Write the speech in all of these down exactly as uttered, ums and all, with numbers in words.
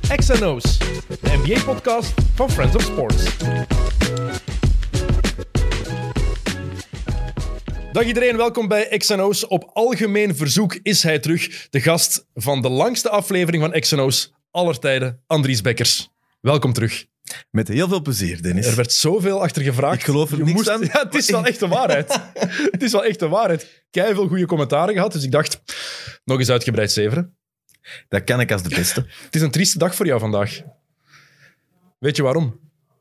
X en O's, de N B A-podcast van Friends of Sports. Dag iedereen, welkom bij X en O's. Op algemeen verzoek is hij terug, de gast van de langste aflevering van X en O's aller tijden, Andries Bekkers. Welkom terug. Met heel veel plezier, Dennis. Er werd zoveel achter gevraagd. Ik geloof er Je niks moest... aan. Ja, het is wel echt de waarheid. Het is wel echt de waarheid. Kei veel goede commentaren gehad, dus ik dacht, nog eens uitgebreid zeveren. Dat kan ik als de beste. Het is een trieste dag voor jou vandaag. Weet je waarom?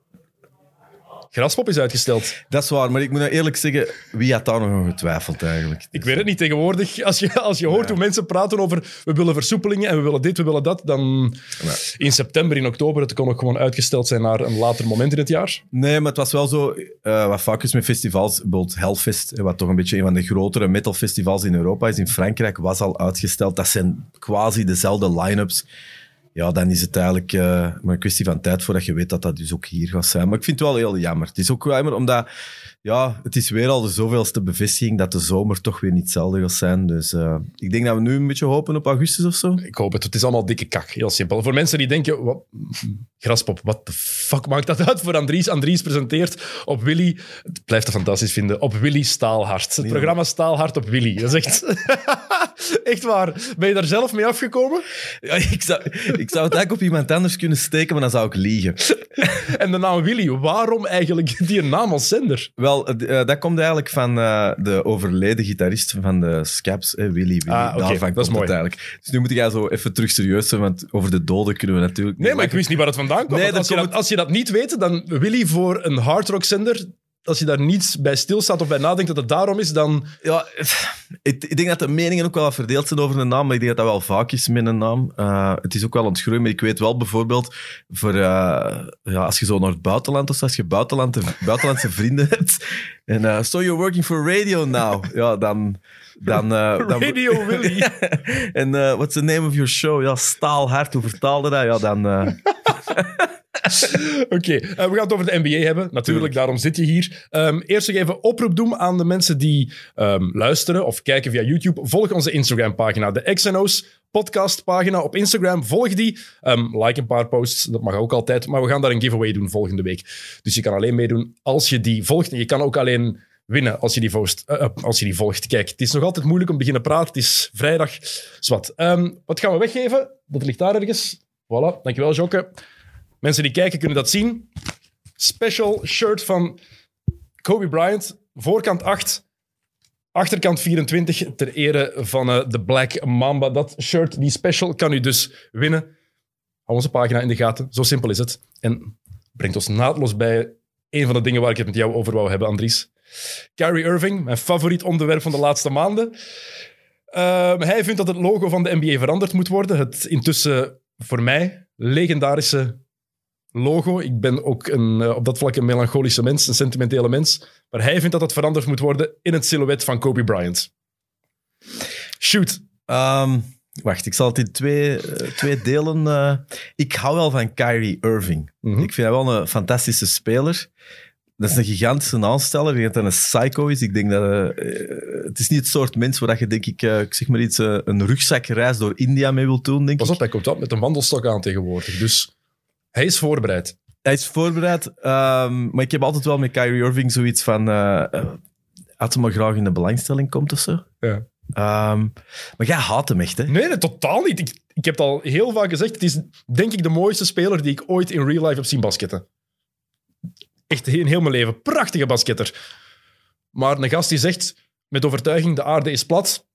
Graspop is uitgesteld. Dat is waar, maar ik moet nou eerlijk zeggen, wie had daar nog aan getwijfeld eigenlijk? Ik weet het niet tegenwoordig. Als je, als je hoort ja. hoe mensen praten over we willen versoepelingen en we willen dit, we willen dat, dan Ja. in september, in oktober, het kon ook gewoon uitgesteld zijn naar een later moment in het jaar. Nee, maar het was wel zo, uh, wat vaak is met festivals, bijvoorbeeld Hellfest, wat toch een beetje een van de grotere metalfestivals in Europa is, in Frankrijk, was al uitgesteld. Dat zijn quasi dezelfde line-ups. Ja, dan is het eigenlijk uh, maar een kwestie van tijd voordat je weet dat dat dus ook hier gaat zijn. Maar ik vind het wel heel jammer. Het is ook wel jammer, omdat ja, het is weer al de zoveelste bevestiging dat de zomer toch weer niet hetzelfde gaat zijn. Dus uh, ik denk dat we nu een beetje hopen op augustus of zo. Ik hoop het. Het is allemaal dikke kak. Heel simpel. Voor mensen die denken, wat, Graspop, wat de fuck maakt dat uit voor Andries? Andries presenteert op Willy, het blijft dat fantastisch vinden, op Willy Staalhart. Het Ja. programma Staalhart op Willy. Dat is echt... echt waar. Ben je daar zelf mee afgekomen? Ja, ik, zou, ik zou het eigenlijk op iemand anders kunnen steken, maar dan zou ik liegen. En de naam Willy, waarom eigenlijk die naam als zender? Wel, uh, dat komt eigenlijk van uh, de overleden gitarist van de Scabs, eh, Willy. Willy. Ah, oké, Daarvan dat is komt mooi. het eigenlijk. Dus nu moet jij zo even terug serieus zijn, want over de doden kunnen we natuurlijk niet Nee, maar ik lachen. wist niet waar het vandaan kwam. Nee, Want als, je dan dat, komt als je dat niet weet, dan Willy voor een hardrock-zender, als je daar niet bij stilstaat of bij nadenkt dat het daarom is, dan... Ja, ik, ik denk dat de meningen ook wel wat verdeeld zijn over een naam, maar ik denk dat dat wel vaak is met een naam. Uh, het is ook wel aan het groeien, maar ik weet wel bijvoorbeeld, voor, uh, ja, als je zo naar het buitenland of als je buitenlandse, buitenlandse vrienden hebt, en uh, so you're working for radio now, ja, dan... dan, uh, dan Radio Willy. En uh, what's the name of your show? Ja, Staalhart, hoe vertaalde dat? Ja, dan... Uh... Oké, okay, uh, we gaan het over de N B A hebben. Natuurlijk, Tuurlijk. Daarom zit je hier. Um, eerst nog even oproep doen aan de mensen die um, luisteren of kijken via YouTube. Volg onze Instagram-pagina, de X en O's podcastpagina op Instagram. Volg die. Um, like een paar posts, dat mag ook altijd. Maar we gaan daar een giveaway doen volgende week. Dus je kan alleen meedoen als je die volgt. En je kan ook alleen winnen als je die volgt. Uh, als je die volgt. Kijk, het is nog altijd moeilijk om te beginnen praten. Het is vrijdag. Zwat. Um, wat gaan we weggeven? Dat ligt daar ergens. Voilà, dankjewel, Jokke. Mensen die kijken kunnen dat zien. Special shirt van Kobe Bryant. Voorkant acht, achterkant vierentwintig. Ter ere van uh, de Black Mamba. Dat shirt, die special, kan u dus winnen. Hou onze pagina in de gaten. Zo simpel is het. En brengt ons naadloos bij een van de dingen waar ik het met jou over wou hebben, Andries. Kyrie Irving, mijn favoriet onderwerp van de laatste maanden. Uh, hij vindt dat het logo van de N B A veranderd moet worden. Het intussen, voor mij, legendarische logo. Ik ben ook een, uh, op dat vlak een melancholische mens, een sentimentele mens. Maar hij vindt dat het veranderd moet worden in het silhouet van Kobe Bryant. Shoot. Um, wacht, ik zal het in twee, uh, twee delen... Uh, ik hou wel van Kyrie Irving. Mm-hmm. Ik vind hem wel een fantastische speler. Dat is een gigantische aansteller. Ik denk dat hij een psycho is. Ik denk dat... Uh, uh, het is niet het soort mens waar je, denk ik, uh, ik zeg maar iets, uh, een rugzakreis door India mee wilt doen, denk Pas ik. op, hij komt wel met een wandelstok aan tegenwoordig. Dus hij is voorbereid. Hij is voorbereid. Um, maar ik heb altijd wel met Kyrie Irving zoiets van... Uh, uh, als hij maar graag in de belangstelling komt of zo. Ja. Um, maar jij haat hem echt, hè? Nee, nee, totaal niet. Ik, ik heb het al heel vaak gezegd. Het is, denk ik, de mooiste speler die ik ooit in real life heb zien basketten. Echt in heel mijn leven. Prachtige basketter. Maar een gast die zegt met overtuiging, de aarde is plat.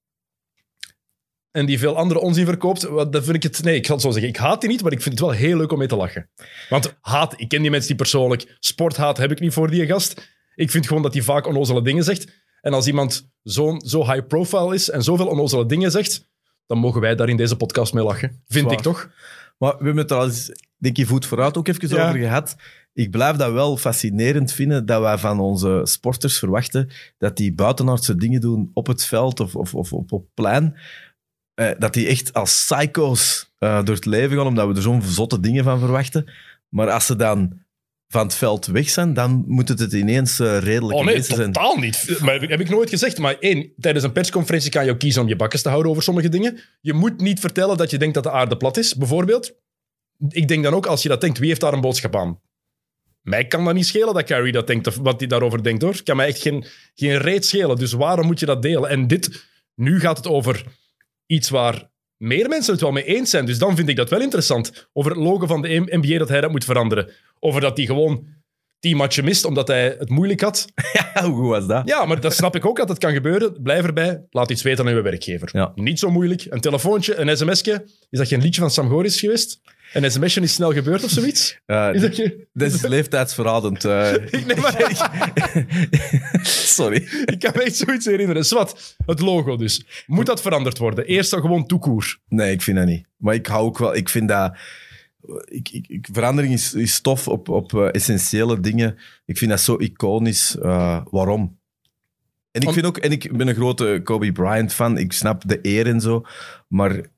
En die veel andere onzin verkoopt, dat vind ik het... Nee, ik ga het zo zeggen. Ik haat die niet, maar ik vind het wel heel leuk om mee te lachen. Want haat, ik ken die mensen die persoonlijk... Sporthaat heb ik niet voor die gast. Ik vind gewoon dat hij vaak onnozele dingen zegt. En als iemand zo, zo high profile is en zoveel onnozele dingen zegt, dan mogen wij daar in deze podcast mee lachen. Vind Zwaar. ik toch? Maar we hebben het er al eens, denk je, voet vooruit ook even Ja. over gehad. Ik blijf dat wel fascinerend vinden, dat wij van onze sporters verwachten dat die buitenaardse dingen doen op het veld of, of, of op het plein. Eh, dat die echt als psycho's uh, door het leven gaan, omdat we er zo'n zotte dingen van verwachten. Maar als ze dan van het veld weg zijn, dan moet het, het ineens uh, redelijk Oh nee, mensen zijn. totaal niet. Maar heb ik, heb ik nooit gezegd. Maar één, tijdens een persconferentie kan je ook kiezen om je bakkes te houden over sommige dingen. Je moet niet vertellen dat je denkt dat de aarde plat is, bijvoorbeeld. ik denk dan ook, als je dat denkt, wie heeft daar een boodschap aan? Mij kan dat niet schelen dat Kyrie dat denkt, of wat hij daarover denkt, hoor. Kan mij echt geen, geen reet schelen. Dus waarom moet je dat delen? En dit, nu gaat het over iets waar meer mensen het wel mee eens zijn. Dus dan vind ik dat wel interessant. Over het logo van de N B A, dat hij dat moet veranderen. Over dat hij gewoon tien matchen mist, omdat hij het moeilijk had. Ja, hoe goed was dat? Ja, maar dat snap ik ook dat het kan gebeuren. Blijf erbij, laat iets weten aan uw werkgever. Ja. Niet zo moeilijk. Een telefoontje, een sms'je. Is dat geen liedje van Sam Goris geweest? Een sms'je is snel gebeurd of zoiets? Uh, is dat geen... Dit is leeftijdsverradend. Uh... nee, maar... Sorry. Ik kan me echt zoiets herinneren. Zwat, het logo dus. Moet dat veranderd worden? Eerst dan gewoon toekoer. Nee, ik vind dat niet. Maar ik hou ook wel... Ik vind dat... Ik, ik, ik, verandering is, is tof op, op uh, essentiële dingen. Ik vind dat zo iconisch. Uh, waarom? En ik, Om... vind ook, en ik ben een grote Kobe Bryant fan. Ik snap de eer en zo. Maar uh,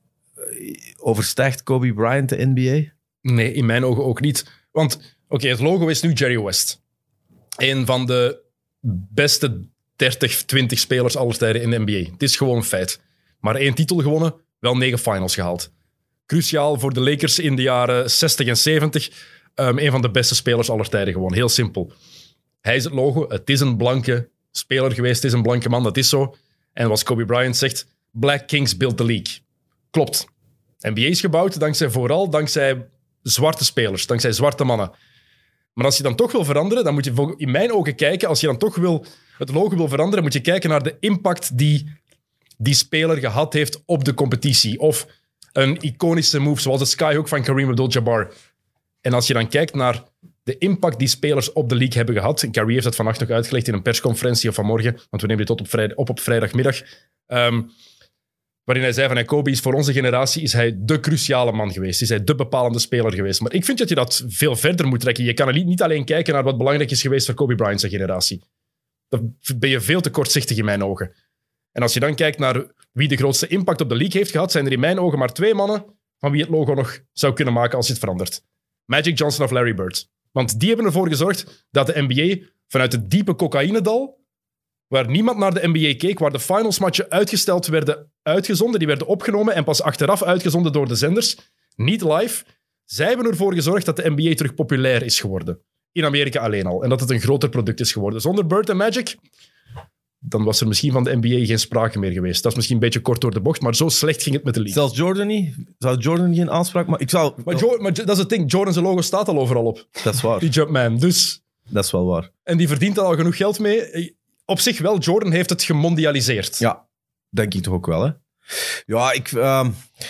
overstijgt Kobe Bryant de N B A? Nee, in mijn ogen ook niet. Want, oké, okay, het logo is nu Jerry West. Een van de beste dertig, twintig spelers aller tijden in de N B A. Het is gewoon een feit. Maar één titel gewonnen, wel negen finals gehaald. Cruciaal voor de Lakers in de jaren zestig en zeventig. Um, een van de beste spelers aller tijden gewoon. Heel simpel. Hij is het logo. Het is een blanke speler geweest. Het is een blanke man. Dat is zo. En wat Kobe Bryant zegt, Black Kings built the league. Klopt. N B A is gebouwd dankzij vooral dankzij zwarte spelers. Dankzij zwarte mannen. Maar als je dan toch wil veranderen, dan moet je in mijn ogen kijken. Als je dan toch wil, het logo wil veranderen, moet je kijken naar de impact die die speler gehad heeft op de competitie. Of een iconische move, zoals de skyhook van Kareem Abdul-Jabbar. En als je dan kijkt naar de impact die spelers op de league hebben gehad, en Kyrie heeft dat vannacht nog uitgelegd in een persconferentie of vanmorgen, want we nemen dit op op, vrijdag, op, op vrijdagmiddag, um, waarin hij zei van, hey, Kobe is voor onze generatie is hij de cruciale man geweest, is hij de bepalende speler geweest. Maar ik vind dat je dat veel verder moet trekken. Je kan niet alleen kijken naar wat belangrijk is geweest voor Kobe Bryant's generatie. Dan ben je veel te kortzichtig in mijn ogen. En als je dan kijkt naar wie de grootste impact op de league heeft gehad, zijn er in mijn ogen maar twee mannen van wie het logo nog zou kunnen maken als je het verandert. Magic Johnson of Larry Bird. Want die hebben ervoor gezorgd dat de N B A vanuit het diepe cocaïnedal, waar niemand naar de N B A keek, waar de finalsmatchen uitgesteld werden uitgezonden, die werden opgenomen en pas achteraf uitgezonden door de zenders, niet live, zij hebben ervoor gezorgd dat de N B A terug populair is geworden. In Amerika alleen al. En dat het een groter product is geworden. Zonder Bird en Magic, dan was er misschien van de N B A geen sprake meer geweest. Dat is misschien een beetje kort door de bocht, maar zo slecht ging het met de league. Zelfs Jordan niet? Zou Jordan geen aanspraak maken? Ik zou... Maar, jo- maar dat is het ding, Jordan's logo staat al overal op. Dat is waar. Die Jumpman, dus... Dat is wel waar. En die verdient al genoeg geld mee. Op zich wel, Jordan heeft het gemondialiseerd. Ja, denk ik toch ook wel, hè? Ja, ik... Uh...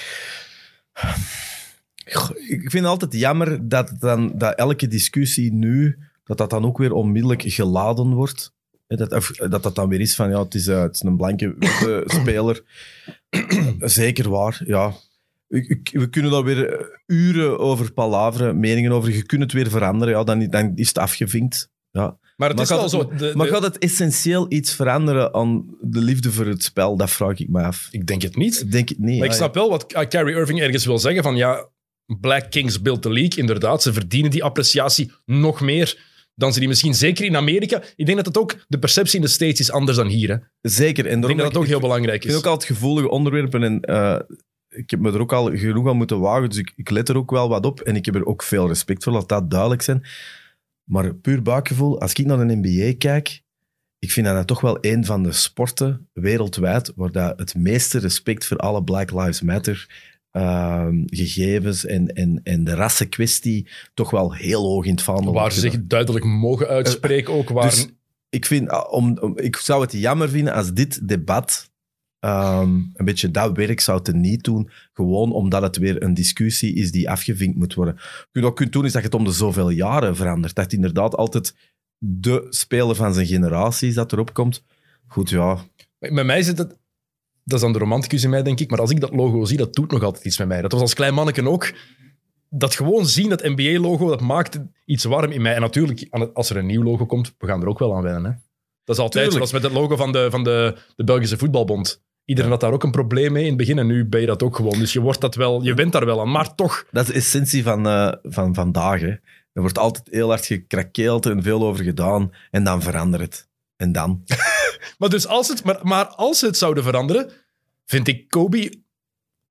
Ik vind het altijd jammer dat, dan, dat elke discussie nu, dat dat dan ook weer onmiddellijk geladen wordt. Dat, dat dat dan weer is van, ja, het is, uh, het is een blanke witte speler. Zeker waar, ja. We kunnen daar weer uren over palaveren, meningen over. Je kunt het weer veranderen, ja, dan, dan is het afgevinkt. Ja. Maar het maar is wel het, zo... De, de... Maar gaat het essentieel iets veranderen aan de liefde voor het spel? Dat vraag ik me af. Ik denk het niet. Ik denk het niet. Maar ja, ik snap wel wat Kyrie Irving ergens wil zeggen van, ja, Black Kings built the league. Inderdaad, ze verdienen die appreciatie nog meer dan ze die misschien... Zeker in Amerika. Ik denk dat het ook... De perceptie in de States is anders dan hier. Hè. Zeker. En ik denk dat het ook ik, heel belangrijk is. Ik vind ook altijd gevoelige onderwerpen en... Uh, ik heb me er ook al genoeg aan moeten wagen, dus ik, ik let er ook wel wat op. En ik heb er ook veel respect voor, laat dat duidelijk zijn. Maar puur buikgevoel, als ik naar de N B A kijk, ik vind dat, dat toch wel een van de sporten wereldwijd waar dat het meeste respect voor alle Black Lives Matter uh, gegevens en, en, en de rassenkwestie toch wel heel hoog in het vaandel. Waar ze zich duidelijk mogen uitspreken ook. Waar... Dus ik, vind, om, om, ik zou het jammer vinden als dit debat um, een beetje dat werk zou te niet doen, gewoon omdat het weer een discussie is die afgevinkt moet worden. Wat je ook kunt doen, is dat je het om de zoveel jaren verandert. Dat het inderdaad altijd de speler van zijn generatie is dat erop komt. Goed, ja. Met mij zit het... Dat is dan de romanticus in mij, denk ik. Maar als ik dat logo zie, dat doet nog altijd iets met mij. Dat was als klein manneken ook. Dat gewoon zien, dat N B A-logo, dat maakt iets warm in mij. En natuurlijk, als er een nieuw logo komt, we gaan er ook wel aan wennen. Hè? Dat is altijd zoals met het logo van de, van de, de Belgische voetbalbond. Iedereen had daar ook een probleem mee in het begin en nu ben je dat ook gewoon. Dus je, wordt dat wel, je went daar wel aan, maar toch... Dat is de essentie van, uh, van vandaag. Hè. Er wordt altijd heel hard gekrakeeld en veel over gedaan en dan verandert het. En dan... maar, dus als het, maar, maar als ze het zouden veranderen, vind ik Kobe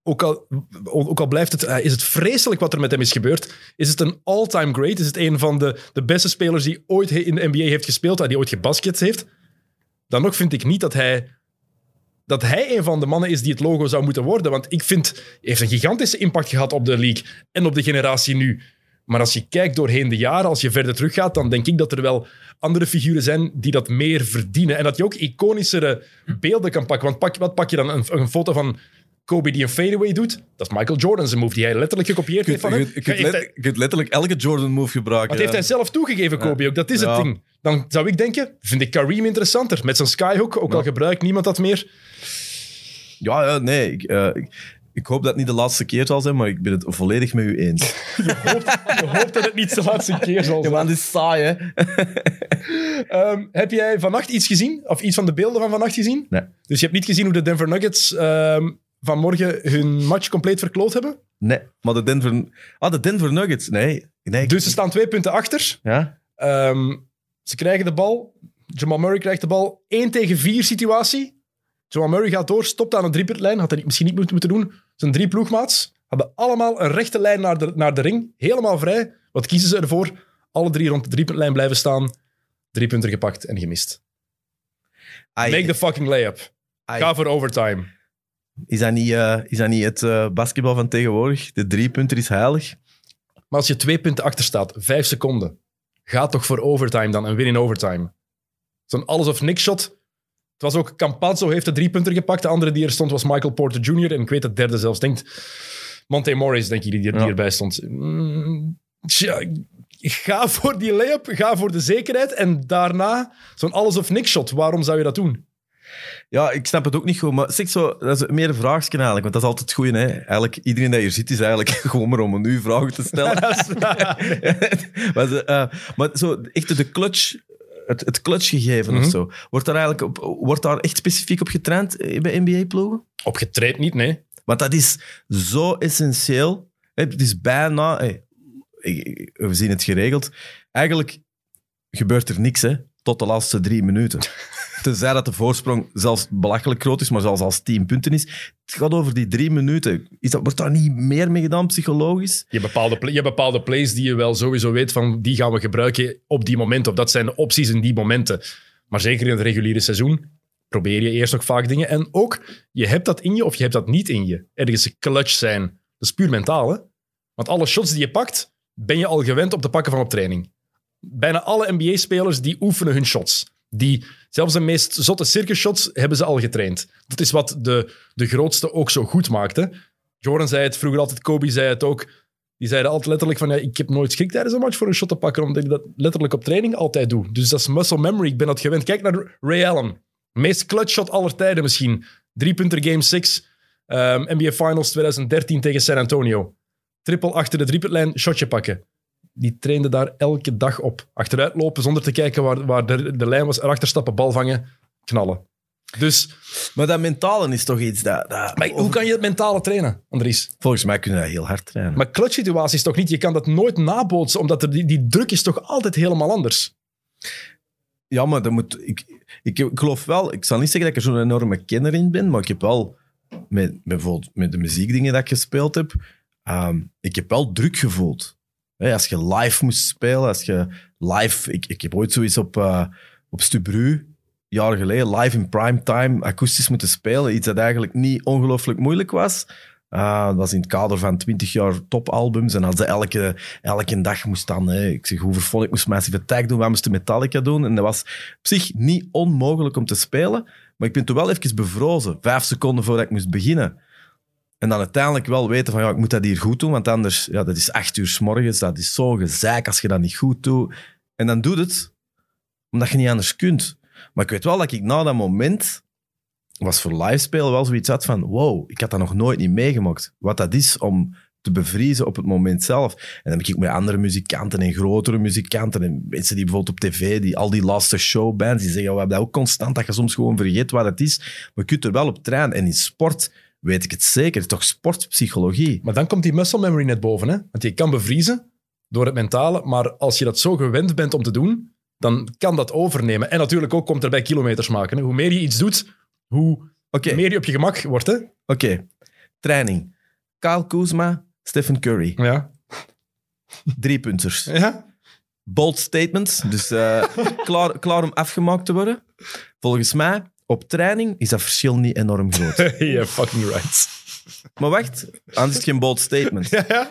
ook al, ook al blijft het, uh, is het vreselijk wat er met hem is gebeurd, is het een all-time great, is het een van de, de beste spelers die ooit in de N B A heeft gespeeld, die ooit gebasket heeft, dan nog vind ik niet dat hij, dat hij een van de mannen is die het logo zou moeten worden. Want ik vind, hij heeft een gigantische impact gehad op de league en op de generatie nu. Maar als je kijkt doorheen de jaren, als je verder teruggaat, dan denk ik dat er wel andere figuren zijn die dat meer verdienen. En dat je ook iconischere beelden kan pakken. Want pak, wat pak je dan? Een, een foto van Kobe die een fadeaway doet? Dat is Michael Jordan's move die hij letterlijk gekopieerd heeft van hem. Je kunt let, let, letterlijk elke Jordan-move gebruiken. Dat heeft hij zelf toegegeven, Kobe, ook. Dat is ja. het ding. Dan zou ik denken, vind ik Kareem interessanter. Met zijn skyhook, ook ja. al gebruikt niemand dat meer. Ja, ja nee. Ik, uh, ik, ik hoop dat het niet de laatste keer zal zijn, maar ik ben het volledig met u eens. je, hoopt, je hoopt dat het niet de laatste keer zal zijn. Ja, maar dat is saai, hè. um, heb jij vannacht iets gezien? Of iets van de beelden van vannacht gezien? Nee. Dus je hebt niet gezien hoe de Denver Nuggets um, vanmorgen hun match compleet verkloot hebben? Nee, maar de Denver... Ah, de Denver Nuggets, nee. nee dus ze staan twee punten achter. Ja? Um, ze krijgen de bal. Jamal Murray krijgt de bal. één tegen vier situatie. Jamal Murray gaat door, stopt aan de driepuntlijn. Had hij misschien niet moeten doen. Zijn drie ploegmaats hadden allemaal een rechte lijn naar de, naar de ring. Helemaal vrij. Wat kiezen ze ervoor? Alle drie rond de driepuntlijn blijven staan. Drie punten gepakt en gemist. Ai. Make the fucking layup. Ai. Ga voor overtime. Is dat niet, uh, is dat niet het uh, basketbal van tegenwoordig? De driepunter is heilig. Maar als je twee punten achter staat, vijf seconden, ga toch voor overtime dan en win in overtime. Zo'n alles of niks shot. Het was ook Campazzo heeft de driepunter gepakt. De andere die er stond was Michael Porter junior En ik weet dat de derde zelfs denkt... Monte Morris, denk je, die, die ja. erbij stond. Mm, tja, ga voor die layup, ga voor de zekerheid. En daarna zo'n alles of niks shot. Waarom zou je dat doen? Ja, ik snap het ook niet goed. Maar zeg zo, dat is meer een vraagje eigenlijk. Want dat is altijd het goeie. Hè? Eigenlijk, iedereen die hier zit is eigenlijk gewoon maar om een u vragen te stellen. maar, zo, uh, maar zo, echt de clutch... Het, het clutch-gegeven mm-hmm. of zo. Wordt daar, eigenlijk op, wordt daar echt specifiek op getraind bij N B A-ploegen? Op getraind niet, nee. Want dat is zo essentieel. Het is bijna... Hey, we zien het geregeld. Eigenlijk gebeurt er niks, hè, tot de laatste drie minuten. Tenzij dat de voorsprong zelfs belachelijk groot is, maar zelfs als tien punten is. Het gaat over die drie minuten. Is dat, wordt daar niet meer mee gedaan, psychologisch? Je hebt bepaalde, je hebt bepaalde plays die je wel sowieso weet van die gaan we gebruiken op die momenten. Of dat zijn de opties in die momenten. Maar zeker in het reguliere seizoen probeer je eerst nog vaak dingen. En ook, je hebt dat in je of je hebt dat niet in je. Ergens clutch zijn. Dat is puur mentaal, hè? Want alle shots die je pakt, ben je al gewend op te pakken van op training. Bijna alle N B A-spelers die oefenen hun shots. Die, zelfs de meest zotte circusshots hebben ze al getraind. Dat is wat de, de grootste ook zo goed maakte. Jordan zei het vroeger altijd, Kobe zei het ook. Die zeiden altijd letterlijk van, ja, ik heb nooit schrik tijdens een match voor een shot te pakken, omdat ik dat letterlijk op training altijd doe. Dus dat is muscle memory, ik ben dat gewend. Kijk naar Ray Allen. Meest clutch shot aller tijden misschien. Drie-punter game zes. Um, N B A Finals twintig dertien tegen San Antonio. Triple achter de driepuntlijn, shotje pakken. Die trainde daar elke dag op. Achteruit lopen zonder te kijken waar, waar de, de lijn was. Erachter stappen, bal vangen, knallen. Dus, maar dat mentale is toch iets dat... dat maar hoe kan je het mentale trainen, Andries? Volgens mij kun je dat heel hard trainen. Maar clutch-situaties toch niet? Je kan dat nooit nabootsen, omdat er die, die druk is toch altijd helemaal anders. Ja, maar dat moet, ik, ik, ik geloof wel... Ik zal niet zeggen dat ik er zo'n enorme kenner in ben, maar ik heb wel... Met, met, bijvoorbeeld met de muziekdingen dat ik gespeeld heb... Um, ik heb wel druk gevoeld. Hey, als je live moest spelen, als je live... Ik, ik heb ooit zoiets op, uh, op Stubru, jaren geleden, live in primetime, akoestisch moeten spelen. Iets dat eigenlijk niet ongelooflijk moeilijk was. Uh, dat was in het kader van twintig jaar topalbums. En als ze elke, elke dag moest dan... Hey, ik zeg, hoe vervol ik moest Massive Attack doen, wat moest Metallica doen. En dat was op zich niet onmogelijk om te spelen. Maar ik ben toen wel even bevrozen, vijf seconden voordat ik moest beginnen. En dan uiteindelijk wel weten van, ja, ik moet dat hier goed doen, want anders, ja, dat is acht uur 's morgens, dat is zo'n gezeik als je dat niet goed doet. En dan doe het, omdat je niet anders kunt. Maar ik weet wel dat ik na dat moment, was voor live spelen wel zoiets had van, wow, ik had dat nog nooit niet meegemaakt. Wat dat is om te bevriezen op het moment zelf. En dan heb ik met andere muzikanten en grotere muzikanten en mensen die bijvoorbeeld op tv, die al die laatste showbands, die zeggen, we hebben dat ook constant, dat je soms gewoon vergeet wat het is. Maar je kunt er wel op trainen. En in sport... weet ik het zeker. Het is toch sportpsychologie. Maar dan komt die muscle memory net boven. Hè? Want je kan bevriezen door het mentale, maar als je dat zo gewend bent om te doen, dan kan dat overnemen. En natuurlijk ook komt erbij kilometers maken. Hè? Hoe meer je iets doet, hoe okay. meer je op je gemak wordt. Oké. Okay. training. Kyle Kuzma, Stephen Curry. Ja. Driepunters. Ja? Bold statements, dus uh, klaar, klaar om afgemaakt te worden. Volgens mij, op training is dat verschil niet enorm groot. Yeah, fucking right. Maar wacht, anders is het geen bold statement. Ja, ja.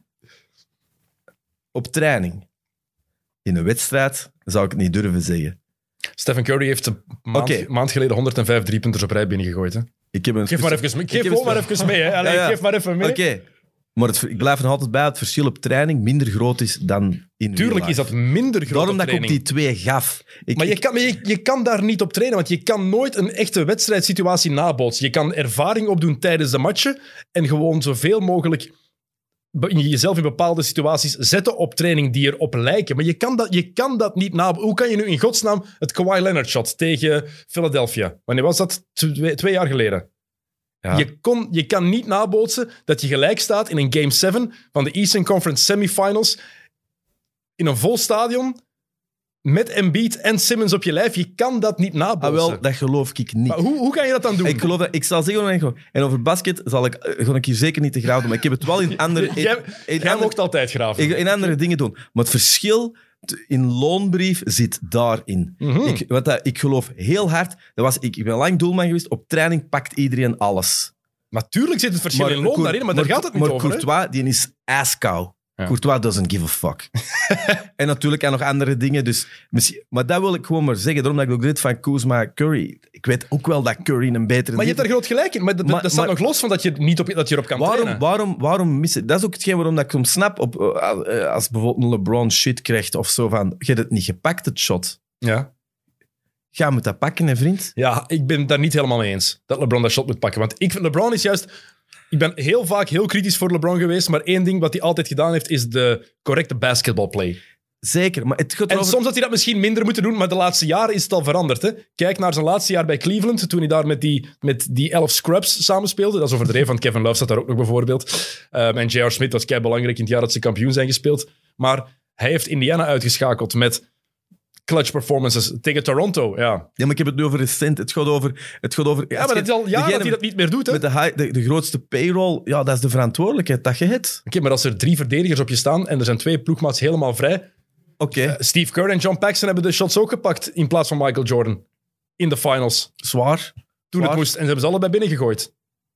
Op training. In een wedstrijd zou ik het niet durven zeggen. Stephen Curry heeft een maand, Oké. maand geleden honderdvijf driepunters op rij binnengegooid. Hè? Ik heb een Geef maar even mee. Geef heb gewoon een- maar even mee. Hè. Allee, Ja, ja. Geef maar even mee. Oké, maar het, ik blijf er nog altijd bij dat het verschil op training minder groot is dan in Tuurlijk real is life. dat minder groot Daarom op dat ik ook training. die twee gaf. Ik, Maar je ik- kan, maar je, je kan daar niet op trainen, want je kan nooit een echte wedstrijdsituatie nabootsen. Je kan ervaring opdoen tijdens de matchen en gewoon zoveel mogelijk be- jezelf in bepaalde situaties zetten op training die erop lijken. Maar je kan dat, je kan dat niet nabootsen. Hoe kan je nu in godsnaam het Kawhi Leonard shot tegen Philadelphia? Wanneer was dat? Twee, twee jaar geleden. Ja. Je, kon, je kan niet nabootsen dat je gelijk staat in een Game zeven van de Eastern Conference Semifinals in een vol stadion met Embiid en Simmons op je lijf. Je kan dat niet nabootsen. Ah, wel, dat geloof ik niet. Maar hoe, hoe kan je dat dan doen? Ik geloof dat, ik zal zeggen, wat ik- en over basket zal ik, eh, ga ik hier zeker niet te graven doen, maar ik heb het wel in andere, in, jij in jij andere, mocht altijd graven. in, in andere dingen doen. Maar het verschil t- in loonbrief zit daarin. Mhm. Ik, wat dat, ik geloof heel hard, dat was, ik, ik ben lang doelman geweest, op training pakt iedereen alles. Natuurlijk zit het verschil in loon Cour- daarin, maar daar gaat het niet maar over. hè? Courtois, die is ijskou. Ja. Courtois doesn't give a fuck. En natuurlijk en nog andere dingen. Dus, misschien- maar dat wil ik gewoon maar zeggen. Daarom dat ik ook dit van Kuzma, Curry. Ik weet ook wel dat Curry een betere... Maar je hebt daar groot gelijk in. Maar dat, Maar- dat staat maar- nog los van dat je, niet op, dat je erop kan Waarom, trainen. waarom, waarom missen? Dat is ook hetgeen waarom dat ik soms snap. Op, eh, als bijvoorbeeld een LeBron shit krijgt of zo van... Je hebt het niet gepakt, het shot. Ja. Ga moet dat pakken, hè, vriend. ja, ik ben daar niet helemaal mee eens. Dat LeBron dat shot moet pakken. Want ik vind LeBron is juist... Ik ben heel vaak heel kritisch voor LeBron geweest, maar één ding wat hij altijd gedaan heeft, is de correcte basketballplay. Zeker, maar het gaat En erover... soms had hij dat misschien minder moeten doen, maar de laatste jaren is het al veranderd. Hè? Kijk naar zijn laatste jaar bij Cleveland, toen hij daar met die, met die elf scrubs samenspeelde. Dat is overdreven, want Kevin Love zat daar ook nog bijvoorbeeld. Um, en J R. Smith was kei belangrijk in het jaar dat ze kampioen zijn gespeeld. Maar hij heeft Indiana uitgeschakeld met clutch performances tegen Toronto. Ja, Ja, maar ik heb het nu over recent. Het gaat over... Het gaat over ja maar het is al jaren dat hij dat niet meer doet. Hè? Met de, high- de, de grootste payroll, ja, dat is de verantwoordelijkheid dat je hebt. Oké, maar als er drie verdedigers op je staan en er zijn twee ploegmaats helemaal vrij... Oké, Steve Kerr en John Paxson hebben de shots ook gepakt in plaats van Michael Jordan. In de finals. zwaar. Toen Zwaar. het moest. En ze hebben ze allebei binnengegooid.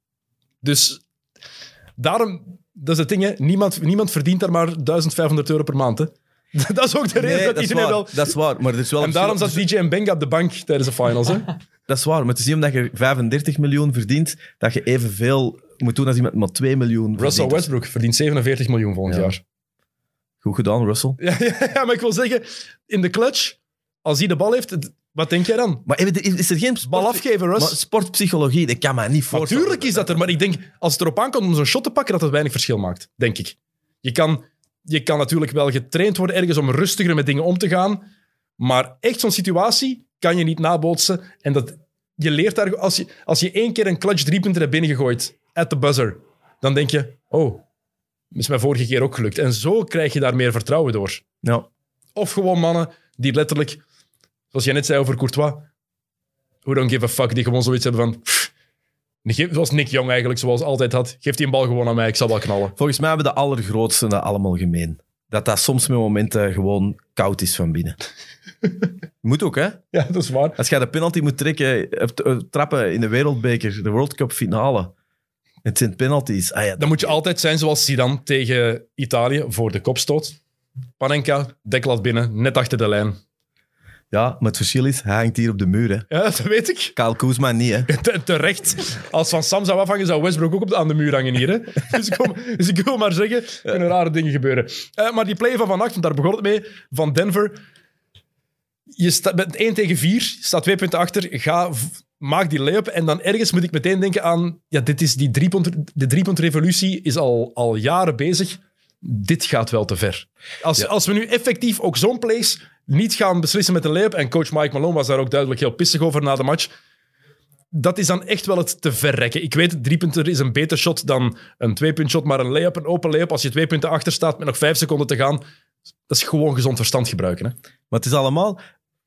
Dus daarom, dat is het ding, hè. Niemand, niemand verdient daar maar duizend vijfhonderd euro per maand. Hè. Dat is ook de reden Nee, dat dat is iedereen waar. wel... Dat is waar, maar er is wel En een daarom verschil- zat D J Mbenga op de bank tijdens de finals. Hè. Dat is waar, maar het is niet omdat je vijfendertig miljoen verdient, dat je evenveel moet doen als iemand maar twee miljoen verdient. Russell Westbrook verdient zevenenveertig miljoen volgend Ja. jaar. Goed gedaan, Russell. Ja, ja, ja, maar ik wil zeggen, in de clutch, als hij de bal heeft, het- wat denk jij dan? Maar is is er geen sport... Bal afgeven, Russ. Maar sportpsychologie, dat kan mij niet voorstellen. Natuurlijk is dat er, maar ik denk, als het erop aankomt om zo'n shot te pakken, dat het weinig verschil maakt, denk ik. Je kan, je kan natuurlijk wel getraind worden ergens om rustiger met dingen om te gaan, maar echt zo'n situatie kan je niet nabootsen. En dat, je leert daar, als je, als je één keer een clutch driepunter hebt binnengegooid, at the buzzer, dan denk je, oh, dat is mij vorige keer ook gelukt. En zo krijg je daar meer vertrouwen door. Ja. Of gewoon mannen die letterlijk, zoals jij net zei over Courtois, who don't give a fuck, die gewoon zoiets hebben van... pff, geef- zoals Nick Young eigenlijk, zoals altijd had. Geeft die een bal gewoon aan mij, ik zal wel knallen. Volgens mij hebben de allergrootste dat allemaal gemeen. Dat dat soms met momenten gewoon koud is van binnen. Moet ook, hè? Ja, dat is waar. Als jij de penalty moet trekken, eh, eh, trappen in de wereldbeker, de World Cup finale. Het zijn penalties. Ah ja, Dan moet je altijd zijn zoals Zidane tegen Italië voor de kopstoot. Panenka, deklat binnen, net achter de lijn. ja, maar het verschil is, hij hangt hier op de muur. Hè. Ja, dat weet ik. Kyle Kuzma niet, hè. Te- Terecht. Als Van Sam zou afhangen, zou Westbrook ook op de, aan de muur hangen hier. Hè? Dus, ik wil, dus ik wil maar zeggen, er kunnen rare dingen gebeuren. Uh, maar die play van vannacht, want daar begon het mee, van Denver. Je staat met één tegen vier, je staat twee punten achter, ga, v- maak die layup. En dan ergens moet ik meteen denken aan, ja, dit is die driepunt, de driepuntrevolutie is al, al jaren bezig. Dit gaat wel te ver. Als, Ja. als we nu effectief ook zo'n plays niet gaan beslissen met een layup, en coach Mike Malone was daar ook duidelijk heel pissig over na de match, dat is dan echt wel het te ver rekken. Ik weet, driepunter is een beter shot dan een tweepuntshot, maar een layup, een open layup, als je twee punten achter staat met nog vijf seconden te gaan, dat is gewoon gezond verstand gebruiken. Hè? Maar het is allemaal...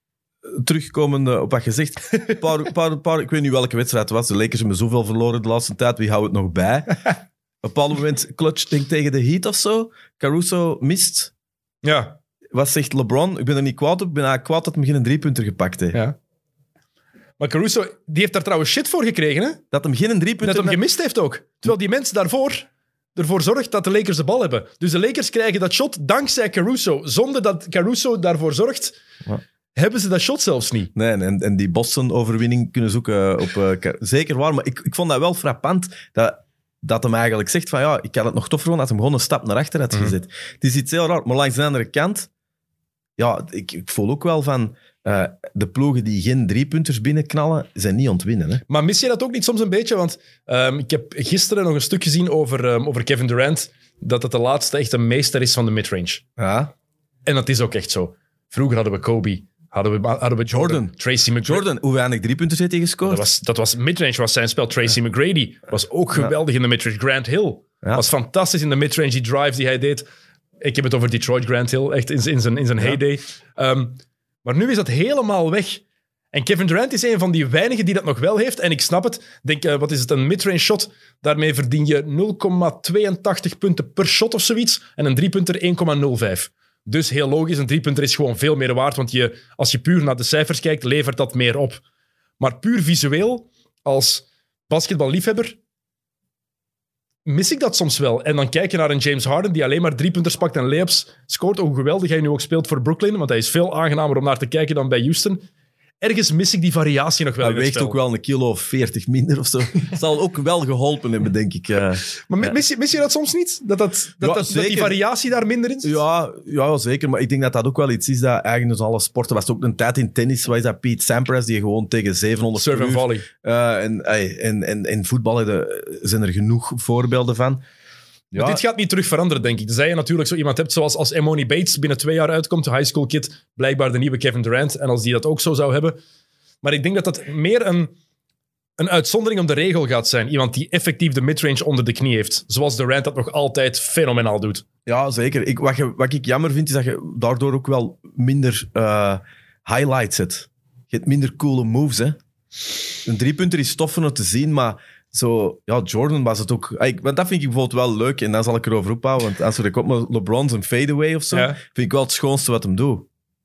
terugkomende op wat je zegt. Een paar, paar, paar, ik weet niet welke wedstrijd het was. De Lakers hebben zoveel verloren de laatste tijd. Wie houdt het nog bij? Op een bepaald moment, clutch, denk tegen de Heat of zo. Caruso mist. Ja. Wat zegt LeBron? Ik ben er niet kwaad op. Ik ben eigenlijk kwaad dat hij geen driepunter gepakt heeft. Ja. Maar Caruso, die heeft daar trouwens shit voor gekregen, hè? Dat hem geen driepunter... Dat hem gemist heeft ook. Terwijl die mens daarvoor ervoor zorgt dat de Lakers de bal hebben. Dus de Lakers krijgen dat shot dankzij Caruso. Zonder dat Caruso daarvoor zorgt, ja. hebben ze dat shot zelfs niet. Nee, en, en die Boston-overwinning kunnen zoeken op... Uh, zeker waar, maar ik, ik vond dat wel frappant dat, dat hem eigenlijk zegt van ja, ik had het nog toffer gevonden als hem gewoon een stap naar achter had gezet. Mm. Het is iets heel raar, maar langs de andere kant... Ja, ik, ik voel ook wel van... Uh, de ploegen die geen driepunters binnenknallen, zijn niet ontwinnen. Hè? Maar mis je dat ook niet soms een beetje? Want um, ik heb gisteren nog een stuk gezien over, um, over Kevin Durant, dat het de laatste echt een meester is van de midrange. Ja. En dat is ook echt zo. Vroeger hadden we Kobe, hadden we, hadden we Jordan, Jordan, Tracy McGrady. Jordan, hoe weinig driepunters heeft hij gescoord? Dat was, dat was midrange, was zijn spel. Tracy ja. McGrady was ook geweldig ja. in de midrange. Grant Hill ja. was fantastisch in de midrange, die drives die hij deed. Ik heb het over Detroit Grant Hill, echt in, in zijn, in zijn ja. heyday. Um, Maar nu is dat helemaal weg. En Kevin Durant is een van die weinigen die dat nog wel heeft. En ik snap het. Denk, uh, wat is het, een midrange shot? Daarmee verdien je nul komma tweeëntachtig punten per shot of zoiets. En een driepunter één komma nul vijf. Dus heel logisch, een driepunter is gewoon veel meer waard. Want je, als je puur naar de cijfers kijkt, levert dat meer op. Maar puur visueel, als basketballiefhebber, mis ik dat soms wel. En dan kijk je naar een James Harden die alleen maar driepunters pakt en layups scoort. Hoe geweldig hij nu ook speelt voor Brooklyn, want hij is veel aangenamer om naar te kijken dan bij Houston. Ergens mis ik die variatie nog wel. Hij weegt ook wel een kilo of veertig minder of zo. Dat zal ook wel geholpen hebben, denk ik. Uh, maar ja. mis, je, mis je dat soms niet? Dat, dat, dat, ja, dat, dat die variatie daar minder in zit? Ja, ja, zeker. Maar ik denk dat dat ook wel iets is dat eigenlijk in alle sporten... was ook een tijd in tennis, wat is dat, Pete Sampras, die gewoon tegen zevenhonderd Surf en volley. Uh, en, en, en, en voetbal zijn er genoeg voorbeelden van. Ja. Dit gaat niet terug veranderen, denk ik. Tenzij je natuurlijk zo iemand hebt zoals als Emoni Bates binnen twee jaar uitkomt, de high school kid, blijkbaar de nieuwe Kevin Durant. En als die dat ook zo zou hebben... Maar ik denk dat dat meer een, een uitzondering om de regel gaat zijn. Iemand die effectief de midrange onder de knie heeft. Zoals Durant dat nog altijd fenomenaal doet. Ja, zeker. Ik, wat, je, wat ik jammer vind, is dat je daardoor ook wel minder uh, highlights hebt. Je hebt minder coole moves, hè. Een driepunter is tof om te zien, maar... Zo, ja, Jordan was het ook... Ik, want dat vind ik bijvoorbeeld wel leuk, en dan zal ik erover ophouden, want als er komt met LeBron zijn fadeaway of zo, ja. vind ik wel het schoonste wat hem doet.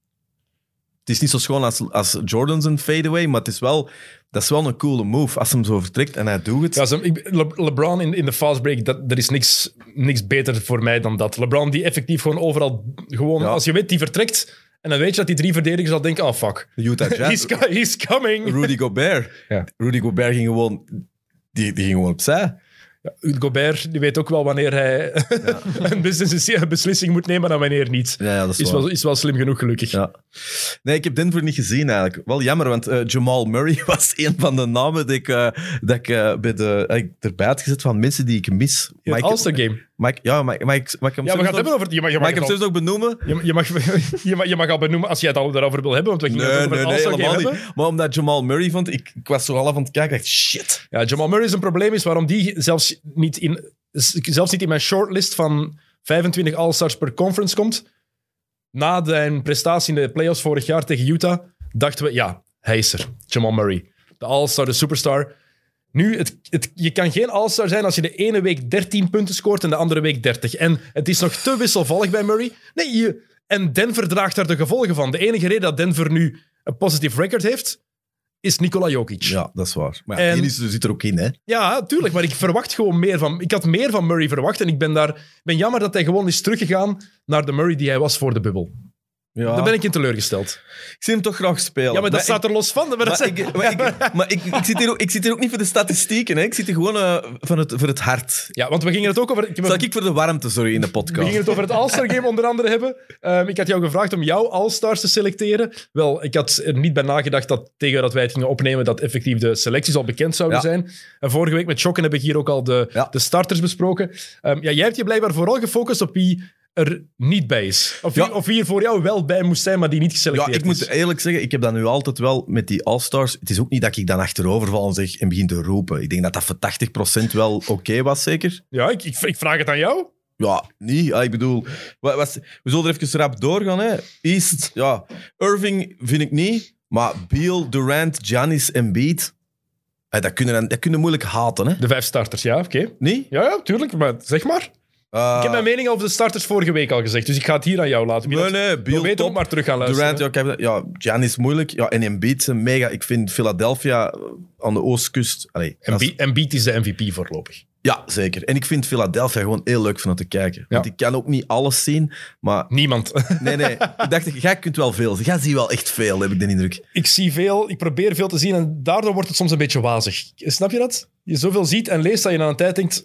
Het is niet zo schoon als, als Jordan zijn fadeaway, maar het is wel, dat is wel een coole move als hem zo vertrekt en hij doet het. Ja, Le, LeBron in, in de fast break, dat, er is niks, niks beter voor mij dan dat. LeBron die effectief gewoon overal... Gewoon, ja. Als je weet, die vertrekt... En dan weet je dat die drie verdedigers al denken, oh fuck. Utah Jazz. he's, he's coming. Rudy Gobert. Ja. Rudy Gobert ging gewoon... Die, die ging gewoon opzij. Ja, Gobert die weet ook wel wanneer hij ja. een business beslissing moet nemen en wanneer niet. Ja, ja, dat is, is, wel, is wel slim genoeg, gelukkig. Ja. Nee, ik heb Denver niet gezien eigenlijk. Wel jammer, want uh, Jamal Murray was een van de namen die ik, uh, dat ik, uh, bij de, uh, ik erbij had gezet van mensen die ik mis. In het All-Star Game. Mag ik, ja, mag, mag ik, mag ik hem ja, we gaan het hebben over... Je mag, je mag, mag ik hem zelfs nog benoemen? Je, je, mag, je, mag, je mag al benoemen als jij het al daarover wil hebben, want we gingen nee, het over nee, het All-Star nee, Game niet. hebben. Maar omdat Jamal Murray vond, ik, ik was zo half aan het kijken, ik dacht, shit. Ja, Jamal Murray is een probleem, is waarom die zelfs niet in, zelfs niet in mijn shortlist van vijfentwintig All-Stars per conference komt. Na zijn prestatie in de playoffs vorig jaar tegen Utah, dachten we, ja, hij is er. Jamal Murray. De All-Star, de superstar. Nu, het, het, je kan geen All-Star zijn als je de ene week dertien punten scoort en de andere week dertig. En het is nog te wisselvallig bij Murray. Nee, je, en Denver draagt daar de gevolgen van. De enige reden dat Denver nu een positive record heeft, is Nikola Jokic. Ja, dat is waar. Maar ja, en, die zit er ook in, hè? Ja, tuurlijk. Maar ik verwacht gewoon meer van... Ik had meer van Murray verwacht en ik ben daar... ben jammer dat hij gewoon is teruggegaan naar de Murray die hij was voor de bubbel. Ja. Daar ben ik in teleurgesteld. Ik zie hem toch graag spelen. Ja, maar, maar dat ik, staat er los van. Maar, maar, zijn... ik, maar, ik, maar ik, ik, zit hier ook, ik zit hier ook niet voor de statistieken. Hè. Ik zit hier gewoon uh, van het, voor het hart. Ja, want we gingen het ook over... Ik Zal ik voor de warmte zorgen in de podcast? We gingen het over het All-Star Game onder andere hebben. Um, ik had jou gevraagd om jouw All-Stars te selecteren. Wel, ik had er niet bij nagedacht dat tegen dat wij het gingen opnemen dat effectief de selecties al bekend zouden ja. zijn. En vorige week met Chokken heb ik hier ook al de, ja. de starters besproken. Um, ja, jij hebt je blijkbaar vooral gefocust op wie... er niet bij is. Of, ja. wie, of wie er voor jou wel bij moest zijn, maar die niet geselecteerd is. Ja, ik is. moet eerlijk zeggen, ik heb dat nu altijd wel met die All-Stars. Het is ook niet dat ik dan achterover val en, zeg, en begin te roepen. Ik denk dat dat voor tachtig procent wel oké okay was, zeker. Ja, ik, ik, ik vraag het aan jou. Ja, niet. Ja, ik bedoel, wat, wat, we zullen er even rap doorgaan. Hè. East, ja. Irving vind ik niet. Maar Beal, Durant, Giannis, Embiid... eh, dat kunnen dat kunnen moeilijk haten, hè? De vijf starters, ja, oké. Okay. Nee? Ja, ja, tuurlijk, maar zeg maar. Uh, ik heb mijn mening over de starters vorige week al gezegd, dus ik ga het hier aan jou laten. Nee, nee, Beal beter ook maar terug gaan luisteren. Durant, ja, ik heb, ja, Giannis moeilijk. Ja, en Embiid, mega. Ik vind Philadelphia aan de oostkust... Allee, Embiid, is... Embiid is de M V P voorlopig. Ja, zeker. En ik vind Philadelphia gewoon heel leuk van te kijken. Ja. Want ik kan ook niet alles zien, maar... Niemand. Nee, nee. Ik dacht, jij kunt wel veel. Jij ziet wel echt veel, heb ik de indruk. Ik zie veel, ik probeer veel te zien en daardoor wordt het soms een beetje wazig. Snap je dat? Je zoveel ziet en leest dat je na een tijd denkt...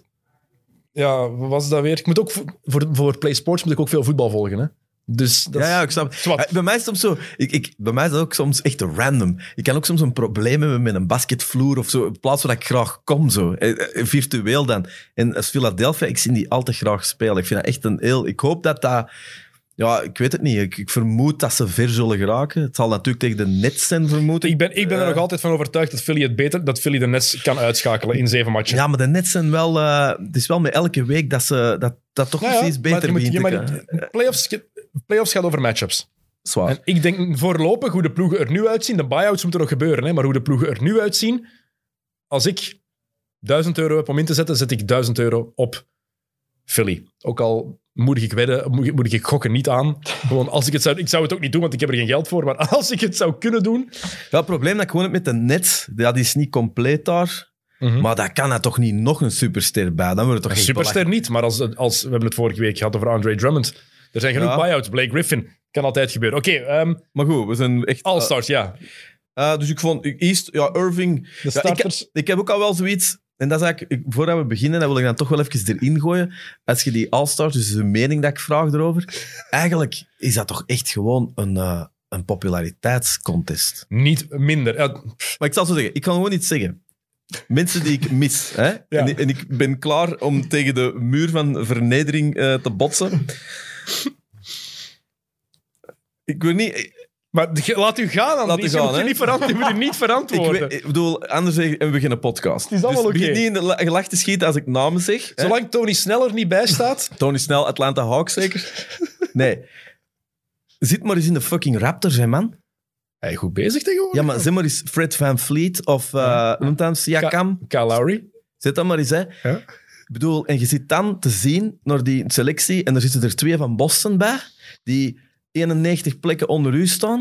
Ja, wat was dat weer? Ik moet ook voor, voor Play Sports moet ik ook veel voetbal volgen, hè? Dus dat ja, ja, ik snap. Ja, bij mij is het soms zo... Ik, ik, bij mij is dat ook soms echt random. Ik kan ook soms een probleem hebben met een basketvloer of zo, in plaats van dat ik graag kom, zo. Virtueel dan. En als Philadelphia, ik zie die altijd graag spelen. Ik vind dat echt een heel... Ik hoop dat dat... Ja, ik weet het niet. Ik, ik vermoed dat ze ver zullen geraken. Het zal natuurlijk tegen de Nets zijn, vermoed ik. Ik ben, ik ben er uh, nog altijd van overtuigd dat Philly het beter... Dat Philly de Nets kan uitschakelen in zeven matchen. Ja, maar de Nets zijn wel... Uh, het is wel met elke week dat ze dat, dat toch ja, precies ja, beter begint te gaan. Playoffs, playoffs gaat over matchups. Zwaar. En ik denk voorlopig hoe de ploegen er nu uitzien... De buyouts moeten nog gebeuren, hè, maar hoe de ploegen er nu uitzien... Als ik duizend euro heb om in te zetten, zet ik duizend euro op Philly. Ook al... Moedig ik wedden, moedig ik gokken niet aan. Gewoon als ik het zou... Ik zou het ook niet doen, want ik heb er geen geld voor. Maar als ik het zou kunnen doen... Ja, het probleem dat ik gewoon heb met de Nets, dat is niet compleet daar. Mm-hmm. Maar dat kan er toch niet nog een superster bij. Dan wordt het toch een superster belach... niet, maar als, als... We hebben het vorige week gehad over Andre Drummond. Er zijn genoeg ja. buyouts. Blake Griffin. Kan altijd gebeuren. Oké. Okay, um, maar goed, we zijn echt... All-stars, uh, ja. Uh, dus ik vond East... Ja, Irving... De starters... Ja, ik, ik heb ook al wel zoiets... En dat is eigenlijk, voordat we beginnen, dat wil ik dan toch wel even erin gooien. Als je die All-Stars, dus de mening dat ik vraag erover, eigenlijk is dat toch echt gewoon een, uh, een populariteitscontest. Niet minder. Ja. Maar ik zal zo zeggen, ik kan gewoon iets zeggen. Mensen die ik mis. Hè? Ja. En, en ik ben klaar om tegen de muur van vernedering uh, te botsen. Ik weet niet... Maar laat u gaan, Andries. Je, moet, niet verant- je moet u niet verantwoorden. Ik, weet, ik bedoel, anders hebben we geen podcast. Het is allemaal dus oké. begin niet in de gelach te schieten als ik namen zeg. Zolang hè? Tony Snell er niet bij staat. Tony Snell, Atlanta Hawks zeker? Nee. Zit maar eens in de fucking Raptors, hè, man. Hij is goed bezig tegenwoordig. Ja, maar zet maar eens Fred VanVleet of uh, ja. noemt hij Siakam. Kyle Lowry. Zet dat maar eens, hè. Ja. Ik bedoel, en je zit dan te zien naar die selectie en er zitten er twee van Boston bij, die eenennegentig plekken onder u staan.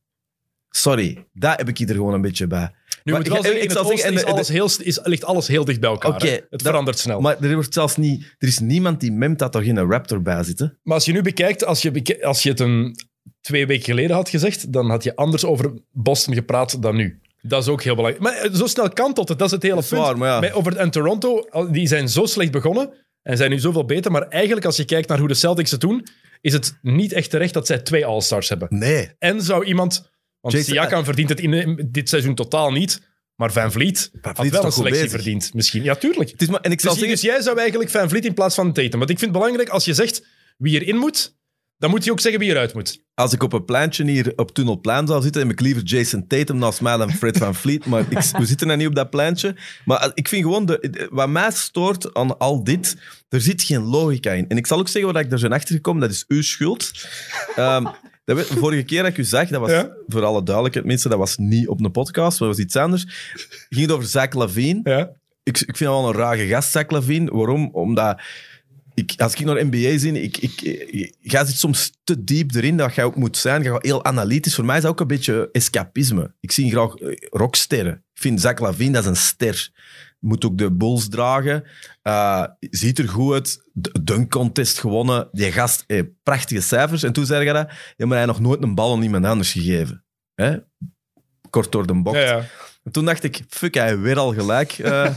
Sorry, daar heb ik hier gewoon een beetje bij. Nu moet wel zeggen, in het oosten is alles heel, is, ligt alles heel dicht bij elkaar. Okay, het dat, verandert snel. Maar er, wordt zelfs niet, er is niemand die memt dat er geen Raptor bij zit. Hè? Maar als je nu bekijkt, als je, beke- als je het een twee weken geleden had gezegd, dan had je anders over Boston gepraat dan nu. Dat is ook heel belangrijk. Maar zo snel kantelt het, dat is het hele dat is punt. Waar, maar ja. Bij, over, en Toronto, die zijn zo slecht begonnen en zijn nu zoveel beter, maar eigenlijk als je kijkt naar hoe de Celtics het doen, is het niet echt terecht dat zij twee All-Stars hebben. Nee. En zou iemand... Want Jason, Siakam verdient het in, in dit seizoen totaal niet, maar Van Vliet Van had wel een selectie verdiend. Misschien. Ja, tuurlijk. Het is maar, en ik zal dus, zeggen... dus jij zou eigenlijk Van Vliet in plaats van Tatum. Want ik vind het belangrijk, als je zegt wie erin moet, dan moet je ook zeggen wie eruit moet. Als ik op een pleintje hier op Tunnelplein zou zitten, heb ik liever Jason Tatum naast mij dan Fred VanVleet. Maar ik, we zitten er niet op dat pleintje. Maar ik vind gewoon, de, wat mij stoort aan al dit, er zit geen logica in. En ik zal ook zeggen waar ik er zijn achter gekomen, dat is uw schuld. Um, dat weet, de vorige keer dat ik u zag, dat was ja? voor alle duidelijkheid, mensen, dat was niet op een podcast, dat was iets anders. Ging het over Zach LaVine. Ja? Ik, ik vind hem wel een rare gast, Zach LaVine. Waarom? Omdat... Ik, als ik naar N B A zie, ik, ik, ik, jij zit soms te diep erin dat jij ook moet zijn. Je gaat heel analytisch. Voor mij is dat ook een beetje escapisme. Ik zie graag rocksterren. Ik vind Zach LaVine, dat is een ster. Moet ook de Bulls dragen. Uh, ziet er goed uit. De dunk contest gewonnen. Die gast, eh, prachtige cijfers. En toen zei je dat, ja, maar hij nog nooit een bal aan iemand anders gegeven. Hè? Kort door de bocht. Ja, ja. En toen dacht ik, fuck, hij heeft weer al gelijk. Uh,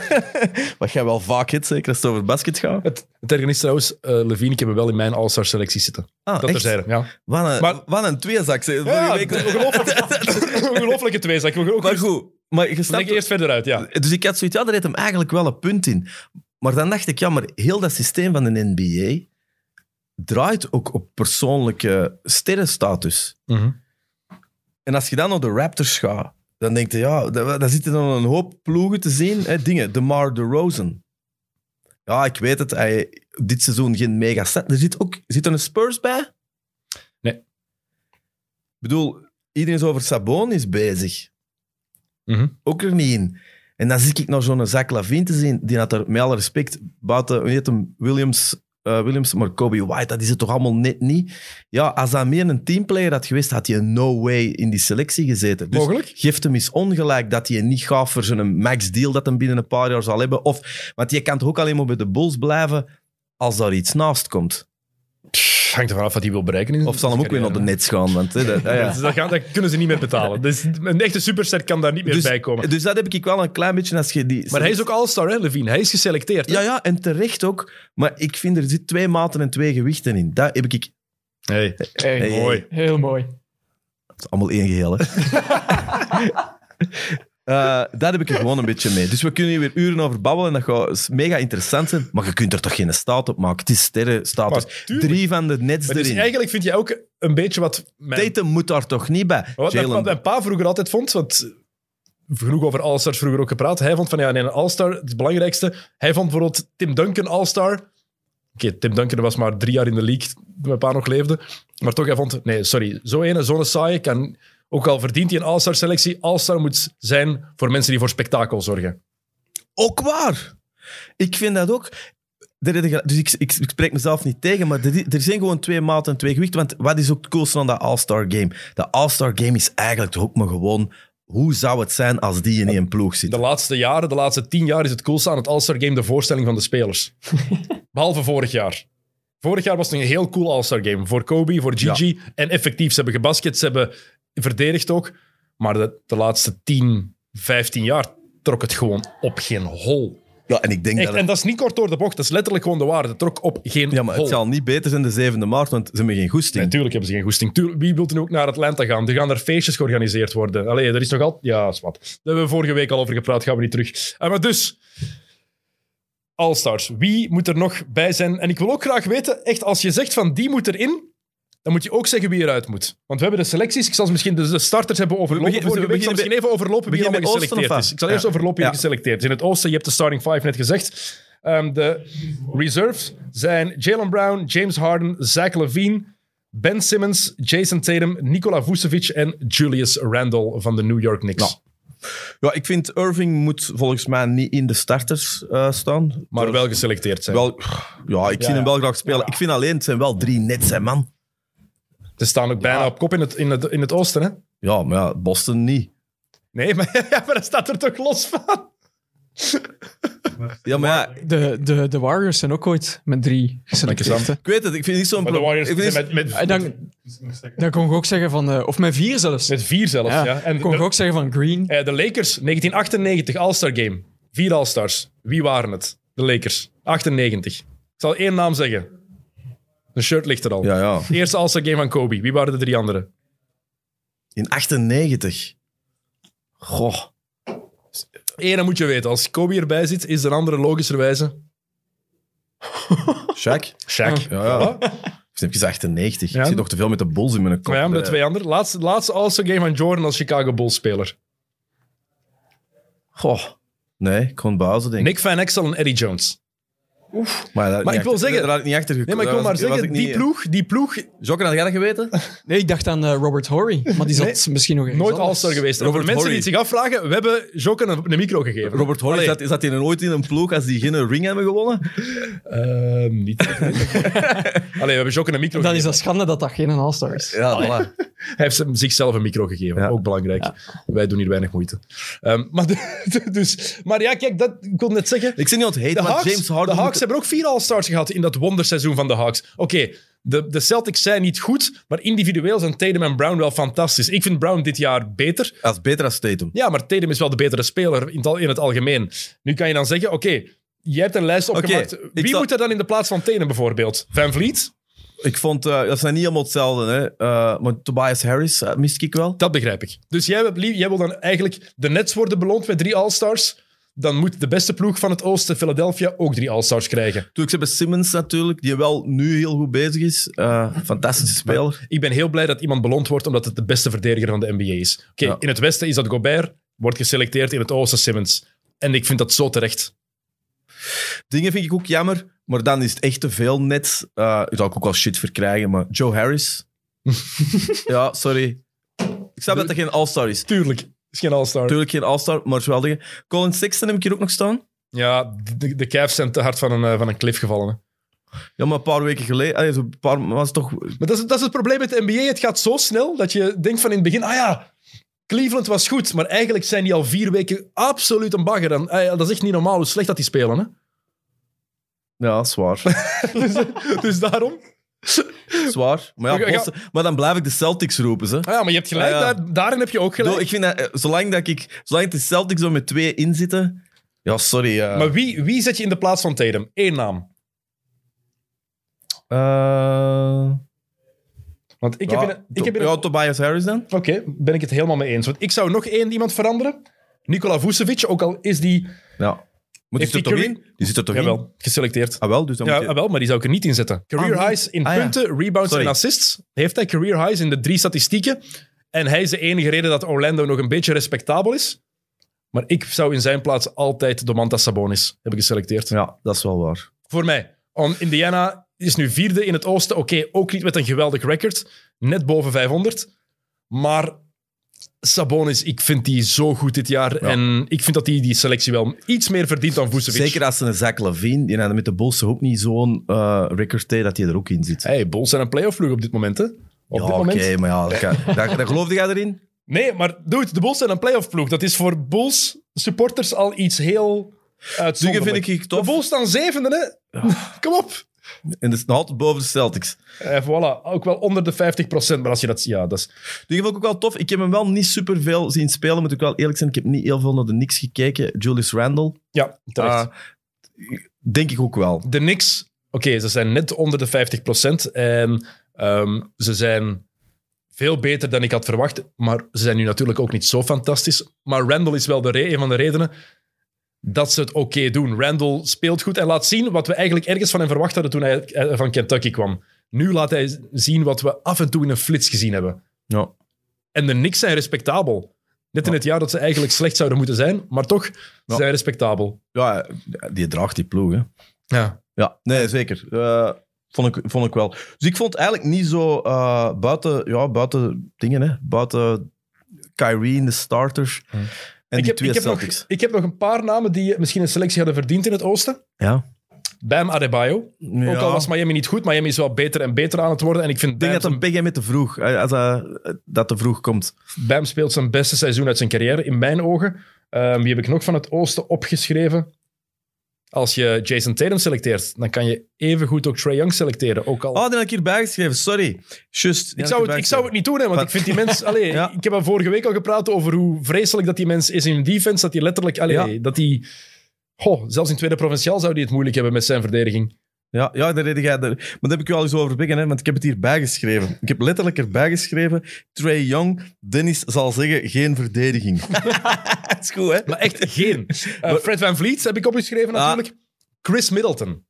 wat jij wel vaak hebt, zeker als het over basket gaat. Het, het ergste is trouwens, uh, Levine, ik heb hem wel in mijn All-Star selectie zitten. Ah, dat terzijde, ja. Wat een, maar, wat een tweezak. Ja, week... ongelooflijke, ongelooflijke tweezak. Maar goed, maar je snapt... eerst verder uit, ja. Dus ik had zoiets, ja, daar heeft hem eigenlijk wel een punt in. Maar dan dacht ik, ja, maar heel dat systeem van de N B A draait ook op persoonlijke sterrenstatus. Mm-hmm. En als je dan naar de Raptors gaat, dan denk je, ja, daar zitten dan een hoop ploegen te zien. Hè, dingen, DeMar DeRozan. Ja, ik weet het, hij dit seizoen geen mega set. Er zit ook zit er een Spurs bij? Nee. Ik bedoel, iedereen is over Sabonis bezig. Mm-hmm. Ook er niet in. En dan zie ik nog zo'n Zach LaVine te zien, die had er met alle respect buiten, hoe heet hem, Williams, uh, Williams, maar Kobe White, dat is het toch allemaal net niet. Ja, als hij meer een teamplayer had geweest, had hij no way in die selectie gezeten. Dus mogelijk. Geeft hem eens ongelijk dat hij niet gaat voor zijn max deal dat hem binnen een paar jaar zal hebben. Of, want je kan toch ook alleen maar bij de Bulls blijven als daar iets naast komt. Pff, hangt er vanaf wat hij wil bereiken. In Of zal hem ook weer naar de Nets gaan. Want, hè, dat, ja, ja. Dus dat, gaan, dat kunnen ze niet meer betalen. Dus een echte superster kan daar niet meer Dus, bij komen. dus dat heb ik wel een klein beetje als je die... Maar hij is ook all-star, hè, Levine? Hij is geselecteerd. Hè? Ja, ja, en terecht ook. Maar ik vind, er zit twee maten en twee gewichten in. Dat heb ik... Hey. Hey, Hey, mooi. Heel mooi. Het is allemaal één geheel, hè. Uh, daar heb ik er gewoon een beetje mee. Dus we kunnen hier weer uren over babbelen en dat gaat mega interessant zijn. Maar je kunt er toch geen staat op maken? Het is sterrenstatus. Drie van de Nets Maar dus erin. eigenlijk vind je ook een beetje wat... Mijn, Tatum moet daar toch niet bij? wat, mijn, wat mijn pa vroeger altijd vond, want genoeg over All-Stars vroeger ook gepraat, hij vond van ja, nee, een All-Star, het belangrijkste. Hij vond bijvoorbeeld Tim Duncan All-Star. Oké, okay, Tim Duncan was maar drie jaar in de league toen mijn pa nog leefde. Maar toch, hij vond, nee, sorry, zo ene, zo'n saaie kan... Ook al verdient hij een All-Star-selectie, All-Star moet zijn voor mensen die voor spektakel zorgen. Ook waar. Ik vind dat ook. Dus ik, ik, ik spreek mezelf niet tegen, maar er, er zijn gewoon twee maten en twee gewichten. Want wat is ook het coolste aan dat All-Star Game? De All-Star Game is eigenlijk toch ook maar gewoon... Hoe zou het zijn als die in één ploeg zit? De laatste jaren, de laatste tien jaar is het coolste aan het All-Star Game de voorstelling van de spelers. Behalve vorig jaar. Vorig jaar was het een heel cool All-Star Game. Voor Kobe, voor Gigi. Ja. En effectief, ze hebben gebasket, ze hebben verdedigd ook. Maar de, de laatste tien, vijftien jaar trok het gewoon op geen hol. Ja, en ik denk Echt, dat... Het... En dat is niet kort door de bocht, dat is letterlijk gewoon de waarde. Het trok op geen hol. Ja, maar hol. het zal niet beter zijn de zevende maart, want ze hebben geen goesting. Natuurlijk hebben ze geen goesting. Tuurlijk, wie wil er nu ook naar Atlanta gaan? Er gaan er feestjes georganiseerd worden. Allee, er is nog altijd... Ja, is wat. Daar hebben we vorige week al over gepraat, gaan we niet terug. Uh, maar dus... All-Stars. Wie moet er nog bij zijn? En ik wil ook graag weten, echt, als je zegt van die moet erin, dan moet je ook zeggen wie eruit moet. Want we hebben de selecties. Ik zal misschien de starters hebben overlopen. We beginnen, Vorige week. Ik zal misschien even overlopen wie allemaal geselecteerd is. Ik zal eerst ja. overlopen wie ja. geselecteerd is. In het oosten, je hebt de starting five net gezegd. Um, de reserves zijn Jaylen Brown, James Harden, Zach LaVine, Ben Simmons, Jason Tatum, Nikola Vucevic en Julius Randle van de New York Knicks. Nou. Ja, ik vind Irving moet volgens mij niet in de starters uh, staan. Maar wel geselecteerd zijn. Wel, ja, ik ja, zie hem ja. wel graag spelen. Ja. Ik vind alleen, het zijn wel drie nets, hè, man. Ze staan ook bijna ja. op kop in het, in, het, in het oosten, hè? Ja, maar ja, Boston niet. Nee, maar, ja, maar dat staat er toch los van? Ja, maar ja... De, de, de Warriors zijn ook ooit met drie geselecteerd. Ik weet het, ik vind niet zo'n... Maar de Warriors ik vind met, met, En dan, dan kon je ook zeggen van... Uh, of met vier zelfs. met vier zelfs, ja. ja. En kon je de, ook zeggen van Green. uh, de Lakers, negentien achtennegentig, All-Star Game. Vier All-Stars. Wie waren het? De Lakers. achtennegentig. Ik zal één naam zeggen. De shirt ligt er al. Ja, ja. Eerste All-Star Game van Kobe. Wie waren de drie anderen? In achtennegentig. Goh. Eén moet je weten. Als Kobe erbij zit, is de andere logischerwijze... Shaq? Shaq. Ja, ja. Ik heb gezegd achtennegentig. Ja. Ik zit nog te veel met de Bulls in mijn kop. Maar ja, maar de twee anderen. Laatste, laatste All-Star Game van Jordan als Chicago Bulls-speler. Goh. Nee, ik kon buizen, denk ik. Nick Van Exel en Eddie Jones. Maar, maar ik wil achter, zeggen- Daar had ik niet achter Nee, maar ik wil maar zeggen, die ploeg, die ploeg Jokken, had jij dat geweten? Nee, ik dacht aan uh, Robert Horry. Maar die zat Nee, misschien nog ergens nooit anders. All-Star geweest. En Robert voor mensen die Horry. het zich afvragen, we hebben Jokken een, een micro gegeven. Robert Horry, Allee. zat, zat hij ooit in een ploeg als die geen ring hebben gewonnen? Ehm, niet. Allee, we hebben Jokken een micro Dan is gegeven. dat schande dat dat geen All-Star is. Ja, voilà. Hij heeft hem zichzelf een micro gegeven. Ja. Ook belangrijk. Wij doen hier weinig moeite. Ehm, maar, de- dus, maar ja, kijk, dat, ik wil net zeggen... Ik zie niet ontheten, De maar Hawks, James Harden... de Hawks moet- hebben ook vier All-Stars gehad in dat wonderseizoen van de Hawks. Oké, okay, de, de Celtics zijn niet goed, maar individueel zijn Tatum en Brown wel fantastisch. Ik vind Brown dit jaar beter. Als beter als Tatum. Ja, maar Tatum is wel de betere speler in het, al- in het algemeen. Nu kan je dan zeggen, oké, okay, jij hebt een lijst opgemaakt. Oké, ik Wie zal- moet er dan in de plaats van Tatum bijvoorbeeld? Van Vliet? Ik vond... Uh, dat zijn niet allemaal hetzelfde, hè. Uh, maar Tobias Harris uh, mist ik wel. Dat begrijp ik. Dus jij, wil- jij wil dan eigenlijk de Nets worden beloond met drie All-Stars. Dan moet de beste ploeg van het oosten, Philadelphia, ook drie All-Stars krijgen. Toen ik ze bij Simmons natuurlijk, die wel nu heel goed bezig is. Uh, fantastische speler. Ik ben heel blij dat iemand beloond wordt omdat het de beste verdediger van de N B A is. Oké, okay, Ja. in het westen is dat Gobert, wordt geselecteerd, in het oosten Simmons. En ik vind dat zo terecht. Dingen vind ik ook jammer, maar dan is het echt te veel net. Uh, zou ik ook wel shit voor krijgen, maar Joe Harris. Ja, sorry. Ik snap dat dat geen all-star is. Tuurlijk, is geen all-star. Tuurlijk geen all-star, maar is wel dingen. Colin Sexton heb ik hier ook nog staan. Ja, de, de Cavs zijn te hard van een, uh, van een cliff gevallen. Hè. Ja, maar een paar weken geleden... Allee, een paar, was toch... Maar dat is, dat is het probleem met de N B A. Het gaat zo snel dat je denkt van in het begin... Ah ja, Cleveland was goed, maar eigenlijk zijn die al vier weken absoluut een bagger. En, ah ja, dat is echt niet normaal hoe slecht dat die spelen. Hè? Ja, zwaar. dus, dus daarom... Zwaar. Maar, ja, Ja, Boston, maar dan blijf ik de Celtics roepen. Hè. Ah ja, maar je hebt gelijk. Ah, ja. daar, daarin heb je ook gelijk. Doe, ik vind dat, eh, zolang, dat ik, zolang de Celtics zo met twee in zitten... Ja, sorry. Uh, Maar wie, wie zet je in de plaats van Tatum? Eén naam. uh, Want ik ja, heb in, een- ik heb in een- ja, Tobias Harris dan? Oké, ben ik het helemaal mee eens. Want ik zou nog één iemand veranderen. Nikola Vucevic, ook al is die... Ja. Moet die Heeft er toch die in? Die zit er toch in? Jawel, geselecteerd. Ah, wel, dus dan Ja, moet je... wel, maar die zou ik er niet in zetten. Career Ah, nee. highs in Ah, ja. punten, rebounds Sorry. en assists. Heeft hij career highs in de drie statistieken. En hij is de enige reden dat Orlando nog een beetje respectabel is. Maar ik zou in zijn plaats altijd Domantas Sabonis hebben geselecteerd. Ja, dat is wel waar. Voor mij. On Indiana is nu vierde in het oosten. Oké, ook niet met een geweldig record. Net boven vijfhonderd. Maar Sabonis, ik vind die zo goed dit jaar. Ja. En ik vind dat hij die, die selectie wel iets meer verdient dan Vucevic. Zeker als ze een Zach LaVine, die had met de Bulls ook niet zo'n uh, record heeft, dat hij er ook in zit. Hey, Bulls zijn een playoff ploeg op dit moment, hè? Op ja, dit oké, moment. maar ja, dat, kan- daar, daar geloofde jij erin? Nee, maar dude, de Bulls zijn een playoff ploeg. Dat is voor Bulls supporters al iets heel uitzonderlijk. Dingen vind ik tof. De Bulls staan zevende, hè? Kom op. En dat is nog altijd boven de Celtics. Eh, voilà, ook wel onder de vijftig procent. Maar als je dat... Ja, dat is... Die vond ik ook wel tof. Ik heb hem wel niet superveel zien spelen, moet ik wel eerlijk zijn. Ik heb niet heel veel naar de Knicks gekeken. Julius Randle. Ja, terecht. Uh, denk ik ook wel. De Knicks, oké, ze zijn net onder de vijftig procent. En um, ze zijn veel beter dan ik had verwacht. Maar ze zijn nu natuurlijk ook niet zo fantastisch. Maar Randle is wel de re- een van de redenen dat ze het oké doen. Randle speelt goed en laat zien wat we eigenlijk ergens van hem verwacht hadden toen hij eh, van Kentucky kwam. Nu laat hij zien wat we af en toe in een flits gezien hebben. Ja. En de Knicks zijn respectabel. Net in Ja. het jaar dat ze eigenlijk slecht zouden moeten zijn, maar toch Ja. zijn respectabel. Ja, die draagt die ploeg, hè. Ja. Ja, nee, zeker. Uh, vond, ik, vond ik wel. Dus ik vond eigenlijk niet zo uh, buiten, ja, buiten dingen, hè. Buiten Kyrie in de starters en Ik die heb, twee ik, heb nog, Celtics. ik heb nog een paar namen die misschien een selectie hadden verdiend in het oosten. Ja. Bam Adebayo. Ja. Ook al was Miami niet goed, Miami is wel beter en beter aan het worden. En ik vind Ik denk Bam, dat een zijn- Big met te vroeg, uh, als uh, dat te vroeg komt. Bam speelt zijn beste seizoen uit zijn carrière, in mijn ogen. Um, wie heb ik nog van het oosten opgeschreven? Als je Jason Tatum selecteert, dan kan je evengoed ook Trae Young selecteren. Ook al... Oh, die had ik hierbij geschreven, sorry. Just. Ik zou, het, ik zou het niet doen, hè, want Wat? ik vind die mens... Allee, Ja. Ik heb al vorige week al gepraat over hoe vreselijk dat die mens is in defense. Dat hij letterlijk... Allee, Ja. dat hij... Goh, zelfs in tweede provinciaal zou hij het moeilijk hebben met zijn verdediging. Ja, ja daar reden jij. Maar daar heb ik u al eens over beginnen, hè, want ik heb het hierbij geschreven. Ik heb letterlijk erbij geschreven: Trae Young, Dennis zal zeggen, geen verdediging. Dat is goed, hè? Maar echt geen. Uh, Fred VanVleet heb ik opgeschreven Ah. natuurlijk. Chris Middleton.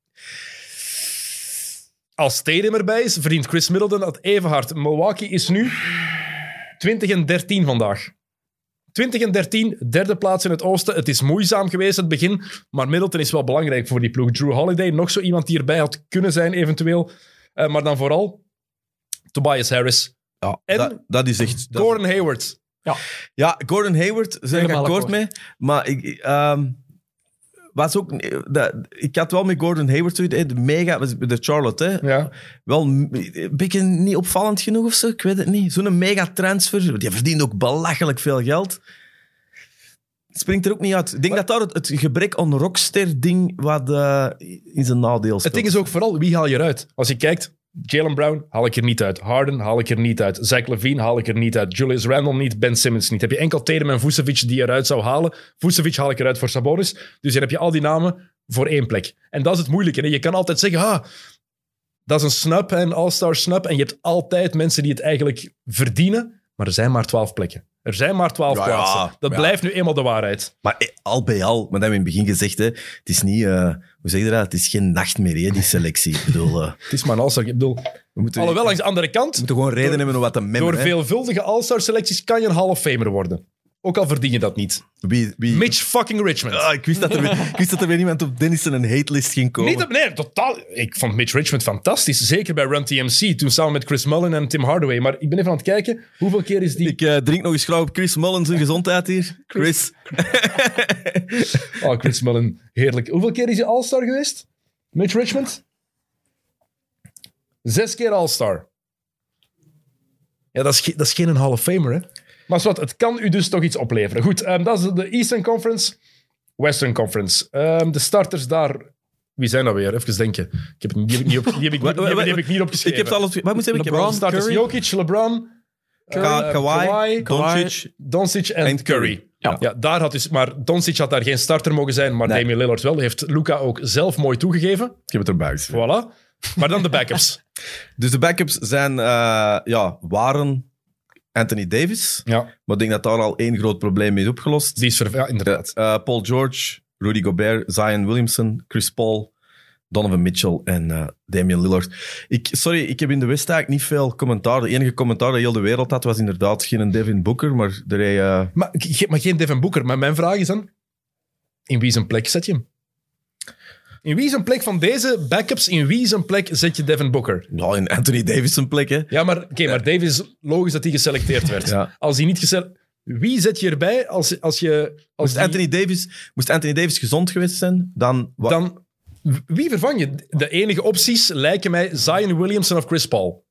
Als Tatum erbij is, verdient Chris Middleton dat even hard. Milwaukee is nu twintig en dertien vandaag. twintig en dertien, derde plaats in het oosten. Het is moeizaam geweest, het begin. Maar Middleton is wel belangrijk voor die ploeg. Drew Holiday, nog zo iemand die erbij had kunnen zijn eventueel. Uh, maar dan vooral Tobias Harris. Ja, En dat, dat is echt... dat- Gordon Hayward. Ja, Gordon Hayward, zijn ik Helemaal akkoord akkoord. mee. Maar ik... ehm, was ook, dat, ik had wel met Gordon Hayward zoiets, hè, de mega, de Charlotte, hè, Ja. wel een beetje niet opvallend genoeg of zo, ik weet het niet. Zo'n mega transfer, die verdient ook belachelijk veel geld. Het springt er ook niet uit. Ik denk dat daar het, het gebrek aan rockster-ding wat uh, in zijn nadeel speelt. Het ding is ook vooral, wie haal je eruit? Als je kijkt, Jaylen Brown haal ik er niet uit. Harden haal ik er niet uit. Zach LaVine haal ik er niet uit. Julius Randle niet. Ben Simmons niet. Heb je enkel Tatum en Vucevic die eruit zou halen. Vucevic haal ik eruit voor Sabonis. Dus dan heb je al die namen voor één plek. En dat is het moeilijke. Hè? Je kan altijd zeggen, ah, dat is een snub, een all-star snub. En je hebt altijd mensen die het eigenlijk verdienen. Maar er zijn maar twaalf plekken. Er zijn maar twaalf Ja, ja, plaatsen. Dat ja. blijft nu eenmaal de waarheid. Maar eh, al bij al, maar dat hebben we in het begin gezegd, hè, het is niet, uh, hoe zeg je dat, het is geen nachtmerrie, hè, die selectie. Ik bedoel, uh, Het is maar een all-star. Ik bedoel, we moeten, alhoewel, we langs de andere kant... moeten gewoon reden hebben om wat te memmen. Door hè. veelvuldige All-Star selecties kan je een Hall of Famer worden. Ook al verdien je dat niet. Wie, wie... Mitch fucking Richmond. Ah, ik, wist dat er weer, ik wist dat er weer iemand op Dennis een hatelist ging komen. Niet op, nee, totaal. Ik vond Mitch Richmond fantastisch. Zeker bij Run T M C. Toen samen met Chris Mullen en Tim Hardaway. Maar ik ben even aan het kijken. Hoeveel keer is die... Ik uh, drink nog eens graag op Chris Mullen zijn gezondheid hier. Chris. Oh, Chris Mullen. Heerlijk. Hoeveel keer is hij All-Star geweest? Mitch Richmond? Zes keer All-Star. Ja, dat is, ge- dat is geen Hall of Famer, hè? Maar wat, het kan u dus toch iets opleveren. Goed, um, dat is de Eastern Conference. Western Conference. Um, de starters daar... Wie zijn dat weer? Even denken. Ik heb, het- die, heb ik niet op, die, heb ik, niet- die, heb, die heb ik niet opgeschreven. Ik heb alles... Wat moet ik hebben? LeBron, Ik starters Curry. Jokic, LeBron, Ka- uh, Kawhi, Doncic. Doncic en, En Curry. Curry. Ja. Ja, daar had dus, maar Doncic had daar geen starter mogen zijn, maar Nee. Damian Lillard wel. Heeft Luka ook zelf mooi toegegeven. Ik heb het erbij gezet. Voilà. Maar dan de backups. Dus de backups zijn, uh, ja, waren Anthony Davis. Ja, Maar ik denk dat daar al één groot probleem mee is opgelost. die is ver... Ja, inderdaad. Uh, Paul George, Rudy Gobert, Zion Williamson, Chris Paul, Donovan Mitchell en uh, Damian Lillard. Ik, sorry, ik heb in de West eigenlijk niet veel commentaar. De enige commentaar dat heel de wereld had, was inderdaad geen Devin Booker, maar er hij, uh, Maar, ge- maar geen Devin Booker. Maar mijn vraag is dan, in wie zijn plek zet je hem? In wie zijn plek van deze backups, in wie zijn plek zet je Devin Booker? nou, in Anthony Davis zijn plek, hè. Ja, maar, oké, maar Davis, logisch dat hij geselecteerd werd. Ja. Als hij niet geselecteerd... Wie zet je erbij als, als je... Als Moest, die- Anthony Davis, moest Anthony Davis gezond geweest zijn, dan... wa- Dan, wie vervang je? De enige opties lijken mij Zion Williamson of Chris Paul.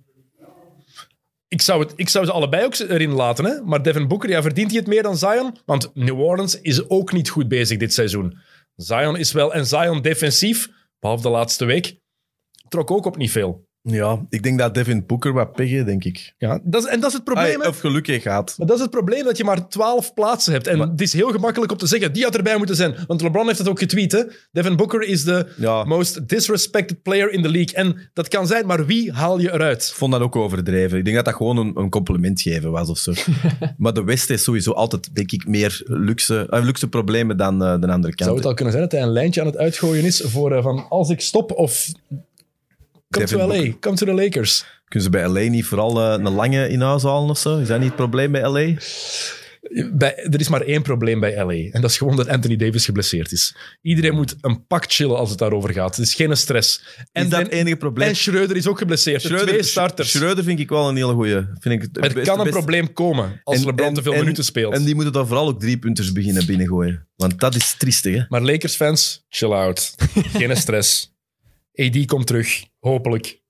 Ik zou, het, ik zou ze allebei ook erin laten, hè? Maar Devin Booker, ja, verdient hij het meer dan Zion? Want New Orleans is ook niet goed bezig dit seizoen. Zion is wel... En Zion defensief, behalve de laatste week, trok ook op niet veel. Ja, ik denk dat Devin Booker wat pech heeft, denk ik. Ja, dat is, en dat is het probleem, Ah, hè? of gelukkig gaat. Maar dat is het probleem, dat je maar twaalf plaatsen hebt. En Maar- het is heel gemakkelijk om te zeggen, die had erbij moeten zijn. Want LeBron heeft het ook getweet, hè. Devin Booker is de Ja. most disrespected player in the league. En dat kan zijn, maar wie haal je eruit? Ik vond dat ook overdreven. Ik denk dat dat gewoon een, een compliment geven was of zo. Maar de West is sowieso altijd, denk ik, meer luxe, uh, luxe problemen dan uh, de andere kant. Zou het al kunnen zijn dat hij een lijntje aan het uitgooien is voor uh, van als ik stop of... Come Devin to L A, Booker. come to the Lakers. Kunnen ze bij L A niet vooral uh, een lange in huis halen of zo? Is dat niet het probleem bij L A? Bij, er is maar één probleem bij L A. En dat is gewoon dat Anthony Davis geblesseerd is. Iedereen moet een pak chillen als het daarover gaat. Het is geen stress. En, Is dat en- het enige probleem? en Schreuder is ook geblesseerd. De twee starters. Schreuder vind ik wel een hele goeie. Vind ik het Er beste- kan een beste- probleem komen als En- LeBron en- te veel en- minuten speelt. En die moeten dan vooral ook drie punters beginnen binnengooien. Want dat is triestig, hè? Maar Lakers-fans, chill out. Geen stress. A D komt terug, hopelijk.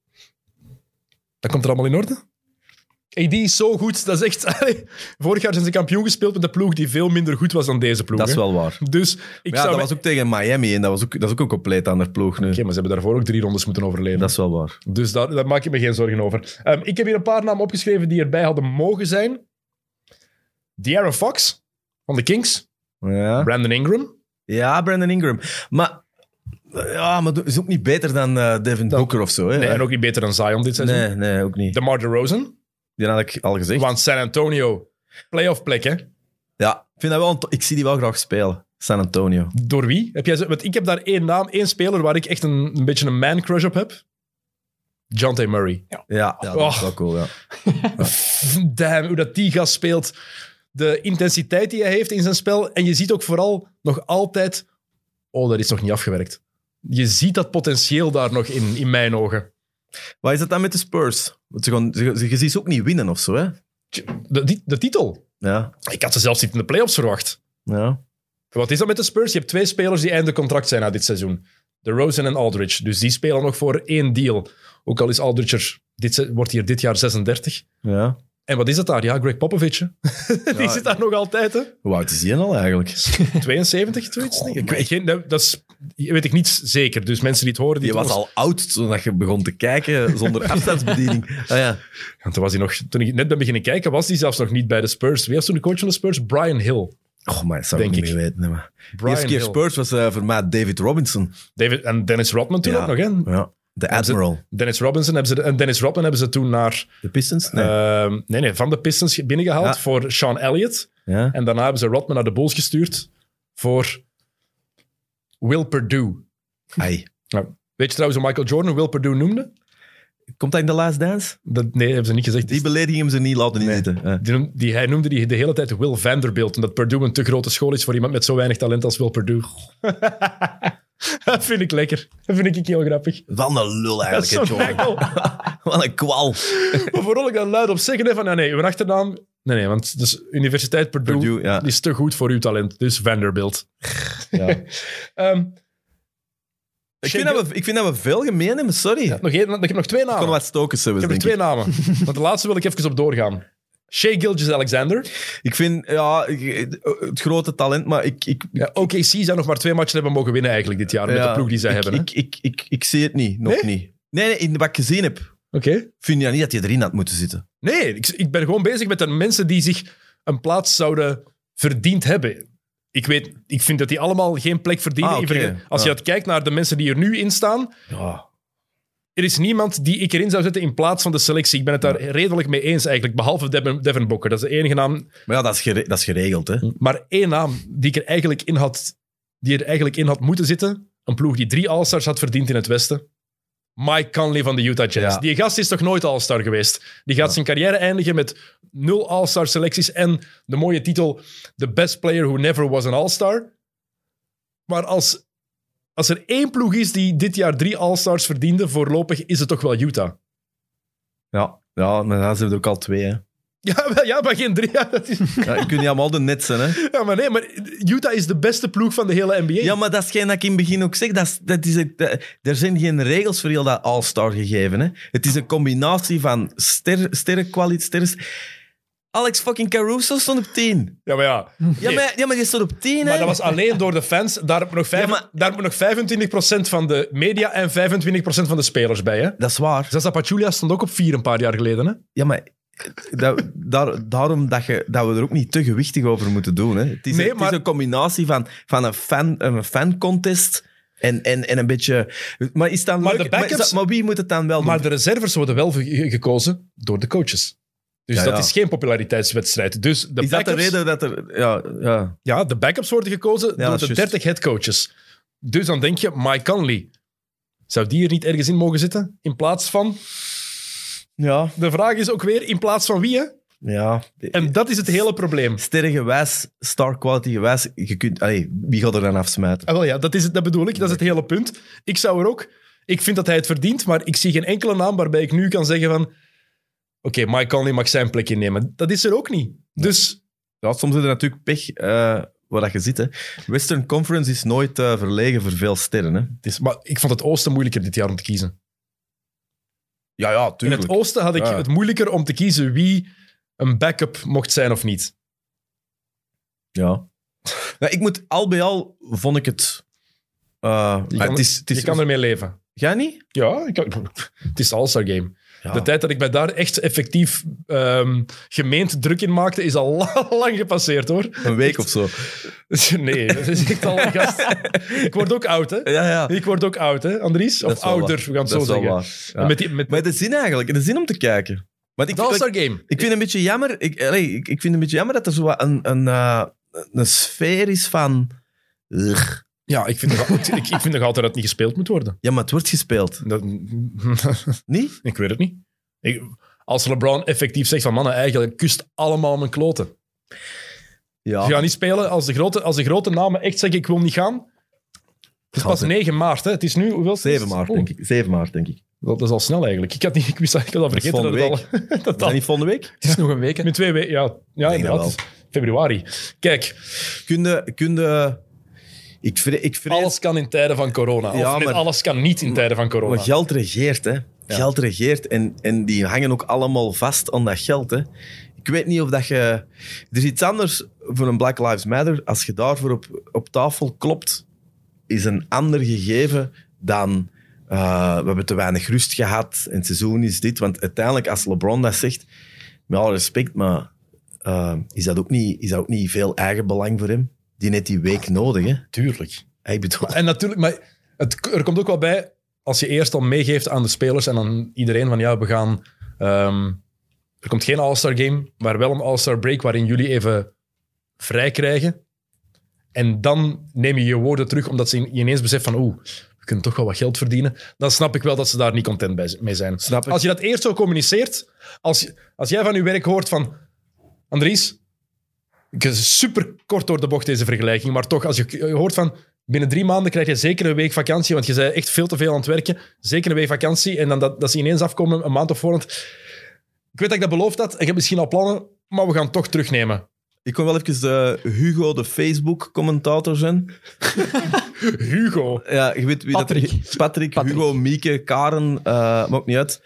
Dat komt er allemaal in orde. A D is zo goed, dat is echt... Vorig jaar zijn ze kampioen gespeeld met een ploeg die veel minder goed was dan deze ploeg. Dat is hè. wel waar. Dus ik Maar ja, zou... dat me- was ook tegen Miami en dat, was ook, dat is ook een compleet ander ploeg nu. Oké, maar ze hebben daarvoor ook drie rondes moeten overleven. Dat is wel waar. Dus daar, daar maak ik me geen zorgen over. Ehm, ik heb hier een paar namen opgeschreven die erbij hadden mogen zijn. De'Aaron Fox van de Kings. Ja, Brandon Ingram. ja Brandon Ingram. Maar, ja, maar is ook niet beter dan uh, Devin Booker of zo. Hè? Nee, en ook niet beter dan Zion dit seizoen. nee, nee, ook niet. DeMar DeRozan. Die had ik al gezegd. Want San Antonio, playoff plek, hè? Ja, ik, vind dat wel een to- ik zie die wel graag spelen. San Antonio. Door wie? Heb jij zo, want ik heb daar één naam, één speler waar ik echt een, een beetje een man-crush op heb. John T. Murray. Ja, ja dat Oh. is wel cool, ja. Damn, hoe dat die gast speelt. De intensiteit die hij heeft in zijn spel. En je ziet ook vooral nog altijd... Oh, dat is nog niet afgewerkt. Je ziet dat potentieel daar nog in, in mijn ogen. Wat is dat dan met de Spurs? Want ze gaan, ze, ze, je ziet ze ook niet winnen of zo, hè? De, die- de titel. Ja, Ik had ze zelfs niet in de playoffs verwacht. ja. Wat is dat met de Spurs? Je hebt twee spelers die einde contract zijn na dit seizoen. DeRozan en Aldridge. Dus die spelen nog voor één deal. Ook al is Aldridge er, dit, se- wordt hier dit jaar zesendertig. ja. En wat is dat daar? Ja, Greg Popovich. Hè? die Ja, zit daar nog altijd. Hè? Hoe oud is die al eigenlijk? tweeënzeventig, zoiets. denk ik. Ik weet, geen, dat dat is, weet ik niet zeker. Dus mensen die het horen... Die Die was al oud toen je begon te kijken zonder afstandsbediening. Ah, ja. En toen, was hij nog, toen ik net ben beginnen kijken, was hij zelfs nog niet bij de Spurs. Wie was toen de coach van de Spurs? Brian Hill. Oh, maar dat zou ik Denk niet ik. meer weten. nee, maar. De Brian eerste keer Hill. Spurs was uh, voor mij David Robinson. David, en Dennis Rodman toen Ja. ook nog. Hè? Ja. De Admiral. Dennis, Robinson hebben ze, en Dennis Rodman hebben ze toen naar... De Pistons? Nee. Ehm, nee, nee, van de Pistons binnengehaald Ja. voor Sean Elliott. ja. En daarna hebben ze Rodman naar de Bulls gestuurd voor Will Perdue. Ai. Nou, weet je trouwens hoe Michael Jordan Will Perdue noemde? Komt dat in The Last Dance? Dat, nee, hebben ze niet gezegd. Die belediging hebben ze niet laten Nee. inzitten. Eh. Die, noem- die, hij noemde die de hele tijd Will Vanderbilt, omdat Purdue een te grote school is voor iemand met zo weinig talent als Will Purdue. Dat vind ik lekker. Dat vind ik heel grappig. Wat een lul Dat is eigenlijk, zo'n hè, Jordan. eikel. Wat een kwal. Maar vooral ik dan luid op zeggen hè, van, ja, nee, uw achternaam... Nee, nee, want dus Universiteit Purdue, Purdue, ja. die is te goed voor uw talent. Dus Vanderbilt. Ja. Ehm, Ik, vind dat we, ik vind dat we veel gemeen hebben, sorry. ja, nog één, ik heb nog twee Ik namen. kon wat stokers hebben, Ik heb nog denk twee ik. namen. Want de laatste wil ik even op doorgaan. Shea Gilgeous-Alexander. Ik vind, ja, ik- het grote talent, maar ik... ik Ja, O K C zou nog maar twee matchen hebben mogen winnen eigenlijk dit jaar, met ja, de ploeg die zij ik, hebben. hè. Ik, ik, ik, ik zie het niet, nog Nee? niet. Nee, nee, in wat ik gezien heb, Oké. vind je niet dat je erin had moeten zitten. Nee, ik, ik ben gewoon bezig met de mensen die zich een plaats zouden verdiend hebben. Ik, weet, ik vind dat die allemaal geen plek verdienen. Ah, oké. In verge- Als je Ja. het kijkt naar de mensen die er nu in staan, Ja. er is niemand die ik erin zou zetten in plaats van de selectie. Ik ben het daar redelijk mee eens eigenlijk, behalve Devin, Devin Booker. Dat is de enige naam. Maar ja, dat is, gere- dat is geregeld, hè. Maar één naam die, ik er eigenlijk in had, die er eigenlijk in had moeten zitten. Een ploeg die drie All-Stars had verdiend in het Westen. Mike Conley van de Utah Jazz. Ja. Die gast is toch nooit All-Star geweest? Die gaat zijn carrière eindigen met nul All-Star selecties en de mooie titel The Best Player Who Never Was an All-Star. Maar als, als er één ploeg is die dit jaar drie All-Stars verdiende, voorlopig is het toch wel Utah. Ja, ja maar daar zijn er ook al twee, hè. Ja, wel, ja maar geen drie. Ja, dat is, Ja, je kunt niet allemaal de net zijn, hè. ja, maar nee, maar Utah is de beste ploeg van de hele N B A. Ja, maar dat is geen dat ik in het begin ook zeg. Dat is, dat is een- dat- er zijn geen regels voor heel dat All-Star gegeven. Hè. Het is een combinatie van ster, sterrenkwaliteit. Sterren... Alex fucking Caruso stond op tien. Ja, maar ja. Ja, maar, ja, maar die stond op tien, hè. Maar dat was alleen door de fans. Daar heb ik nog, vijf, Ja, maar- daar heb ik nog vijfentwintig procent van de media en vijfentwintig procent van de spelers bij. Hè? Dat is waar. Zaza Pachulia stond ook op vier een paar jaar geleden. Hè? Ja, maar dat, daar, daarom dat, je, dat we er ook niet te gewichtig over moeten doen. Hè. Het, is, Nee, een, het maar- is een combinatie van, van een, fan, een fancontest en, en, en een beetje... Maar, is dan Maar leuk, de backups- maar, is dat- maar wie moet het dan wel doen? Maar de reserves worden wel ge- gekozen door de coaches. Dus Ja, dat ja. is geen populariteitswedstrijd. Dus de is dat de backups, reden dat er... Ja, ja. Ja, de backups worden gekozen Ja, door dat de is dertig headcoaches. Dus dan denk je, Mike Conley, zou die er niet ergens in mogen zitten? In plaats van... Ja, De vraag is ook weer, in plaats van wie? Hè? ja. En dat is het hele probleem. Sterrengewijs, star quality gewijs, je kunt, allee, wie gaat er dan afsmijten? Ah, wel ja, dat, is het, dat bedoel ik. Dat is het hele punt. Ik zou er ook... Ik vind dat hij het verdient, maar ik zie geen enkele naam waarbij ik nu kan zeggen van... Oké, Mike Conley mag zijn plek innemen. Dat is er ook niet. Dus Ja, soms is er natuurlijk pech uh, waar dat je zit. Hè. Western Conference is nooit uh, verlegen voor veel sterren. Hè. het is... Maar ik vond het Oosten moeilijker dit jaar om te kiezen. Ja, ja, In tuurlijk. het Oosten had ik Ja. het moeilijker om te kiezen wie een backup mocht zijn of niet. Ja. Nou, ik moet, al bij al vond ik het... Uh, Je, maar kan, het is, het is, je kan ermee leven. Jij niet? Ja, ik kan, het is de All-Star Game. Ja. De tijd dat ik mij daar echt effectief um, gemeend druk in maakte, is al lang gepasseerd, hoor. Een week of zo. Nee, dat is echt al een gast. Ik word ook oud, hè? Ja, ja. Ik word ook oud, hè, Andries? Dat Of is wel ouder, waar. we gaan het Dat zo is wel zeggen. waar. Ja. Met die, met Maar de zin eigenlijk, de zin om te kijken. Want ik, de ik, All-Star Game. ik vind het een beetje jammer... Ik, allee, ik, ik vind het een beetje jammer dat er zo wat een, een, uh, een sfeer is van... Ugh. Ja, ik vind, nog, ik, ik vind nog altijd dat het niet gespeeld moet worden. Ja, maar het wordt gespeeld. Dat, Niet? ik weet het niet. Ik, als LeBron effectief zegt van mannen, eigenlijk kust allemaal mijn kloten. Ja. Je gaat niet spelen als de grote, als de grote namen echt zeggen ik wil niet gaan. Het is pas negen maart, hè. Het is nu... Hoeveel? zeven maart, denk ik. zeven maart, denk ik. Dat is al snel eigenlijk. Ik had, niet, ik wist, ik had al Dat is vergeten dat, volgende het al... dat Is dat al niet volgende week? Het is nog een week, hè. met twee weken... Ja, ja denk dat inderdaad. Februari. Kijk, Kunde, kunde, ik, vre, ik vrees... alles kan in tijden van corona. Ja, of net maar- alles kan niet in tijden van corona. Maar geld regeert, hè. Geld regeert en, en die hangen ook allemaal vast aan dat geld, hè. Ik weet niet of dat je... Er is iets anders voor een Black Lives Matter. Als je daarvoor op, op tafel klopt, is een ander gegeven dan... Uh, we hebben te weinig rust gehad en het seizoen is dit. Want uiteindelijk, als LeBron dat zegt, met alle respect, maar uh, is, dat ook niet, is dat ook niet veel eigenbelang voor hem? Die net die week nodig, hè. Tuurlijk. Ik bedoel... En natuurlijk, maar het, er komt ook wel bij, als je eerst al meegeeft aan de spelers en aan iedereen van ja, we gaan... Um, er komt geen All-Star Game, maar wel een All-Star Break waarin jullie even vrij krijgen. En dan neem je je woorden terug, omdat ze je ineens beseft van oeh, we kunnen toch wel wat geld verdienen. Dan snap ik wel dat ze daar niet content bij, mee zijn. Snap ik. Als je dat eerst zo communiceert, als, als jij van je werk hoort van... Andries, ik is super kort door de bocht deze vergelijking, maar toch, als je, je hoort van... Binnen drie maanden krijg je zeker een week vakantie, want je bent echt veel te veel aan het werken. Zeker een week vakantie. En dan dat, dat ze ineens afkomen, een maand op voorhand. Ik weet dat ik dat beloofd had. Ik heb misschien al plannen, maar we gaan het toch terugnemen. Ik kon wel even uh, Hugo, de Facebook-commentator zijn. Hugo. Ja, je weet wie Patrick. dat is. Patrick, Patrick. Hugo, Mieke, Karen, uh, maakt niet uit.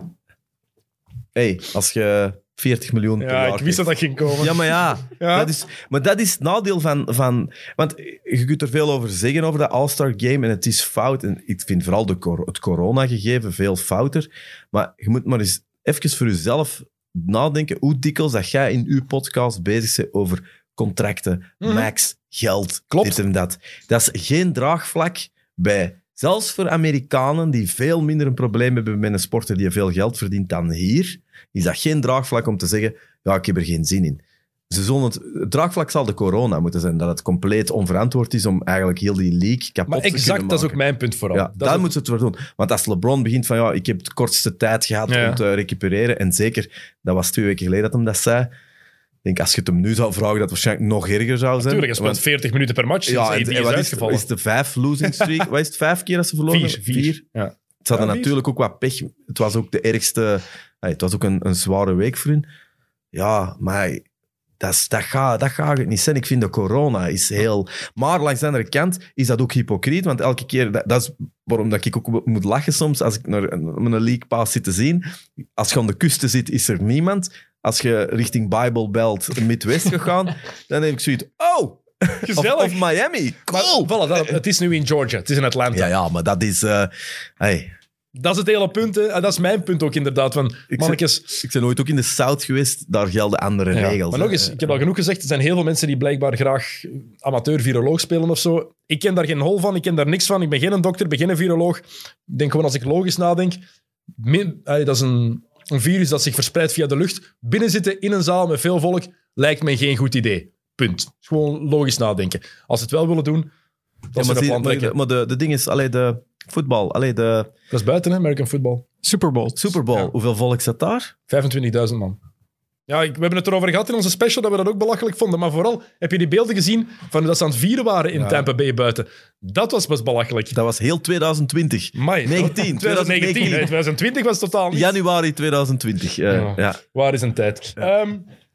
Hey, als je veertig miljoen per jaar Ja, ik wist dat krijgt. dat ging komen. Ja, maar ja. Ja. Dat is, maar dat is het nadeel van, van... Want je kunt er veel over zeggen, over de All-Star Game, en het is fout. En ik vind vooral de, cor- het corona-gegeven veel fouter. Maar je moet maar eens even voor jezelf nadenken hoe dikwijls dat jij in je podcast bezig bent over contracten, Mhm. max, geld, Klopt. dit en dat. Dat is geen draagvlak bij... Zelfs voor Amerikanen die veel minder een probleem hebben met een sporter die veel geld verdient dan hier, is dat geen draagvlak om te zeggen, ja, ik heb er geen zin in. Ze zullen het, het draagvlak zal de corona moeten zijn, dat het compleet onverantwoord is om eigenlijk heel die league kapot Maar te kunnen exact, dat is ook maken. mijn punt vooral. Ja, dat is daar ook- moeten ze het voor doen. Want als LeBron begint van, ja, ik heb de kortste tijd gehad Ja. om te recupereren, en zeker, dat was twee weken geleden dat hem dat zei, ik denk, als je het hem nu zou vragen, dat het waarschijnlijk nog erger zou zijn. Natuurlijk, je speelt Want- veertig minuten per match. ja, Ja, en, die en is wat is, uitgevallen. is de vijf losing streak? Wat is het, vijf keer dat ze verloren Vier. hebben? Vier. Ja. Het hadden Ja, vier. natuurlijk ook wat pech. Het was ook de ergste... Hey, het was ook een, een zware week voor hun. Ja, maar dat, is- dat, gaat, dat gaat het niet zijn. Ik vind de corona is heel... Maar langs de andere kant is dat ook hypocriet, want elke keer... Dat, dat is waarom dat ik ook moet lachen soms als ik naar een, een League Pass zit te zien. Als je aan de kusten zit, is er niemand. Als je richting Bible Belt Midwest gaat gaan, dan heb ik zoiets... Oh! Gezellig. Of, of Miami. Cool! Maar, voilà, dat, het is nu in Georgia. Het is in Atlanta. Ja, ja, maar dat is... eh, hey, Dat is het hele punt. Hè. En dat is mijn punt ook inderdaad. Van, Ik mannetjes, ik ben nooit ook in de South geweest, daar gelden andere ja. regels. Maar nog eens, ik heb al genoeg gezegd, er zijn heel veel mensen die blijkbaar graag amateur-viroloog spelen of zo. Ik ken daar geen hol van, ik ken daar niks van. Ik ben geen dokter, ik ben geen viroloog. Ik denk gewoon, als ik logisch nadenk, min, allee, dat is een, een virus dat zich verspreidt via de lucht. Binnenzitten in een zaal met veel volk lijkt me geen goed idee. Punt. Gewoon logisch nadenken. Als ze het wel willen doen, Ja, dat is maar een zie- plan maar, trekken. maar de, de ding is, allee, de voetbal, allee, de Dat is buiten, hè, American football. Super Bowl. Super Bowl, Ja. hoeveel volk zat daar? vijfentwintigduizend man. Ja, ik, we hebben het erover gehad in onze special dat we dat ook belachelijk vonden. Maar vooral, heb je die beelden gezien van hoe dat ze aan het vieren waren in Ja. Tampa Bay buiten? Dat was best belachelijk. Dat was heel twintig twintig. Amai, negentien, twintig negentien. hè. twintig twintig was het totaal niet. Januari twintig twintig. eh, Ja. ja. Waar is een tijd? Ehm,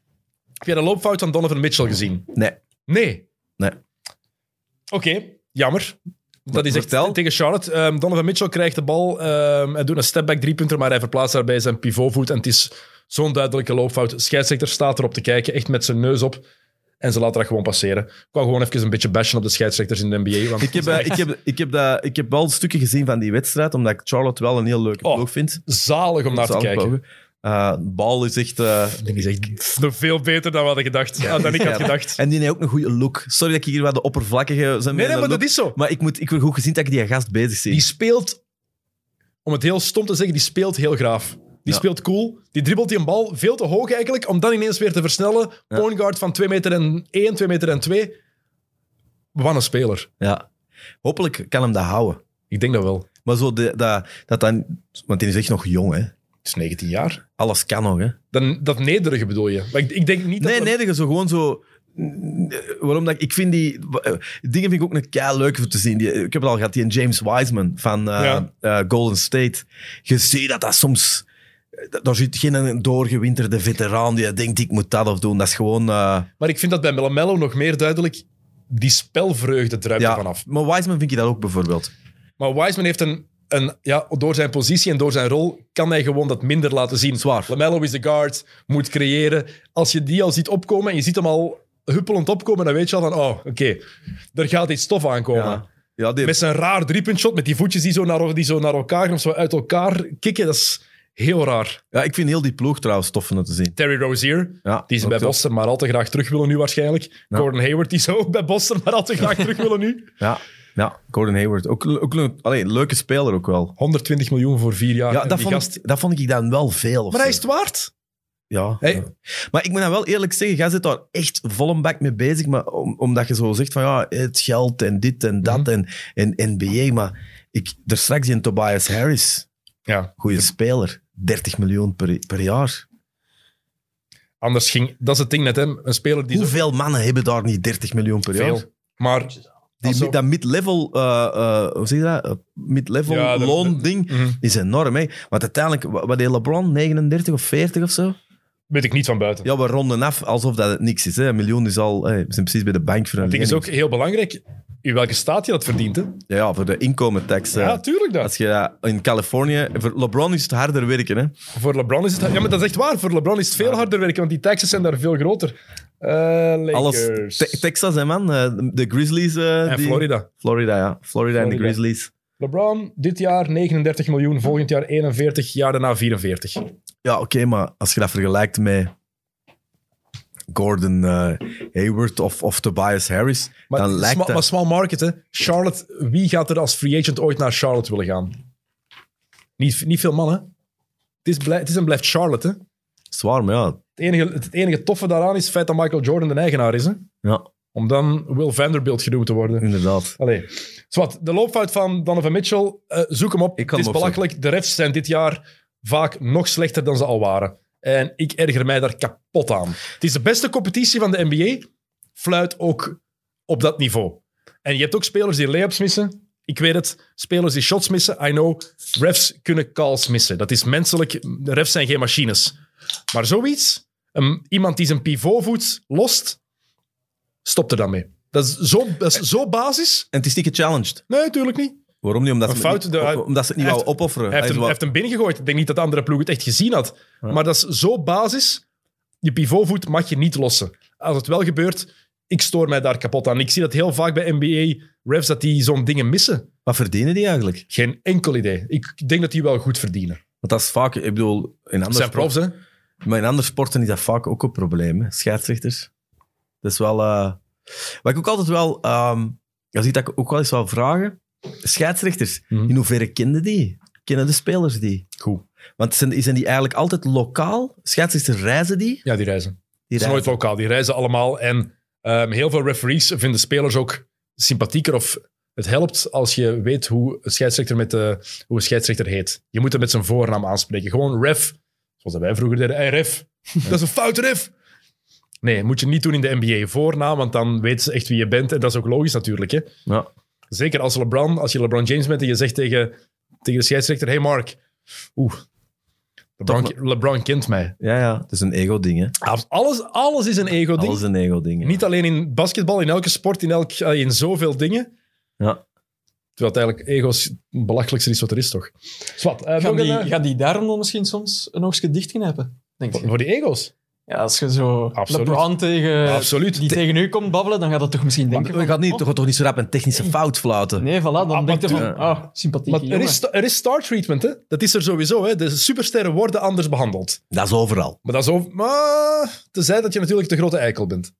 heb je de loopfout van Donovan Mitchell gezien? Nee, Nee. nee. Oké, jammer. Dat is echt Vertel. tegen Charlotte. Ehm, Donovan Mitchell krijgt de bal um, en doet een stepback driepunter, maar hij verplaatst daarbij zijn pivotvoet. En het is zo'n duidelijke loopfout. De scheidsrechter staat erop te kijken, echt met zijn neus op. En ze laten dat gewoon passeren. Ik wou gewoon even een beetje bashen op de scheidsrechters in de N B A. Want Ik heb, eh, ik, heb, ik, heb dat, ik heb wel stukken gezien van die wedstrijd, omdat ik Charlotte wel een heel leuke Oh, ploeg vind. zalig om naar te Zalig kijken. ploegen. Eh, de bal is echt... eh, Die is echt nog veel beter dan we hadden gedacht. Ja, dan ik had ja. gedacht. En die heeft ook een goede look. Sorry dat ik hier wat de oppervlakkige... Zijn Nee, met nee, een maar dat look. is zo. Maar ik, moet, ik wil goed gezien dat ik die gast bezig zie. Die speelt, om het heel stom te zeggen, die speelt heel graaf. Die Ja. speelt cool. Die dribbelt die een bal veel te hoog eigenlijk, om dan ineens weer te versnellen. Ja. Point guard van twee meter en één, twee meter en twee. Wat een speler. Ja. Hopelijk kan hem dat houden. Ik denk dat wel. Maar zo de, dat, dat dan... Want die is echt nog jong, hè. Het is negentien jaar. Alles kan nog, hè. Dan, dat nederige bedoel je. Maar ik, ik denk niet dat... Nee, dat- nee, dat je zo gewoon zo... Waarom dat ik... Ik vind die... Dingen vind ik ook een kei leuk voor te zien. Die, ik heb het al gehad, die James Wiseman van uh, Ja. uh, Golden State. Je ziet dat dat soms... Daar zit geen doorgewinterde veteraan die denkt, ik moet dat of doen. Dat is gewoon... uh, Maar ik vind dat bij Mello nog meer duidelijk... Die spelvreugde druipt ja, er vanaf. maar Wiseman vind ik dat ook bijvoorbeeld. Maar Wiseman heeft een... een ja, door zijn positie en door zijn rol kan hij gewoon dat minder laten zien. Zwaar. LaMelo is de guard, moet creëren. Als je die al ziet opkomen en je ziet hem al huppelend opkomen, dan weet je al van, oh, oké, okay, er gaat iets stof aankomen. Ja. Ja, die, Met zijn raar driepuntshot, met die voetjes die zo naar, die zo naar elkaar gaan, of zo uit elkaar kicken, dat is heel raar. ja, ik vind heel die ploeg trouwens tof om te zien. Terry Rozier, Ja, die ze ook bij tof. Boston maar al te graag terug willen nu waarschijnlijk. Ja. Gordon Hayward, die ze ook bij Boston maar al te graag terug willen nu. Ja, ja, Gordon Hayward. Ook, ook een allee, leuke speler ook wel. honderdtwintig miljoen voor vier jaar. Ja, En dat die vond, gast... ik, dat vond ik dan wel veel. of Maar hij zo. is het waard. Ja. Hey. ja. Maar ik moet dan wel eerlijk zeggen, jij zit daar echt vol een bak mee bezig, maar om, omdat je zo zegt van ja, het geld en dit en dat Mhm. en, en N B A, maar Ik, er straks die Tobias Harris, Ja. goede speler, dertig miljoen per, per jaar. Anders ging... Dat is het ding net, hè. Een speler die... zo- Hoeveel mannen hebben daar niet dertig miljoen per jaar? Veel. Maar... Die, Als zo- dat mid-level, uh, uh, hoe zeg je dat? Uh, mid-level Ja, dat- loon-ding Mhm. is enorm. Hè? Want uiteindelijk, wa- wat deed LeBron? negenendertig of veertig of zo? Weet ik niet van buiten. Ja, we ronden af alsof dat het niks is. Hè? Een miljoen is al... Hey, we zijn precies bij de bank voor een Het ding is ook lening. heel belangrijk. In welke staat je dat verdient, hè? Ja, ja, voor de inkomentax. Ja, uh, tuurlijk dat. Als je uh, in Californië... Voor LeBron is het harder werken. Hè? Voor LeBron is het... Ja, maar dat is echt waar. Voor LeBron is het veel harder werken, want die taxes zijn daar veel groter. Eh Lakers. Alles, Te- Texas, hè, man. Uh, de- de Grizzlies. uh, En die- Florida. Florida, ja. Florida, en de Florida. Grizzlies. LeBron, dit jaar negenendertig miljoen, volgend jaar eenenveertig, jaar daarna vierenveertig. Ja, oké, maar als je dat vergelijkt met Gordon uh, Hayward of, of Tobias Harris, Maar, dan lijkt sma- dat... maar small market, hè. Charlotte, wie gaat er als free agent ooit naar Charlotte willen gaan? Niet, niet veel mannen. Het is, blij, het is en blijft Charlotte, hè. Zwaar, maar ja. Het enige, het enige toffe daaraan is het feit dat Michael Jordan de eigenaar is, hè. Ja, Om dan Will Vanderbilt genoemd te worden. inderdaad. Allee. Zwat, de loopfout van Donovan Mitchell, eh, zoek hem op. Ik kan Het is hem belachelijk. De refs zijn dit jaar vaak nog slechter dan ze al waren. En ik erger mij daar kapot aan. Het is de beste competitie van de N B A. Fluit ook op dat niveau. En je hebt ook spelers die layups missen. Ik weet het. Spelers die shots missen. I know. Refs kunnen calls missen. Dat is menselijk. De refs zijn geen machines. Maar zoiets, een, iemand die zijn pivotvoet lost, stop er dan mee. Dat is zo, dat is zo basis. En het is niet gechallenged. Nee, natuurlijk niet. Waarom niet? Omdat, Een ze, fout, het de- niet, omdat ze het niet hij wou opofferen. Hij heeft, Hij hem, is hij wel- heeft hem binnengegooid. Ik denk niet dat de andere ploeg het echt gezien had. Maar dat is zo basis. Je pivotvoet mag je niet lossen. Als het wel gebeurt, ik stoor mij daar kapot aan. Ik zie dat heel vaak bij N B A-refs dat die zo'n dingen missen. Wat verdienen die eigenlijk? Geen enkel idee. Ik denk dat die wel goed verdienen. Want dat is vaak... Ik bedoel, in Dat andere, zijn profs, sporten, hè? maar in andere sporten is dat vaak ook een probleem. Hè? Scheidsrechters. Dat is wel... uh, wat ik ook altijd wel... Um, als ik dat ook wel eens wil vragen... Scheidsrechters, Mhm. in hoeverre kenden die? Kennen de spelers die? Goed. Want zijn, zijn die eigenlijk altijd lokaal? Scheidsrechters reizen die? Ja, die reizen. Die Het is nooit reizen. lokaal. Die reizen allemaal. En ehm, heel veel referees vinden spelers ook sympathieker. Of het helpt als je weet hoe een scheidsrechter, met de, hoe een scheidsrechter heet. Je moet hem met zijn voornaam aanspreken. Gewoon ref. Zoals wij vroeger deden. Hey, ref. Dat is een foute ref. Nee, moet je niet doen in de N B A. Voornaam, want dan weten ze echt wie je bent. En dat is ook logisch natuurlijk. Hè? Ja. Zeker als LeBron, als je LeBron James bent en je zegt tegen, tegen de scheidsrechter: Hey Mark. Oeh. LeBron, Toch LeBron kent mij. Ja, ja. Het is een ego-ding, hè. Alles, alles is een ego-ding. Alles een ego-ding. hè. Niet alleen in basketbal, in elke sport, in, elk, eh, in zoveel dingen. Ja. Terwijl het eigenlijk ego's het belachelijkste is wat er is, toch? Zwat, uh, Gaan nog die, een, eh, gaan die daarom dan misschien soms een oogstje dichtknijpen? Denk je? voor die ego's? Ja, als je zo Absoluut. LeBron tegen, Absoluut. die tegen u komt babbelen, dan gaat dat toch misschien denken Je van, gaat niet, oh, toch, toch niet zo rap een technische fout fluiten. nee, voilà, dan Ah, denk je maar van, tu- ah, sympathieke Maar er jongen. is, er is star treatment, hè? Dat is er sowieso. Hè? De supersterren worden anders behandeld. Dat is overal. Maar dat is over... Maar tenzij dat je natuurlijk de grote eikel bent.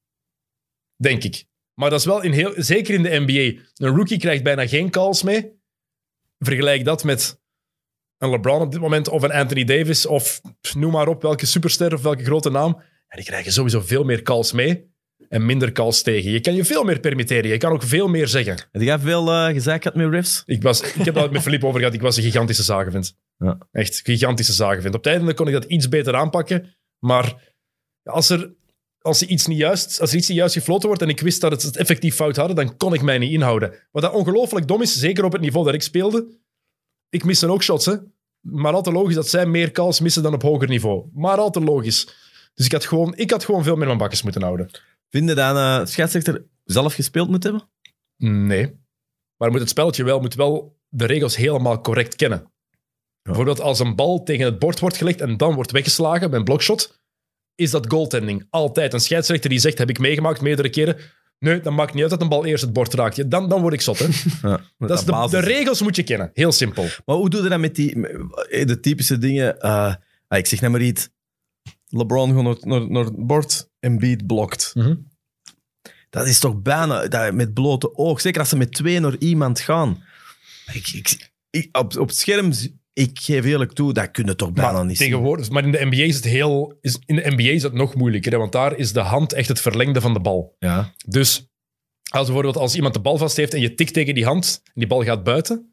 Denk ik. Maar dat is wel in heel... Zeker in de N B A. Een rookie krijgt bijna geen calls mee. Vergelijk dat met een LeBron op dit moment, of een Anthony Davis, of pff, noem maar op welke superster of welke grote naam. En die krijgen sowieso veel meer calls mee en minder calls tegen. Je kan je veel meer permitteren. Je kan ook veel meer zeggen. Heb jij veel uh, gezeik gehad met refs? Ik, was, ik heb dat met Philippe over gehad. Ik was een gigantische zagenvent. Ja. Echt, gigantische zagenvent. Op het einde kon ik dat iets beter aanpakken. Maar als er, als er, iets, niet juist, als er iets niet juist gefloten wordt en ik wist dat het het effectief fout hadden, dan kon ik mij niet inhouden. Wat dat ongelooflijk dom is, zeker op het niveau dat ik speelde. Ik miste ook shots, hè. Maar altijd logisch dat zij meer calls missen dan op hoger niveau. Maar altijd logisch. Dus ik had gewoon, ik had gewoon veel meer mijn bakjes moeten houden. Vind je dat een uh, scheidsrechter zelf gespeeld moet hebben? Nee. Maar moet het spelletje wel, moet wel de regels helemaal correct kennen. Bijvoorbeeld als een bal tegen het bord wordt gelegd en dan wordt weggeslagen bij een blokshot, is dat goaltending. Altijd. Een scheidsrechter die zegt, heb ik meegemaakt meerdere keren. Nee, dan maakt niet uit dat een bal eerst het bord raakt. Ja, Dan, dan word ik zot, hè. Ja, Dat is de, de regels moet je kennen. Heel simpel. Maar hoe doe je dat met die met de typische dingen? Uh, ik zeg nou maar iets. LeBron gewoon naar, naar, naar het bord en beat blokt. Mm-hmm. Dat is toch bijna dat, met blote oog. Zeker als ze met twee naar iemand gaan. Ik, ik, ik, op, op het scherm, ik geef eerlijk toe, dat kun je toch bijna Maar, niet zien. tegenwoordig, maar in de N B A is het heel... Is, in de N B A is het nog moeilijker, hè, want daar is de hand echt het verlengde van de bal. Ja. Dus als bijvoorbeeld als iemand de bal vast heeft en je tikt tegen die hand en die bal gaat buiten,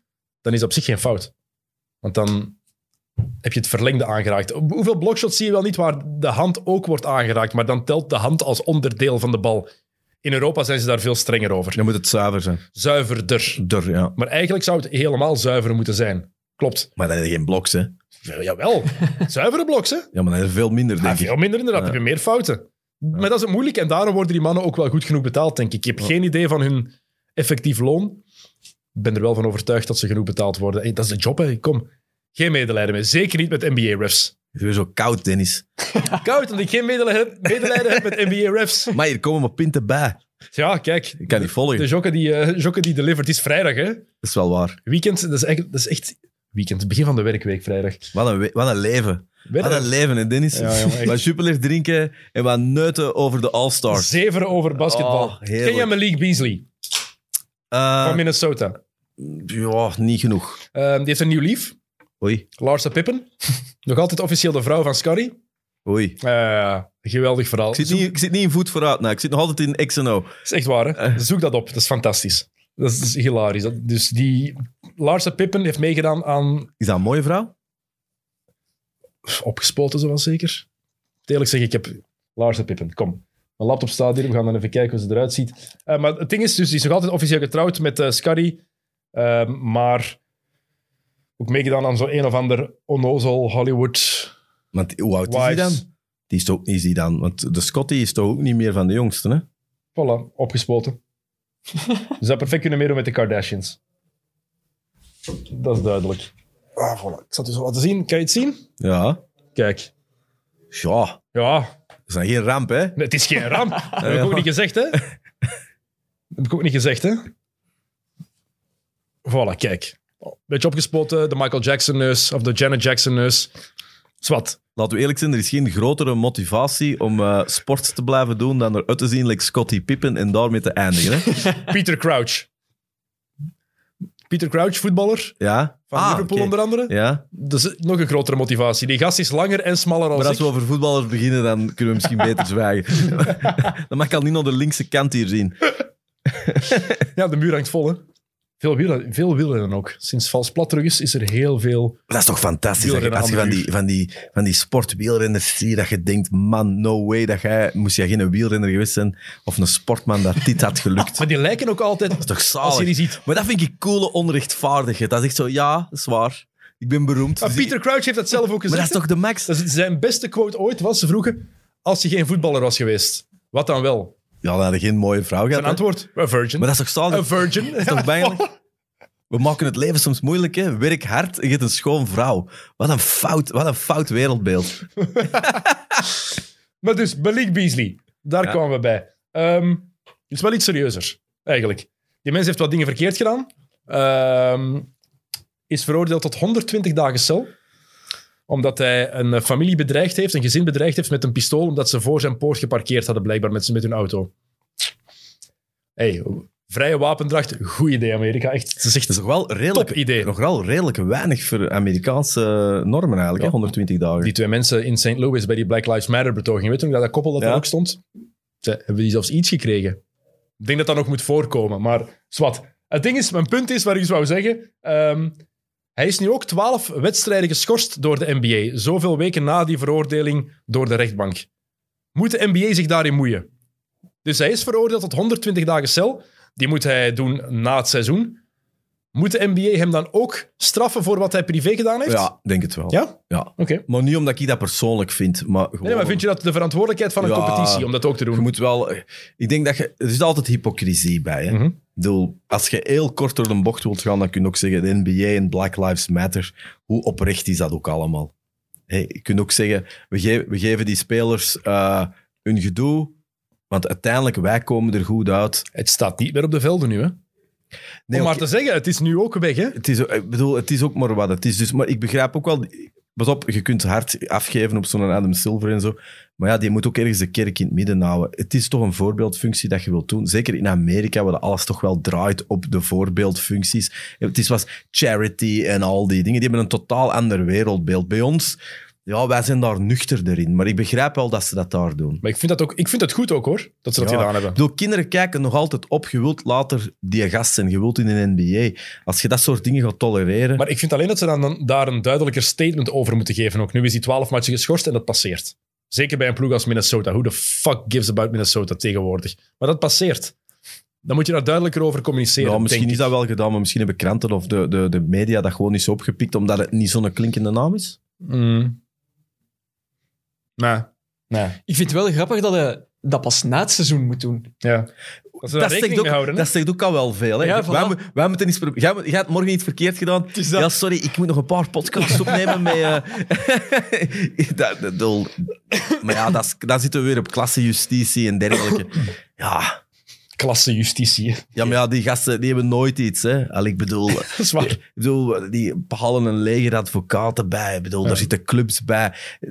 dan is dat op zich geen fout. Want dan heb je het verlengde aangeraakt. Hoeveel blockshots zie je wel niet waar de hand ook wordt aangeraakt, maar dan telt de hand als onderdeel van de bal. In Europa zijn ze daar veel strenger over. Dan moet het zuiver zijn. Zuiverder. Der, ja. Maar eigenlijk zou het helemaal zuiver moeten zijn. Klopt. Maar dan heb je geen bloks, hè? Ja, jawel. Zuivere bloks, hè? Ja, maar dan is er veel minder, denk Ja, ik. veel minder inderdaad. Ja. Heb je meer fouten. Maar dat is het moeilijk. En daarom worden die mannen ook wel goed genoeg betaald, denk ik. Ik heb Ja. geen idee van hun effectief loon. Ik ben er wel van overtuigd dat ze genoeg betaald worden. Hey, dat is de job, hè. Kom. Geen medelijden mee. Zeker niet met N B A-refs. Het is weer zo koud, Dennis. Koud, omdat ik geen medelijden, medelijden heb met N B A-refs. Maar hier komen mijn pinten bij. Ja, kijk. Ik kan niet volgen. De jokke die, uh, jokke die delivert. Het is vrijdag, hè. Dat is wel waar. Weekend, dat is, echt, dat is echt... Weekend, het begin van de werkweek, vrijdag. Wat een, we- wat een leven. Werk. Wat een leven, hè, Dennis. Ja, jongen, echt. Wat Jupiler drinken en wat neuten over de All-Stars. Zeveren over basketbal. Oh, heerlijk. Ken jij Malik Beasley Uh, van Minnesota? ja, niet genoeg. Uh, die heeft een nieuw lief. Oei, Larsa Pippen. Nog altijd officieel de vrouw van Scottie. oei. Uh, geweldig verhaal. Ik zit, Zoek- niet, ik zit niet in voet vooruit. Nou, ik zit nog altijd in X en O. Dat is echt waar, hè? Zoek dat op. Dat is fantastisch. Dat is, dat is hilarisch. Dat- dus die Larsa Pippen heeft meegedaan aan... Is dat een mooie vrouw? Opgespoten, zoals zeker. Het eerlijk zeggen, ik heb Larsa Pippen. Kom. Mijn laptop staat hier. We gaan dan even kijken hoe ze eruit ziet. Uh, maar het ding is dus, die is nog altijd officieel getrouwd met uh, Scottie. Uh, maar ook meegedaan aan zo'n een of ander onnozel Hollywood... Want hoe oud is die Wives. dan? Die is toch ook niet die dan? Want de Scottie is toch ook niet meer van de jongsten, hè? Voilà, opgespoten. Ze zou perfect kunnen meedoen met de Kardashians. Dat is duidelijk. Ah, voilà. Ik zal het je zo laten zien. Kan je het zien? Ja. Kijk. Ja, Ja, dat is dan geen ramp, hè? nee, het is geen ramp. Dat heb ik ook niet gezegd, hè? Dat heb ik ook niet gezegd, hè? Voilà, kijk. Beetje opgespoten, de Michael Jackson-neus, of de Janet Jackson-neus. Zwat. Laten we eerlijk zijn, er is geen grotere motivatie om uh, sport te blijven doen dan eruit te zien like Scottie Pippen en daarmee te eindigen, hè? Peter Crouch. Peter Crouch, voetballer Ja? van Ah, Liverpool oké. onder andere. Ja? Dat is nog een grotere motivatie. Die gast is langer en smaller als Maar als ik. we over voetballers beginnen, dan kunnen we misschien beter zwijgen. Dan mag ik al niet naar de linkse kant hier zien. Ja, de muur hangt vol, hè. Veel wielen, veel wielen ook. Sinds Vals Plat terug is, is er heel veel... Dat is toch fantastisch, dat je- Wielrennen als je van aan de die, van die, van die sportwielrenners ziet, dat je denkt, man, no way, dat jij, moest jij geen wielrenner geweest zijn, of een sportman, dat dit had gelukt. Maar die lijken ook altijd... Dat is toch zalig? Als je die ziet... Maar dat vind ik coole onrechtvaardigheid. Dat is echt zo, ja, dat is waar. Ik ben beroemd. Maar Dus Peter Crouch heeft dat zelf ook ik- maar gezegd. dat is toch de max? Dat is zijn beste quote ooit was, ze vroegen, als je geen voetballer was geweest, wat dan wel? Ja, dan had je geen mooie vrouw gehad. Zijn hè. antwoord, a virgin. Maar dat is toch zalig? A virgin. Dat is toch bijna... We maken het leven soms moeilijk, hè. Werk hard en je hebt een schoon vrouw. Wat een fout, wat een fout wereldbeeld. Maar dus, Malik Beasley, daar Ja. kwamen we bij. Ehm, het is wel iets serieuzer, eigenlijk. Die mens heeft wat dingen verkeerd gedaan. Ehm, is veroordeeld tot honderdtwintig dagen cel. Omdat hij een eh, familie bedreigd heeft, een gezin bedreigd heeft met een pistool, omdat ze voor zijn poort geparkeerd hadden, blijkbaar met, met hun auto. Hey, vrije wapendracht, goed idee, Amerika. Echt, het is echt Dat is toch wel redelijk, top idee. nog wel redelijk weinig voor Amerikaanse normen eigenlijk, Ja. hè? honderdtwintig dagen. Die twee mensen in Saint Louis bij die Black Lives Matter-betoging, weet je nog dat dat koppel dat Ja. daar ook stond? Ze hebben die zelfs iets gekregen. Ik denk dat dat nog moet voorkomen, maar zwart. Het ding is, mijn punt is, waar ik eens wou zeggen, ehm, hij is nu ook twaalf wedstrijden geschorst door de N B A, zoveel weken na die veroordeling door de rechtbank. Moet de N B A zich daarin moeien? Dus hij is veroordeeld tot honderdtwintig dagen cel. Die moet hij doen na het seizoen. Moet de N B A hem dan ook straffen voor wat hij privé gedaan heeft? Ja, denk het wel. Ja? Ja. Oké. Maar niet omdat ik dat persoonlijk vind, maar gewoon... Nee, maar vind je dat de verantwoordelijkheid van een Ja. competitie om dat ook te Je doen? moet wel... Ik denk dat je... Er is altijd hypocrisie bij, hè. Mhm. Ik bedoel, als je heel kort door de bocht wilt gaan, dan kun je ook zeggen, de N B A en Black Lives Matter, hoe oprecht is dat ook allemaal? Hey, je kunt ook zeggen, we, ge- we geven die spelers uh, hun gedoe, want uiteindelijk, wij komen er goed uit. Het staat niet meer op de velden nu, hè? Nee, Om maar oké, te zeggen, het is nu ook weg, hè? het is, ik bedoel, het is ook maar wat het is. Dus, maar ik begrijp ook wel... Pas op, je kunt hard afgeven op zo'n Adam Silver en zo. Maar ja, die moet ook ergens de kerk in het midden houden. Het is toch een voorbeeldfunctie dat je wilt doen. Zeker in Amerika, waar alles toch wel draait op de voorbeeldfuncties. Het is was charity en al die dingen. Die hebben een totaal ander wereldbeeld. Bij ons Ja, wij zijn daar nuchterder in. Maar ik begrijp wel dat ze dat daar doen. Maar ik vind, dat ook, ik vind het goed ook, hoor, dat ze dat Ja, gedaan hebben. Ik bedoel, kinderen kijken nog altijd op. Je wilt later die gast zijn. Je wilt in een N B A. Als je dat soort dingen gaat tolereren... Maar ik vind alleen dat ze dan, dan daar een duidelijker statement over moeten geven. Ook nu is die twaalf matchen geschorst en dat passeert. Zeker bij een ploeg als Minnesota. Who the fuck gives about Minnesota tegenwoordig? Maar dat passeert. Dan moet je daar duidelijker over communiceren. Ja, misschien denk is ik. dat wel gedaan, maar misschien hebben kranten of de, de, de media dat gewoon niet zo opgepikt, omdat het niet zo'n klinkende naam is. Mm. Nee. nee. Ik vind het wel grappig dat hij dat pas na het seizoen moet doen. Ja. Dat ze daar Dat zegt, rekening ook, mee houden. Hè? dat zegt ook al wel veel. Hè? Ja, wij, voilà. mo- wij moeten iets pro- jij, jij hebt morgen iets verkeerd gedaan. is dat. Ja, sorry, ik moet nog een paar podcasts opnemen met... Uh... dat, dat, dat, maar ja, dat is, dan zitten we weer op klassejustitie en dergelijke. Ja... Klasse justitie. Ja, maar ja, die gasten die hebben nooit iets. Hè. Al, ik bedoel, Dat is waar. ik bedoel, die halen een leger advocaten bij. Ik bedoel, Ja. daar zitten clubs bij.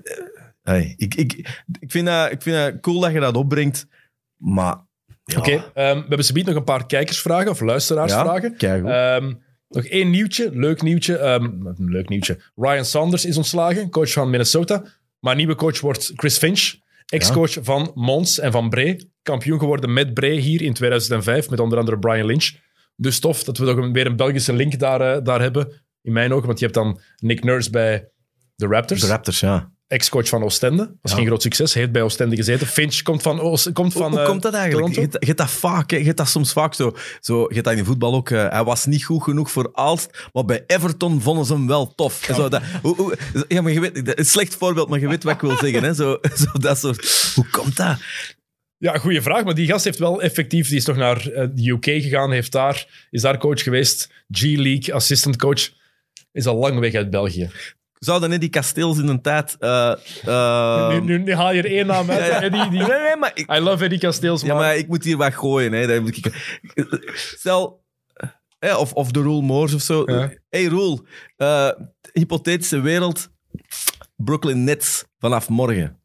Hey, ik, ik, ik, vind dat, ik vind dat cool dat je dat opbrengt, maar... Ja, Oké, okay, um, we hebben zometeen nog een paar kijkersvragen of luisteraarsvragen. Ja, kijk goed. Um, nog één nieuwtje, leuk nieuwtje. Um, leuk nieuwtje. Ryan Saunders is ontslagen, coach van Minnesota. Maar nieuwe coach wordt Chris Finch, ex-coach ja. van Mons en van Bray. Kampioen geworden met Bray hier in tweeduizend vijf, met onder andere Brian Lynch. Dus tof dat we toch weer een Belgische link daar, uh, daar hebben, in mijn ogen. Want je hebt dan Nick Nurse bij de Raptors. De Raptors, ja. Ex-coach van Oostende. Was ja. geen groot succes. Hij heeft bij Oostende gezeten. Finch komt van... Oost, komt van hoe hoe komt dat eigenlijk? Toronto? Je, je hebt dat vaak, hè. Je hebt dat soms vaak zo. zo je hebt dat in de voetbal ook. Uh, hij was niet goed genoeg voor Aalst, maar bij Everton vonden ze hem wel tof. En zo, dat, hoe, hoe, ja, maar je weet, een slecht voorbeeld, maar je weet wat ik wil zeggen. Hè. Zo, zo dat soort... Hoe komt dat? Ja, goede vraag. Maar die gast heeft wel effectief... Die is toch naar uh, de U K gegaan, heeft daar, is daar coach geweest. G-League, assistant coach. Is al lang weg uit België. Zouden Eddie Kasteels in een tijd... Uh, uh... Nu, nu, nu haal je er één naam uit. Ja, ja. Eddie, die... Nee, nee, maar ik... I love Eddie Kasteels. Ja, maar ik moet hier wat gooien. Hè. Dat moet ik... Stel... Eh, of, of de Roel Moors of zo. Ja. Hey Roel, uh, hypothetische wereld. Brooklyn Nets vanaf morgen.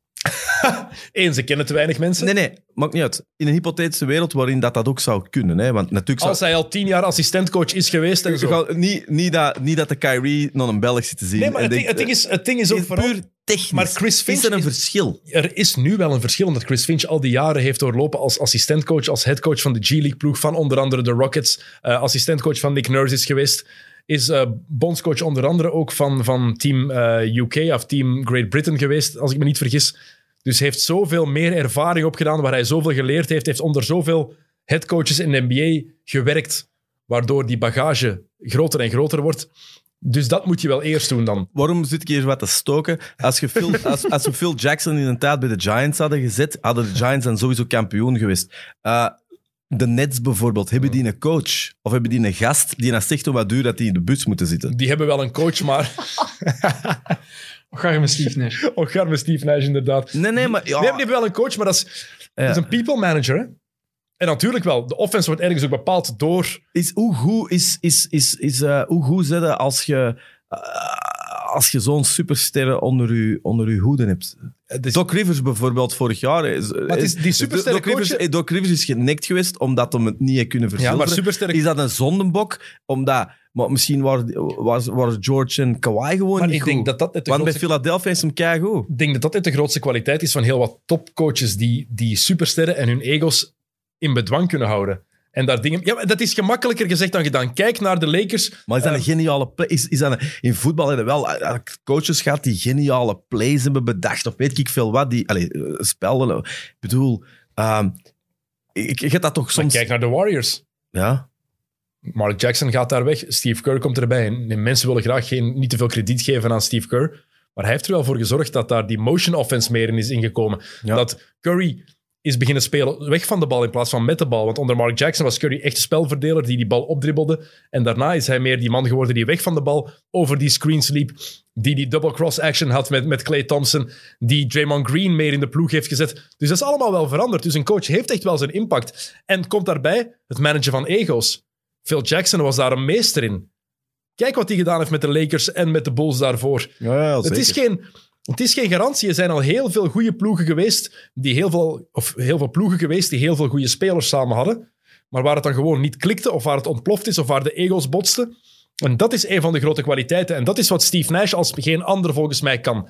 Eén, ze kennen te weinig mensen. Nee, nee, maakt niet uit. In een hypothetische wereld waarin dat, dat ook zou kunnen. Hè? Want natuurlijk zou... Als hij al tien jaar assistentcoach is geweest en zo. Ga, niet, niet, dat, niet dat de Kyrie nog een Belg zit te zien. Nee, maar en het, denkt, ding, het, ding is, het ding is ook is vooral... puur technisch. Maar Chris Finch is er een is- verschil? Er is nu wel een verschil, omdat Chris Finch al die jaren heeft doorlopen als assistentcoach, als headcoach van de G-League-ploeg van onder andere de Rockets, uh, assistentcoach van Nick Nurse is geweest, is uh, bondscoach onder andere ook van, van team uh, U K of team Great Britain geweest, als ik me niet vergis. Dus heeft zoveel meer ervaring opgedaan, waar hij zoveel geleerd heeft, heeft onder zoveel headcoaches in de N B A gewerkt, waardoor die bagage groter en groter wordt. Dus dat moet je wel eerst doen dan. Waarom zit ik hier wat te stoken? Als, je Phil, als, als we Phil Jackson in een tijd bij de Giants hadden gezet, hadden de Giants dan sowieso kampioen geweest. Uh, de Nets bijvoorbeeld, hebben die een coach? Of hebben die een gast die na zegt om wat duur dat die in de bus moeten zitten? Die hebben wel een coach, maar... Och, ga je met Steve Nash. Och, arme Steve Nash, inderdaad. Nee, nee, maar... Ja, Nee, die hebben wel een coach, maar dat is, dat is een people manager. Hè? En natuurlijk wel, de offense wordt ergens ook bepaald door... is, hoe goed is, is, is, is uh, hoe goed zit het als je, uh, als je zo'n supersterren onder je, onder je hoede hebt? Dus, Doc Rivers bijvoorbeeld vorig jaar. Is, maar het is die supersterren Doc Rivers, coachen- Doc Rivers is genekt geweest omdat hij het niet heeft kunnen ja, verzilveren. maar supersterren... Is dat een zondenbok? Omdat, maar misschien waren, waren, waren George en Kawhi gewoon Maar niet ik goed. denk dat dat het de Want bij grootste... Philadelphia is hem keigoed. Ik denk dat dat het de grootste kwaliteit is van heel wat topcoaches die, die supersterren en hun egos in bedwang kunnen houden. En daar dingen... Ja, maar dat is gemakkelijker gezegd dan gedaan. Kijk naar de Lakers. Maar is dat Uh, een geniale play? Is, is dat een, in voetbal hebben we wel uh, coaches gehad die geniale plays hebben bedacht, of weet ik veel wat, die allee, uh, spelden. Ik bedoel, um, ik, ik heb dat toch maar soms... kijk naar de Warriors. Ja, Mark Jackson gaat daar weg. Steve Kerr komt erbij. En mensen willen graag geen, niet te veel krediet geven aan Steve Kerr. Maar hij heeft er wel voor gezorgd dat daar die motion offense meer in is ingekomen. Ja. Dat Curry is beginnen spelen weg van de bal in plaats van met de bal. Want onder Mark Jackson was Curry echt een spelverdeler die die bal opdribbelde. En daarna is hij meer die man geworden die weg van de bal over die screens liep. Die die double cross action had met, met Klay Thompson. Die Draymond Green meer in de ploeg heeft gezet. Dus dat is allemaal wel veranderd. Dus een coach heeft echt wel zijn impact. En komt daarbij het managen van ego's. Phil Jackson was daar een meester in. Kijk wat hij gedaan heeft met de Lakers en met de Bulls daarvoor. ja, ja Het is, geen, het is geen garantie. Er zijn al heel veel goede ploegen geweest, die heel veel, of heel veel ploegen geweest die heel veel goede spelers samen hadden, maar waar het dan gewoon niet klikte, of waar het ontploft is, of waar de ego's botsten. En dat is een van de grote kwaliteiten. En dat is wat Steve Nash als geen ander volgens mij kan.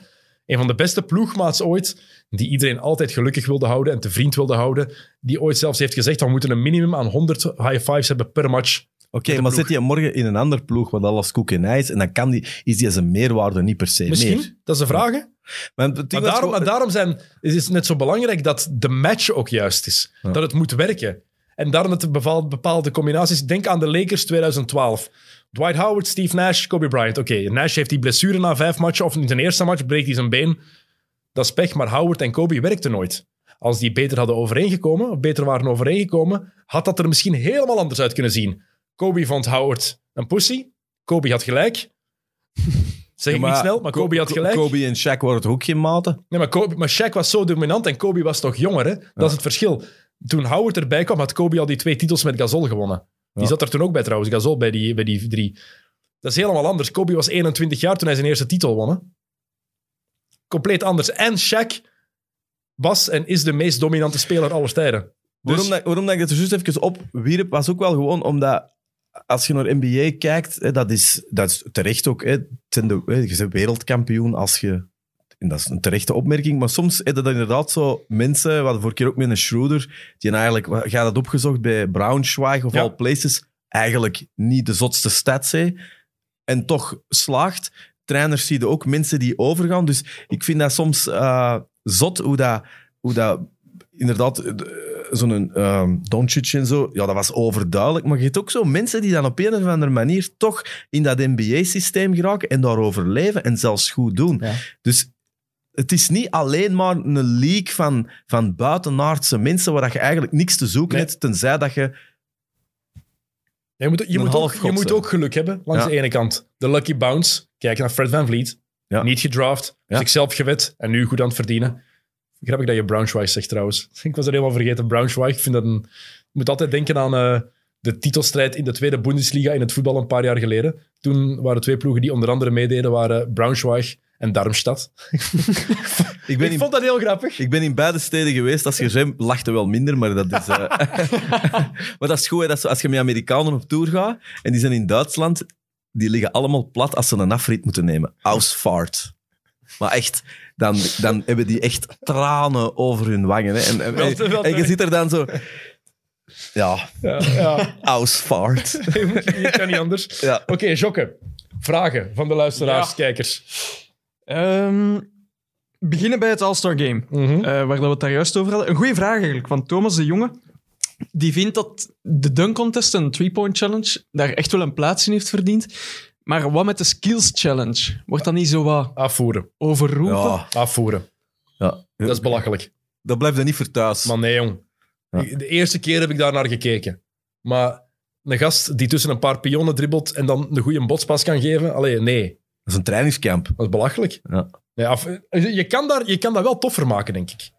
Een van de beste ploegmaats ooit, die iedereen altijd gelukkig wilde houden en te vriend wilde houden, die ooit zelfs heeft gezegd, we moeten een minimum aan honderd high fives hebben per match. Oké, okay, maar zit hij morgen in een ander ploeg, wat alles koek en ijs, en dan kan die, is die zijn meerwaarde niet per se Misschien, meer. dat is de vraag. Hè? Maar, Maar daarom, gewoon... maar daarom zijn, is het net zo belangrijk dat de match ook juist is. Ja. Dat het moet werken. En daarom het bepaalde combinaties. Denk aan de Lakers twintig twaalf. Dwight Howard, Steve Nash, Kobe Bryant. Oké, okay, Nash heeft die blessure na vijf matchen, of in zijn eerste match breekt hij zijn been. Dat is pech, maar Howard en Kobe werkten nooit. Als die beter hadden overeengekomen, of beter waren overeengekomen, had dat er misschien helemaal anders uit kunnen zien. Kobe vond Howard een pussy. Kobe had gelijk. Zeg ik ja, niet snel, maar Kobe had gelijk. Kobe en Shaq waren toch ook geen maten? Nee, maar, Kobe, maar Shaq was zo dominant en Kobe was toch jonger, hè? Dat ja. is het verschil. Toen Howard erbij kwam, had Kobe al die twee titels met Gasol gewonnen. Die ja. zat er toen ook bij trouwens, Gasol bij die, bij die drie. Dat is helemaal anders. Kobe was eenentwintig jaar toen hij zijn eerste titel won. Hè? Compleet anders. En Shaq was en is de meest dominante speler aller tijden. Dus... Waarom, dat, waarom dat ik het er juist even opwierp, was ook wel gewoon omdat als je naar N B A kijkt, hè, dat, is, dat is terecht ook. Hè, het zijn de, hè, je bent wereldkampioen als je... En dat is een terechte opmerking, maar soms heb je dat inderdaad zo mensen, we hadden vorige keer ook met een Schroeder, die eigenlijk, gaat dat opgezocht bij Braunschweig of ja. all places, eigenlijk niet de zotste stats heeft en toch slaagt. Trainers zie je ook mensen die overgaan, dus ik vind dat soms uh, zot hoe dat, hoe dat inderdaad zo'n uh, Doncic en zo, ja, dat was overduidelijk, maar je hebt ook zo mensen die dan op een of andere manier toch in dat N B A-systeem geraken en daarover leven en zelfs goed doen. Ja. Dus het is niet alleen maar een league van, van buitenaardse mensen waar je eigenlijk niks te zoeken nee. hebt, tenzij dat je... Je moet, je moet, ook, je moet ook geluk hebben, langs ja. de ene kant. De lucky bounce. Kijk naar Fred VanVleet. Ja. Niet gedraft, Ja. zichzelf gewet en nu goed aan het verdienen. Grappig dat je Braunschweig zegt trouwens. Ik was er helemaal vergeten. Braunschweig, ik vind dat een... Je moet altijd denken aan uh, de titelstrijd in de tweede Bundesliga in het voetbal een paar jaar geleden. Toen waren twee ploegen die onder andere meededen, waren Braunschweig en Darmstadt. Ik, ben ik in, vond dat heel grappig. ik ben in beide steden geweest. Als je zei, lachte wel minder, maar dat is... Uh... maar dat is goed, hè, dat is, als je met Amerikanen op tour gaat en die zijn in Duitsland, die liggen allemaal plat als ze een afrit moeten nemen. Ausfahrt. Maar echt, dan, dan hebben die echt tranen over hun wangen. Hè. En, en, Wel te- wel en je terecht. zit er dan zo... Ja, Ja, ja. Ausfahrt. Je kan niet anders. Ja. Oké, okay, Jokke. Vragen van de luisteraars, Ja. kijkers. Ehm, beginnen bij het All-Star Game, Mhm. uh, waar dat we het daar juist over hadden. Een goede vraag eigenlijk, van Thomas de Jonge. Die vindt dat de dunk contest en three-point challenge daar echt wel een plaats in heeft verdiend. Maar wat met de skills challenge? Wordt dat niet zo wat Afvoeren. overroepen? Ja, Afvoeren. ja. Dat is belachelijk. Dat blijft er niet voor thuis. Maar nee, jong. Ja. De eerste keer heb ik daar naar gekeken. Maar een gast die tussen een paar pionnen dribbelt en dan een goede botspas kan geven, allee, nee. Dat is een trainingskamp. Dat is belachelijk. Ja. Nee, af, je, kan daar, je kan dat wel toffer maken, denk ik.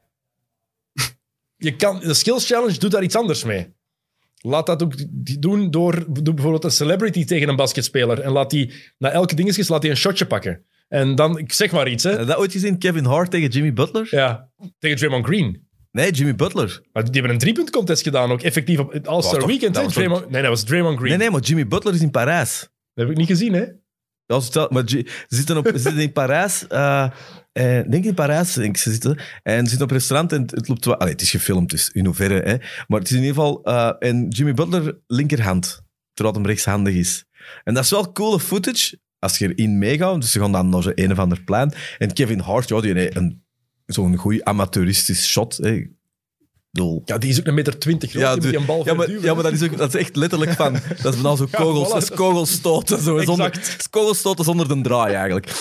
Je kan, de skills challenge doet daar iets anders mee. Laat dat ook doen door doe bijvoorbeeld een celebrity tegen een basketspeler en laat die na elke dingetjes laat die een shotje pakken. En dan, ik zeg maar iets, hè. Heb je dat ooit gezien? Kevin Hart tegen Jimmy Butler? Ja, tegen Draymond Green. Nee, Jimmy Butler. Maar die hebben een driepunt contest gedaan ook, effectief op het All-Star toch- Weekend. dat hè. was toch- Draymond, nee, dat was Draymond Green. Nee, nee, maar Jimmy Butler is in Parijs. Dat heb ik niet gezien, hè. Ja, stel, maar G- ze zitten, op, ze zitten in Parijs. Uh, eh, denk in Parijs, denk ik, ze zitten. En ze zitten op een restaurant en het, het loopt wel... Allee, het is gefilmd, dus in hoeverre. Hè. Maar het is in ieder geval... Uh, en Jimmy Butler linkerhand, terwijl hem rechtshandig is. En dat is wel coole footage, als je erin meegaat. Dus ze gaan dan naar zo'n een of ander plein. En Kevin Hart, ja, die heeft een, zo'n goed amateuristisch shot. Hè. Ik bedoel... Ja, die is ook een meter twintig groot, Ja, die moet de- die een bal ja, maar, verduwen. ja, maar dat is, ook, dat is echt letterlijk van... Dat is bijna zo kogels, voilà, dat is dat- kogelstoten. Zo, zonder, Exact. dat is kogelstoten zonder de draai, eigenlijk.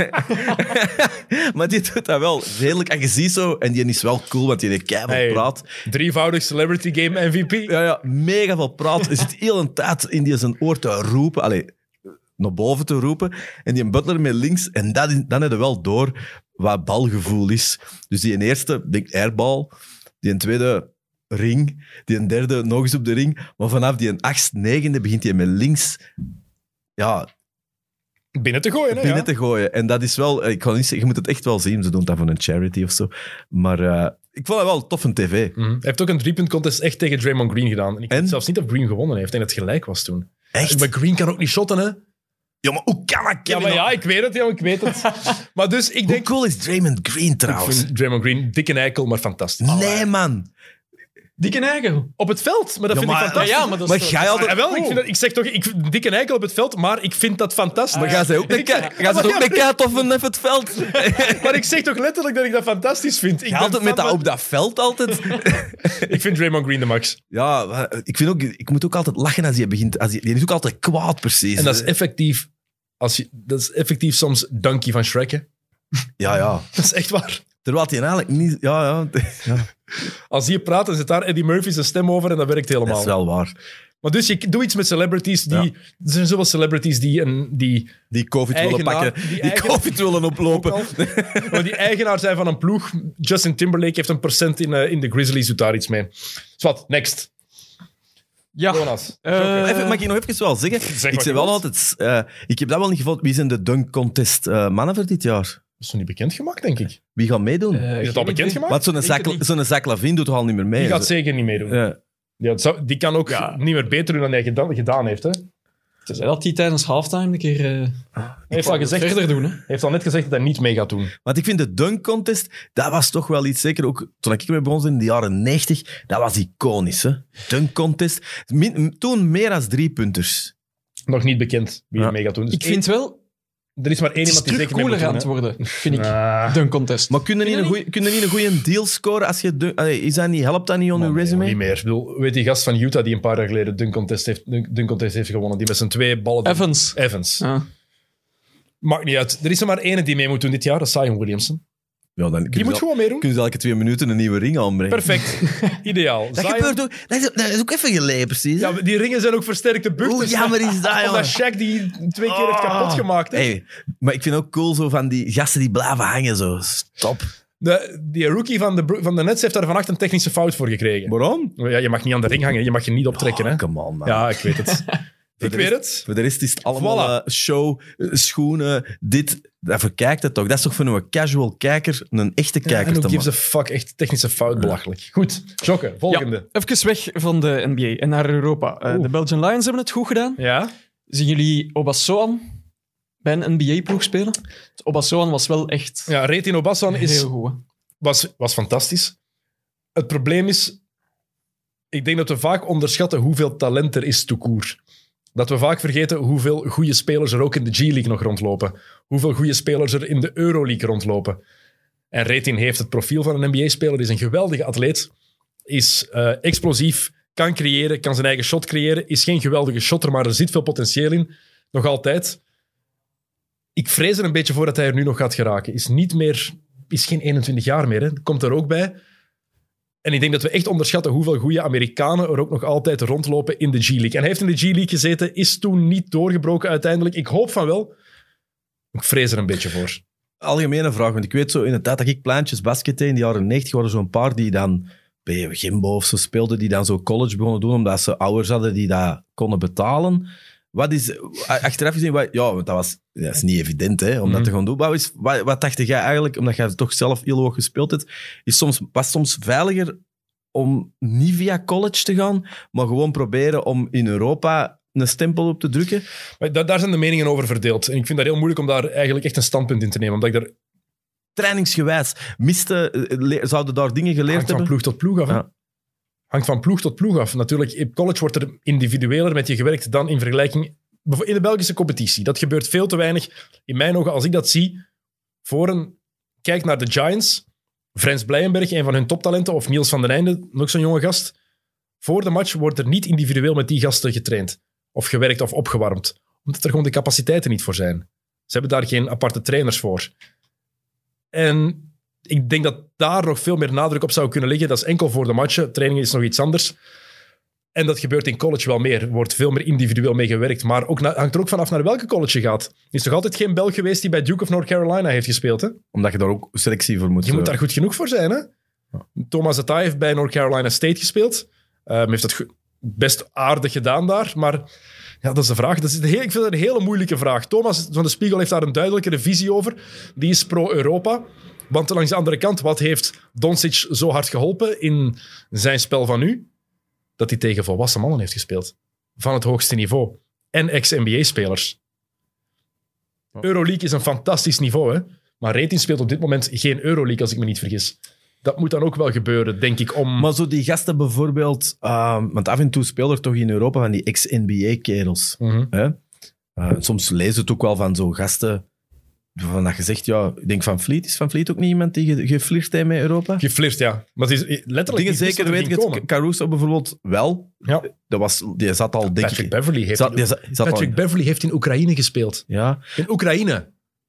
Maar die doet dat wel redelijk. En je ziet zo... En die is wel cool, want die heeft keiveel Hey. praat. Drievoudig Celebrity Game M V P. Ja, ja, mega veel praat. Je zit heel een tijd in die zijn oor te roepen. Allee, naar boven te roepen. En die Butler met links. En dat, is- dan heb je wel door wat balgevoel is. Dus die een eerste, denk airbal. Die een tweede... ring, die een derde nog eens op de ring, maar vanaf die een achtst, negende begint hij met links ja, Binnen te gooien, hè. binnen ja. te gooien. En dat is wel, ik kan niet zeggen, je moet het echt wel zien, ze doen dat voor een charity of zo. Maar uh, ik vond het wel tof een tv. Mhm. Hij heeft ook een driepunt contest echt tegen Draymond Green gedaan. En ik En? weet zelfs niet of Green gewonnen heeft. Ik denk dat het gelijk was toen. Echt? Maar Green kan ook niet shotten, hè. Ja, maar hoe kan dat, Ja, Kevin? maar ja, ik weet het, ja, ik weet het. Maar dus, ik Hoe denk... cool is Draymond Green Ik trouwens? vind Draymond Green dikke eikel, maar fantastisch. Nee, man. Dikke eigen. Op het veld, maar dat Ja, vind maar- ik fantastisch. Ja, ja, maar dat is Maar toch- ga je altijd... Ah, wel, ik, vind dat, ik zeg toch, ik vind dikke eikel op het veld, maar ik vind dat fantastisch. Maar ga ze ook Ik- met ga ze ook met kaartoffen even het veld? Maar ik zeg toch letterlijk dat ik dat fantastisch vind. Ik, Ga ben altijd met fan dat van- op dat veld altijd. ik vind Draymond Green de max. Ja, maar ik, vind ook, ik moet ook altijd lachen als hij begint. Als hij, die is ook altijd kwaad, precies. En dat is effectief, als je, dat is effectief soms Donkey van Shrek. Hè. Ja, ja. Dat is echt waar. Terwijl hij eigenlijk niet... Ja, ja. ja Als die praat, dan zit daar Eddie Murphy zijn stem over en dat werkt helemaal. dat is wel waar. Maar dus je doe iets met celebrities die... Ja. Er zijn zoveel celebrities die... Een, die Die COVID willen Eigenaar, pakken. die Die, eigen- COVID willen oplopen. ook al- maar die eigenaar zijn van een ploeg. Justin Timberlake heeft een procent in, uh, in de Grizzlies, doet daar iets mee. Zwat, next. Ja. Jonas. Eh, Even, mag ik nog even wel zeggen? Zeg ik wat zei je wel wilt. altijd... eh, ik heb dat wel niet gevonden. Wie zijn de dunk contest eh, mannen voor dit jaar? Dat is nog niet bekendgemaakt, denk ik. Wie gaat meedoen? eh, Is het al geen bekendgemaakt? Want zo'n denk Zach, het niet. zo'n Zach Lavine doet toch al niet meer mee? Die gaat Dus- zeker niet meedoen. Ja. Ja, het zou- die kan ook Ja. niet meer beter doen dan hij gedaan, gedaan heeft. Hè. Hij Ze zei dat hij tijdens halftime een keer eh, heeft al, gezegd, verder doen. Hè? heeft al net gezegd dat hij niet mee gaat doen. Want ik vind de dunk contest, dat was toch wel iets, zeker ook toen ik mee begon in de jaren negentig, dat was iconisch. Hè? Dunk contest. Min- toen meer dan drie punters. Nog niet bekend wie Ja. er mee gaat doen. Dus Ik vind wel, één- er is maar één het is iemand die terug zeker mee moet cooler doen. aan het hè. worden, vind ik. Ah. Dunk contest. Maar kun je niet Vind een je goeie- kun je niet een goede deal scoren als je... dunk- Allee, is dat niet, helpt dat niet on Man, je nee, resume? Niet meer. Ik bedoel, weet die gast van Utah die een paar jaar geleden dunk contest heeft, dunk, dunk contest heeft gewonnen, die met zijn twee ballen... Evans. Evans. Ja. Maakt niet uit. Er is er maar één die mee moet doen dit jaar, dat is Zion Williamson. Ja, dan kun Die je, moet wel- gewoon meedoen. kun je elke twee minuten een nieuwe ring aanbrengen. Perfect. Ideaal. Dat Zion- gebeurt ook... Dat is, dat is ook even geleden, precies. Ja, die ringen zijn ook versterkte buchters. Hoe jammer is dat, jongen? Omdat Shaq die twee keer heeft kapot gemaakt. hè. Hey, maar ik vind ook cool zo van die gasten die blijven hangen. Zo. Stop. De, die rookie van de, Bru- van de Nets heeft daar vannacht een technische fout voor gekregen. Waarom? Ja, je mag niet aan de ring hangen, je mag je niet optrekken. Hè? Oh, come on, man. Ja, ik weet het. ik de weet rest- het. Voor de rest is het allemaal Voilà. eh, show, eh, schoenen, dit. Daarvoor kijkt het toch. Dat is toch voor een casual kijker een echte Ja, kijker en te who gives maken. a fuck, echt technische fout, belachelijk. Goed, Jokke, volgende. Ja, even weg van de N B A en naar Europa. Eh, Oeh. de Belgian Lions hebben het goed gedaan. Ja? Zien jullie Obassoan bij een N B A-ploeg spelen? Obassoan was wel echt Ja, Retin Obassan is, heel goed. Hè? was, was fantastisch. Het probleem is, ik denk dat we vaak onderschatten hoeveel talent er is tout court. Dat we vaak vergeten hoeveel goede spelers er ook in de G-League nog rondlopen. Hoeveel goede spelers er in de Euroleague rondlopen. En Retin heeft het profiel van een N B A-speler, is een geweldige atleet, is eh, explosief, kan creëren, kan zijn eigen shot creëren, is geen geweldige shotter, maar er zit veel potentieel in. Nog altijd. Ik vrees er een beetje voor dat hij er nu nog gaat geraken. Is niet meer, is geen eenentwintig jaar meer, hè. Komt er ook bij. En ik denk dat we echt onderschatten hoeveel goede Amerikanen er ook nog altijd rondlopen in de G-League. En hij heeft in de G-League gezeten, is toen niet doorgebroken uiteindelijk. Ik hoop van wel. Ik vrees er een beetje voor. Algemene vraag, want ik weet zo in de tijd dat ik pleintjes baskette in de jaren negentig waren er zo'n paar die dan bij Gimbo of zo speelden, die dan zo college begonnen doen omdat ze ouders hadden die dat konden betalen. Wat is, achteraf gezien, wat, ja, want dat was dat is niet evident hè, om Mhm. dat te gaan doen. Wat, is, wat, wat dacht jij eigenlijk, omdat jij toch zelf heel hoog gespeeld hebt, is soms, was soms veiliger om niet via college te gaan, maar gewoon proberen om in Europa een stempel op te drukken? Maar daar, daar zijn de meningen over verdeeld. En ik vind dat heel moeilijk om daar eigenlijk echt een standpunt in te nemen. Omdat ik daar Trainingsgewijs, miste, eh, le- zouden daar dingen geleerd hangt van hebben? ploeg tot ploeg af. hè. Ja. Hangt van ploeg tot ploeg af. Natuurlijk, in college wordt er individueler met je gewerkt dan in vergelijking in de Belgische competitie. Dat gebeurt veel te weinig. In mijn ogen, als ik dat zie, voor een... Kijk naar de Giants, Frans Blijenberg, een van hun toptalenten, of Niels van den Einde, nog zo'n jonge gast. Voor de match wordt er niet individueel met die gasten getraind. Of gewerkt of opgewarmd. Omdat er gewoon de capaciteiten niet voor zijn. Ze hebben daar geen aparte trainers voor. En ik denk dat daar nog veel meer nadruk op zou kunnen liggen. Dat is enkel voor de matchen. Training is nog iets anders. En dat gebeurt in college wel meer. Er wordt veel meer individueel mee gewerkt. Maar ook na, hangt er ook vanaf naar welke college je gaat. Er is toch altijd geen Belg geweest die bij Duke of North Carolina heeft gespeeld, hè? Omdat je daar ook selectie voor moet. Je moet eh, daar goed genoeg voor zijn, hè? Thomas Atai heeft bij North Carolina State gespeeld. Um, heeft dat go- best aardig gedaan daar. Maar ja, dat is de vraag. Dat is een heel, ik vind dat een hele moeilijke vraag. Thomas van de Spiegel heeft daar een duidelijkere visie over. Die is pro-Europa. Want langs de andere kant, wat heeft Doncic zo hard geholpen in zijn spel van nu? Dat hij tegen volwassen mannen heeft gespeeld. Van het hoogste niveau. En ex-N B A-spelers. Euroleague is een fantastisch niveau, hè. Maar Rating speelt op dit moment geen Euroleague, als ik me niet vergis. Dat moet dan ook wel gebeuren, denk ik, om... Maar zo die gasten bijvoorbeeld... Uh, want af en toe speelt er toch in Europa van die ex-N B A-kerels. Mm-hmm. Hè? Uh, soms lezen het ook wel van zo'n gasten... Van dat je zegt, ja, ik denk Van Vliet. Is Van Vliet ook niet iemand die ge- geflirt heeft met Europa? Geflirt, ja. Maar het is letterlijk... Dingen niet zeker, dat er weet ging ik komen. het. Caruso bijvoorbeeld wel. Ja. Dat was, die zat al, denk Patrick ik... Beverly heeft, Zat, in, die zat, zat Patrick al, Beverly heeft in Oekraïne gespeeld. ja. In Oekraïne.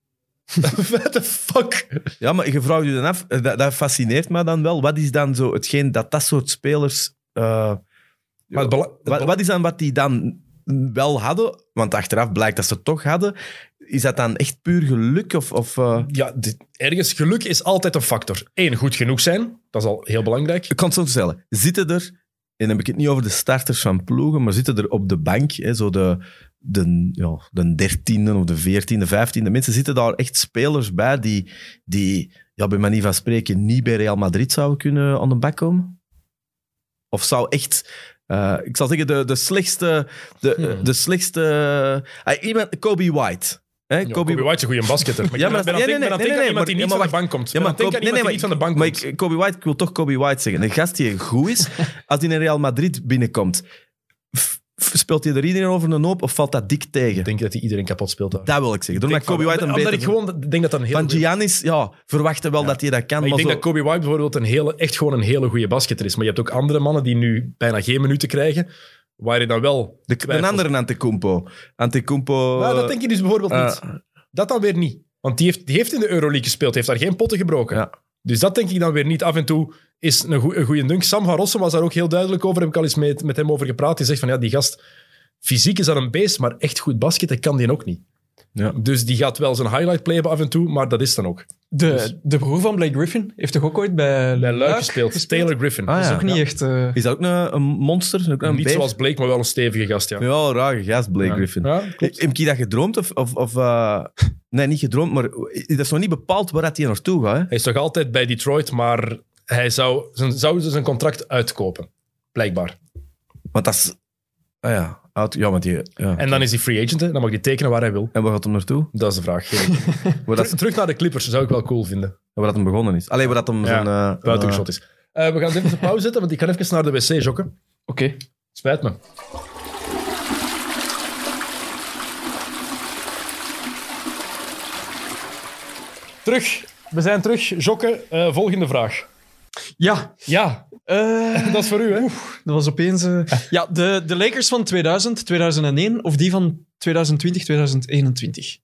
What the fuck? ja, maar je vraagt je dan af... Dat, dat fascineert me dan wel. Wat is dan zo hetgeen dat dat soort spelers... Uh, Maar het bela- wat, wat is dan wat die dan wel hadden? Want achteraf blijkt dat ze het toch hadden. Is dat dan echt puur geluk? Of, of, uh... Ja, dit, ergens geluk is altijd een factor. Eén, goed genoeg zijn. Dat is al heel belangrijk. Ik kan het zo stellen. Zitten er, en dan heb ik het niet over de starters van ploegen, maar zitten er op de bank, hè, zo de, de, ja, de dertiende of de veertiende, vijftiende mensen, zitten daar echt spelers bij die, die ja, bij manier van spreken niet bij Real Madrid zouden kunnen aan de bak komen? Of zou echt... Uh, ik zal zeggen, de, de slechtste... De, Hmm. de slechtste... Uh, iemand, Kobe White. Hè? Ja, Kobe, Kobe White is een goede basketter. Maar Ja, ik maar ben dat- aan het nee, denken- nee, ben aan het nee, denken aan nee, iemand die maar- niet van de bank komt. Ja, Ik ben maar aan het denken aan Kobe- iemand die niet van de bank maar komt. ik, Kobe White, ik wil toch Kobe White zeggen. Een gast die goed is, als hij in Real Madrid binnenkomt, f- f- speelt hij er iedereen over een hoop of valt dat dik tegen? Ik denk dat hij iedereen kapot speelt daar. Dat wil ik zeggen. Door Ik met denk Kobe van- White een omdat beter... ik gewoon denk dat dat een hele Van goeie- Giannis, ja, verwachten wel Ja. dat hij dat kan. Maar ik maar denk zo- dat Kobe White bijvoorbeeld een hele, echt gewoon een hele goede basketter is. Maar je hebt ook andere mannen die nu bijna geen minuten krijgen, waar je dan wel... de, de twijfelt. andere Antetokounmpo. Antetokounmpo... Maar dat denk je dus bijvoorbeeld eh, niet. Dat dan weer niet. Want die heeft, die heeft in de Euroleague gespeeld, heeft daar geen potten gebroken. Ja. Dus dat denk ik dan weer niet. Af en toe is een, goe- een goede dunk. Sam van Rossum was daar ook heel duidelijk over. Heb ik al eens met, met hem over gepraat. Die zegt van, ja, die gast, fysiek is dat een beest, maar echt goed basketten kan die ook niet. Ja. Dus die gaat wel zijn highlight play hebben af en toe, maar dat is dan ook. De, de broer van Blake Griffin heeft toch ook ooit bij, Bij Luik gespeeld. Taylor Griffin. Ah, Dat is ja. ook niet echt... eh, Is dat ook een, een monster? Ook een Niet beest? zoals Blake, maar wel een stevige gast, ja. Ja, rare gast, Blake Ja. Griffin. Ja, klopt. Heb je dat gedroomd? Of, of, of uh... Nee, niet gedroomd, maar dat is nog niet bepaald waar dat hij naartoe gaat. Hè? Hij is toch altijd bij Detroit, maar hij zou zijn, zou zijn contract uitkopen. Blijkbaar. Want dat is... Ah ja, oud, ja, want die... Ja. En dan is hij free agent, hè. Dan mag hij tekenen waar hij wil. En waar gaat hem naartoe? Dat is de vraag. Geen idee. Waar dat, Terug, terug naar de Clippers, zou ik wel cool vinden. waar dat hem begonnen is. Alleen waar dat hem Ja, zijn... Uh, Buitengeschot is. Uh, we gaan even een pauze zetten, want ik ga even naar de wc jokken. Oké. Spijt me. Terug. We zijn terug. Jokken, uh, volgende vraag. Ja. Ja, eh, dat is voor u, hè? dat was opeens... eh, ja, de, de Lakers van tweeduizend, tweeduizend één of die van tweeduizend twintig, tweeduizend eenentwintig?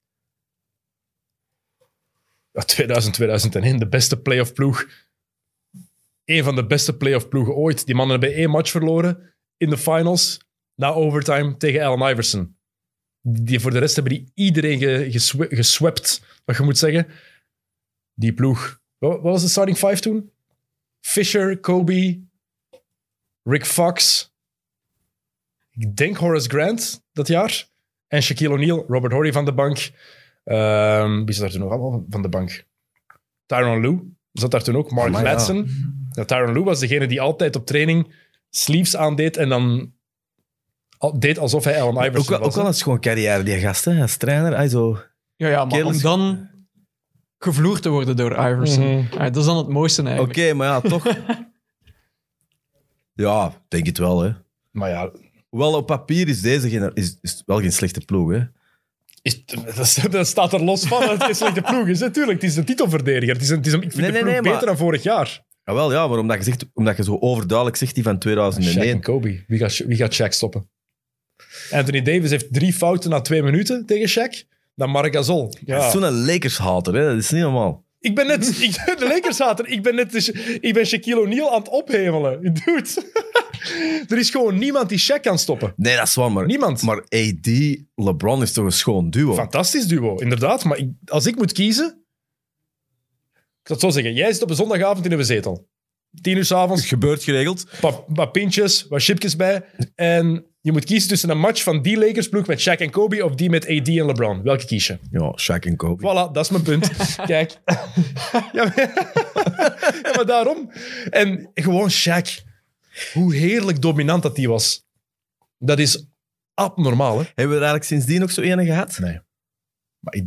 Ja, tweeduizend, tweeduizend één, de beste playoff ploeg. Eén van de beste playoff ploegen ooit. Die mannen hebben één match verloren in de finals, na overtime, tegen Allen Iverson. Die, voor de rest hebben die iedereen ge, geswe, geswept, wat je moet zeggen. Die ploeg. Wat, wat was de starting five toen? Fisher, Kobe, Rick Fox. Ik denk Horace Grant dat jaar. En Shaquille O'Neal, Robert Horry van de bank. Um, wie zat daar toen nog allemaal van de bank? Tyronn Lue zat daar toen ook. Mark Amai, ja. Madsen. Ja, Tyronn Lue was degene die altijd op training sleeves aandeed en dan al- deed alsof hij Allen Iverson ook, wel, was. ook wel een schoon carrière, die gast, hè, als trainer. Hij zo... Ja, ja, maar Kerels- om dan gevloerd te worden door Iverson. Mhm. Ja, dat is dan het mooiste Oké, eigenlijk. maar ja, toch... ja, denk het wel, hè. Maar ja, Hoewel, op papier is deze geen, is, is wel geen slechte ploeg, hè. is, dat, dat staat er los van dat het een slechte ploeg is. Natuurlijk, het is een titelverdediger. Het is een, het is een, ik vind Nee, de nee, ploeg nee, beter maar- dan vorig jaar. Jawel, ja, maar omdat je, zegt, omdat je zo overduidelijk zegt die van Shaq tweeduizend één. en Kobe. Wie gaat, wie gaat Shaq stoppen? Anthony Davis heeft drie fouten na twee minuten tegen Shaq. Dan Marc Gasol. Dat is Ja. zo'n Lakers-hater, hè. Dat is niet normaal. Ik ben net... Ik, de Lakers-hater. Ik ben net... de- Ik ben Shaquille O'Neal aan het ophemelen. Dude. Er is gewoon niemand die Shaq kan stoppen. Nee, dat is waar, maar... Niemand. Maar A D, LeBron is toch een schoon duo? Fantastisch duo, inderdaad. Maar ik, als ik moet kiezen... Ik zal het zo zeggen. Jij zit op een zondagavond in een zetel. Tien uur 's avonds. Gebeurt geregeld. Wat, wat pintjes, wat chipjes bij. En je moet kiezen tussen een match van die Lakers-ploeg met Shaq en Kobe of die met A D en LeBron. Welke kies je? Ja, Shaq en Kobe. Voilà, dat is mijn punt. Kijk. Ja, maar, ja, maar daarom. En gewoon Shaq. Hoe heerlijk dominant dat die was. Dat is abnormaal, hè? Hebben we er eigenlijk sindsdien nog zo ene gehad? Nee. Maar ik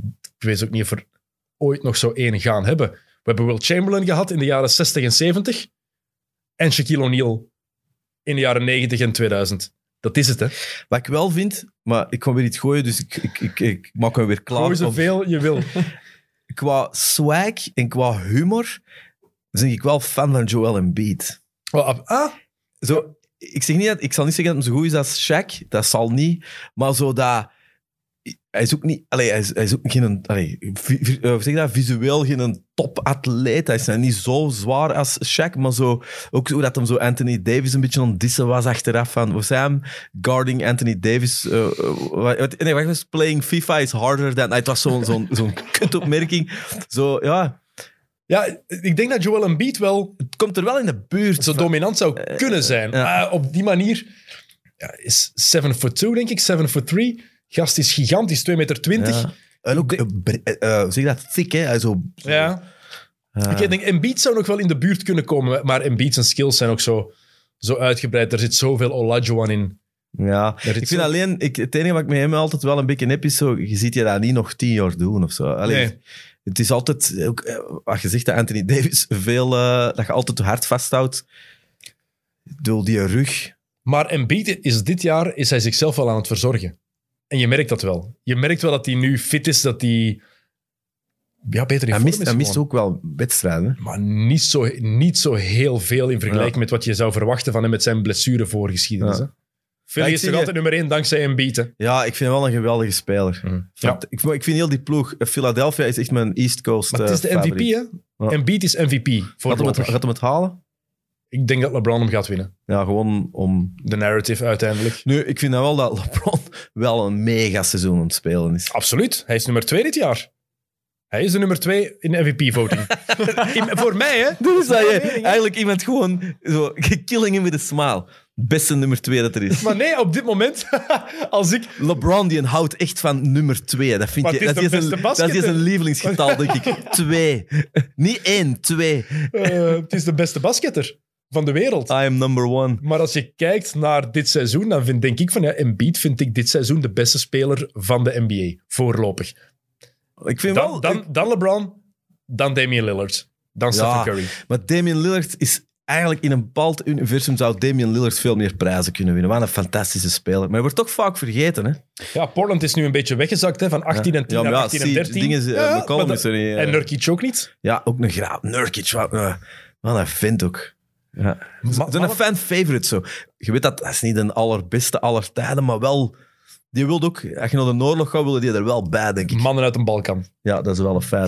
weet ook niet of er ooit nog zo één gaan hebben. We hebben Will Chamberlain gehad in de jaren zestig en zeventig. En Shaquille O'Neal in de jaren negentig en tweeduizend. Dat is het, hè. Wat ik wel vind, maar ik ga weer iets gooien, dus ik, ik, ik, ik maak me weer klaar. Gooi zoveel je wil. Qua swag en qua humor ben ik wel fan van Joel Embiid. Oh, ah, Zo, ik, zeg niet dat, ik zal niet zeggen dat hij zo goed is als Shaq, dat zal niet, maar zo dat... Hij is ook niet... Allee, hij, is, hij is ook geen... Allee, vi, vi, uh, zeg je dat, visueel geen topatleet. Hij is nou niet zo zwaar als Shaq, maar zo... Ook hoe dat hem zo Anthony Davis een beetje aan het dissen was achteraf van... Wat zei hem? Guarding Anthony Davis... Uh, uh, nee, wacht eens. Playing FIFA is harder than... Het was zo'n zo'n zo'n kutopmerking. Zo, ja... ja, ik denk dat Joel Embiid wel... Het komt er wel in de buurt. zo van, dominant zou kunnen zijn. ja. Maar op die manier... Ja, is seven foot two, denk ik. seven foot three. Gast is gigantisch. twee meter twintig. Ja. En ook... Uh, uh, zeg je dat? Thick, hè? Hij zo... zo Ja. uh, Ik denk, Embiid zou nog wel in de buurt kunnen komen, maar Embiid zijn skills zijn ook zo, zo uitgebreid. Er zit zoveel Olajuwon in. Ja, zit ik vind zo- alleen... Ik, het enige wat ik met hem altijd wel een beetje heb, is zo... Je ziet je dat niet nog tien jaar doen, of zo. Allee, Nee. Het is altijd... Ook, eh, als je zegt dat Anthony Davis veel... Uh, dat je altijd te hard vasthoudt. Ik bedoel, die rug... Maar Embiid is dit jaar is hij zichzelf wel aan het verzorgen. En je merkt dat wel. Je merkt wel dat hij nu fit is, dat hij ja, beter in Hij vorm mist, is. hij mist gewoon. ook wel wedstrijden. Maar niet zo, niet zo heel veel in vergelijking Ja. met wat je zou verwachten van hem met zijn blessurevoorgeschiedenis. Ja. Hè? Philly Ja, ik is zie nog je- altijd nummer één dankzij Embiid. Hè? Ja, ik vind hem wel een geweldige speler. Mm. Want Ja. Ik, ik vind heel die ploeg... Philadelphia is echt mijn East Coast Maar het is de eh, M V P, favoriet. hè? Ja. Embiid is M V P. Gaat hem, het, Voorlopig. gaat hem het halen? Ik denk dat LeBron hem gaat winnen. Ja, gewoon om... De narrative uiteindelijk. Nu, ik vind nou wel dat LeBron wel een mega seizoen aan het spelen is. Absoluut. Hij is nummer twee dit jaar. Hij is de nummer twee in de M V P-voting. In- voor mij, hè? Dus dat je mening, hè? eigenlijk iemand gewoon zo killing him with a smile. Beste nummer twee dat er is. Maar nee, op dit moment, als ik... LeBron die houdt echt van nummer twee. Dat vind Maar je. het is Dat de is, beste een, dat is basketter. een lievelingsgetal, denk ik. Twee. Niet één, twee. eh, het is de beste basketter van de wereld. I am number one. Maar als je kijkt naar dit seizoen, dan vind, denk ik van... Ja, Embiid vind ik dit seizoen de beste speler van de N B A. Voorlopig. Ik vind wel... Dan, dan, dan LeBron, dan Damian Lillard. Dan Ja. Stephen Curry. Maar Damian Lillard is... Eigenlijk in een bepaald universum zou Damian Lillard veel meer prijzen kunnen winnen. Wat een fantastische speler. Maar hij wordt toch vaak vergeten, hè? Ja, Portland is nu een beetje weggezakt, hè, van achttien en tien Ja, maar naar ja, achttien en zie, dertien. dingen is, eh, Ja, McCollum maar dat- is er niet, eh. En Nurkic ook niet. Ja, ook een graaf. Nurkic, wat, uh, wat een vent ook. Ja. Maar- Zo'n maar- fan-favorite zo. Je weet dat, dat is niet een allerbeste aller tijden, maar wel... Die wilde ook... Als je naar de oorlog gaat, wilde die er wel bij, denk ik. Mannen uit een Balkan. Ja, dat is wel een feit.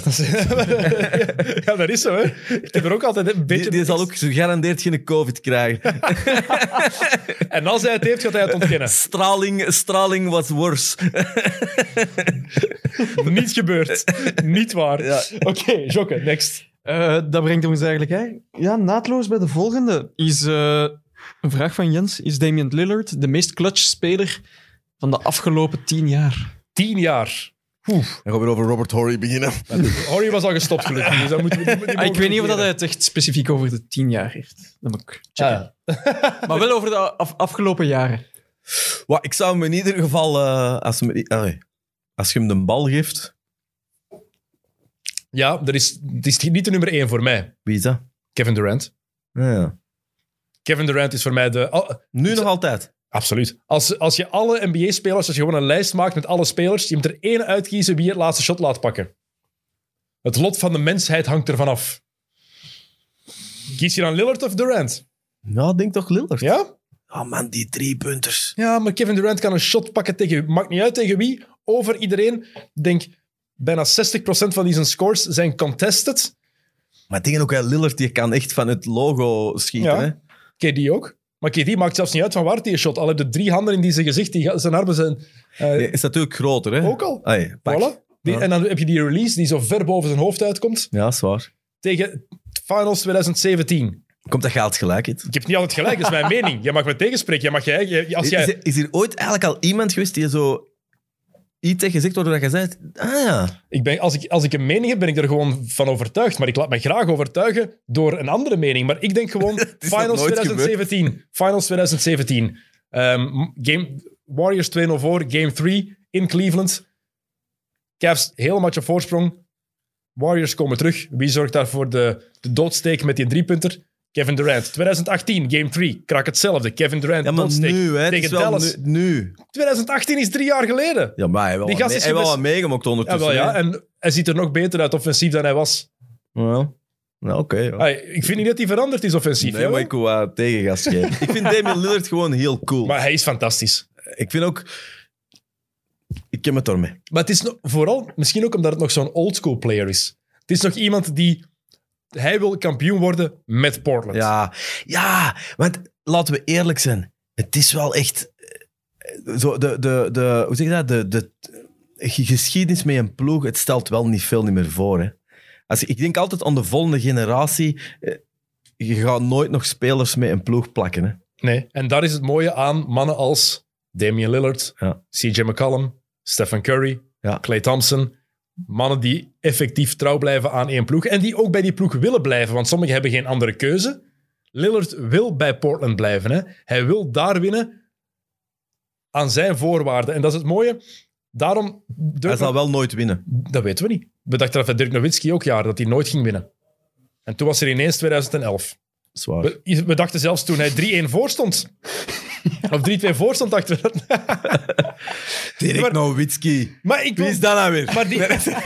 Ja, dat is zo, hè. Ik heb er ook altijd een beetje... Die, die zal ook gegarandeerd geen covid krijgen. En als hij het heeft, gaat hij het ontkennen. Straling, straling was worse. Niet gebeurd. Niet waar. Ja. Oké, Jokke, next. Eh, dat brengt ons eigenlijk hè? Ja, naadloos bij de volgende. Is eh, een vraag van Jens. Is Damian Lillard de meest clutch speler van de afgelopen tien jaar? Tien jaar. Dan gaan we weer over Robert Horry beginnen. Horry was al gestopt, gelukkig. Dus dan moeten we, die, die Ah, ik mogen weet niet of we dat hij het echt specifiek over de tien jaar heeft. Dat moet ik checken. Ah, Maar wel over de af- afgelopen jaren. Wat, ik zou hem in ieder geval... eh, als, hem, allee, als je hem de bal geeft... ja, er is, het is niet de nummer één voor mij. Wie is dat? Kevin Durant. Ja, ja. Kevin Durant is voor mij de... oh, Nu nog altijd. absoluut. Als, als je alle N B A-spelers, als je gewoon een lijst maakt met alle spelers, je moet er één uitkiezen wie het laatste shot laat pakken. Het lot van de mensheid hangt ervan af. Kies je dan Lillard of Durant? Ja, ik denk toch Lillard. Ja? Oh man, die drie punters. Ja, maar Kevin Durant kan een shot pakken tegen... Maakt niet uit tegen wie. Over iedereen. Ik denk, bijna zestig procent van die zijn scores zijn contested. Maar dingen ook, hè, Lillard die kan echt van het logo schieten. Ja. Hè? K D ook. Maar K D maakt zelfs niet uit van waar hij een shot. Al heb je drie handen in die zijn gezicht. Die, ga- zijn armen zijn... eh, Die is natuurlijk groter. Hè? ook al. Ai, pak. Voilà. Die, Ja. En dan heb je die release die zo ver boven zijn hoofd uitkomt. Ja, zwaar. Tegen Finals twintig zeventien. Komt dat geld gelijk uit? Ik heb niet altijd gelijk, dat is mijn mening. Jij mag me tegenspreken. Jij mag, jij, jij- als Is, jij... er- is er ooit eigenlijk al iemand geweest die zo iets tegen gezegd wordt dat je zei, ah ja, Ik ben, als, ik, als ik een mening heb, ben ik er gewoon van overtuigd. Maar ik laat me graag overtuigen door een andere mening. Maar ik denk gewoon, is nog Finals nooit twintig zeventien. Finals twintig zeventien. Ehm, game, Warriors twee nul voor, game drie in Cleveland. Cavs heel match op voorsprong. Warriors komen terug. Wie zorgt daar voor de, de doodsteek met die driepunter? Kevin Durant. twintig achttien, game drie. Krak hetzelfde. Kevin Durant, Ja, maar doodsteek nu, hè. Het tegen is wel Dallas. nu, nu. twintig achttien is drie jaar geleden. Ja, maar hij heeft Die wel, gast mee, is hij heeft wel geweest- wat meegemaakt Ja, ondertussen. wel, ja. hè. En hij ziet er nog beter uit offensief dan hij was. Ja. Nou, oké. ja. Ay, ik vind niet dat hij veranderd is offensief. Nee, jawel. maar ik wil uh, tegengas geven. Ik vind Damian Lillard gewoon heel cool. Maar hij is fantastisch. Ik vind ook... Ik heb het ermee. Maar het is nog, vooral, misschien ook omdat het nog zo'n oldschool player is. Het is nog iemand die... Hij wil kampioen worden met Portland. Ja, ja, want laten we eerlijk zijn. Het is wel echt... eh, Zo de, de, de, hoe zeg je dat? De, de geschiedenis met een ploeg, het stelt wel niet veel niet meer voor. Hè. Als, ik denk altijd aan de volgende generatie. eh, Je gaat nooit nog spelers met een ploeg plakken. Hè. Nee. En daar is het mooie aan mannen als Damian Lillard, Ja. C J McCollum, Stephen Curry, Ja. Klay Thompson. Mannen die effectief trouw blijven aan één ploeg. En die ook bij die ploeg willen blijven, want sommigen hebben geen andere keuze. Lillard wil bij Portland blijven. Hè. Hij wil daar winnen aan zijn voorwaarden. En dat is het mooie. Daarom... Hij Dirk- zal wel nooit winnen. Dat weten we niet. We dachten dat bij Dirk Nowitzki ook jaar, dat hij nooit ging winnen. En toen was er ineens twintig elf. Zwaar. We, we dachten zelfs toen hij drie-één voor stond. Of drie-twee voor stond, dachten we dat. Dirk Maar- Nowitzki. Maar ik Wie wil... is dat nou weer? Maar die...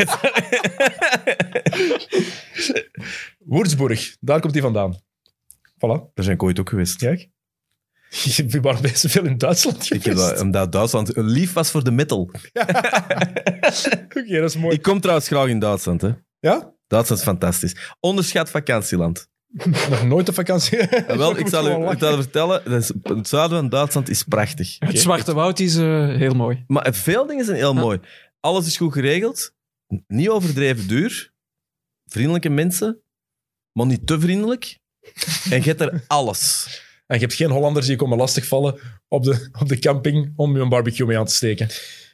Würzburg, daar komt hij vandaan. Voilà. Daar zijn ik ooit ook geweest. Kijk. Je waren best veel in Duitsland Ik heb geweest. dat, omdat Duitsland lief was voor de metal. Oké, dat is mooi. Ik kom trouwens graag in Duitsland. Hè. Ja? Duitsland is fantastisch. Onderschat vakantieland. Nog nooit op vakantie. Ja, wel, ik zal Gewoon u lachen. ik zal u vertellen, dat is- het zuiden van Duitsland is prachtig. Het Zwarte Woud is eh, heel mooi. Maar veel dingen zijn heel mooi. Alles is goed geregeld. Niet overdreven duur. Vriendelijke mensen. Maar niet te vriendelijk. En je hebt er alles. En je hebt geen Hollanders die komen lastigvallen op de, op de camping om je een barbecue mee aan te steken.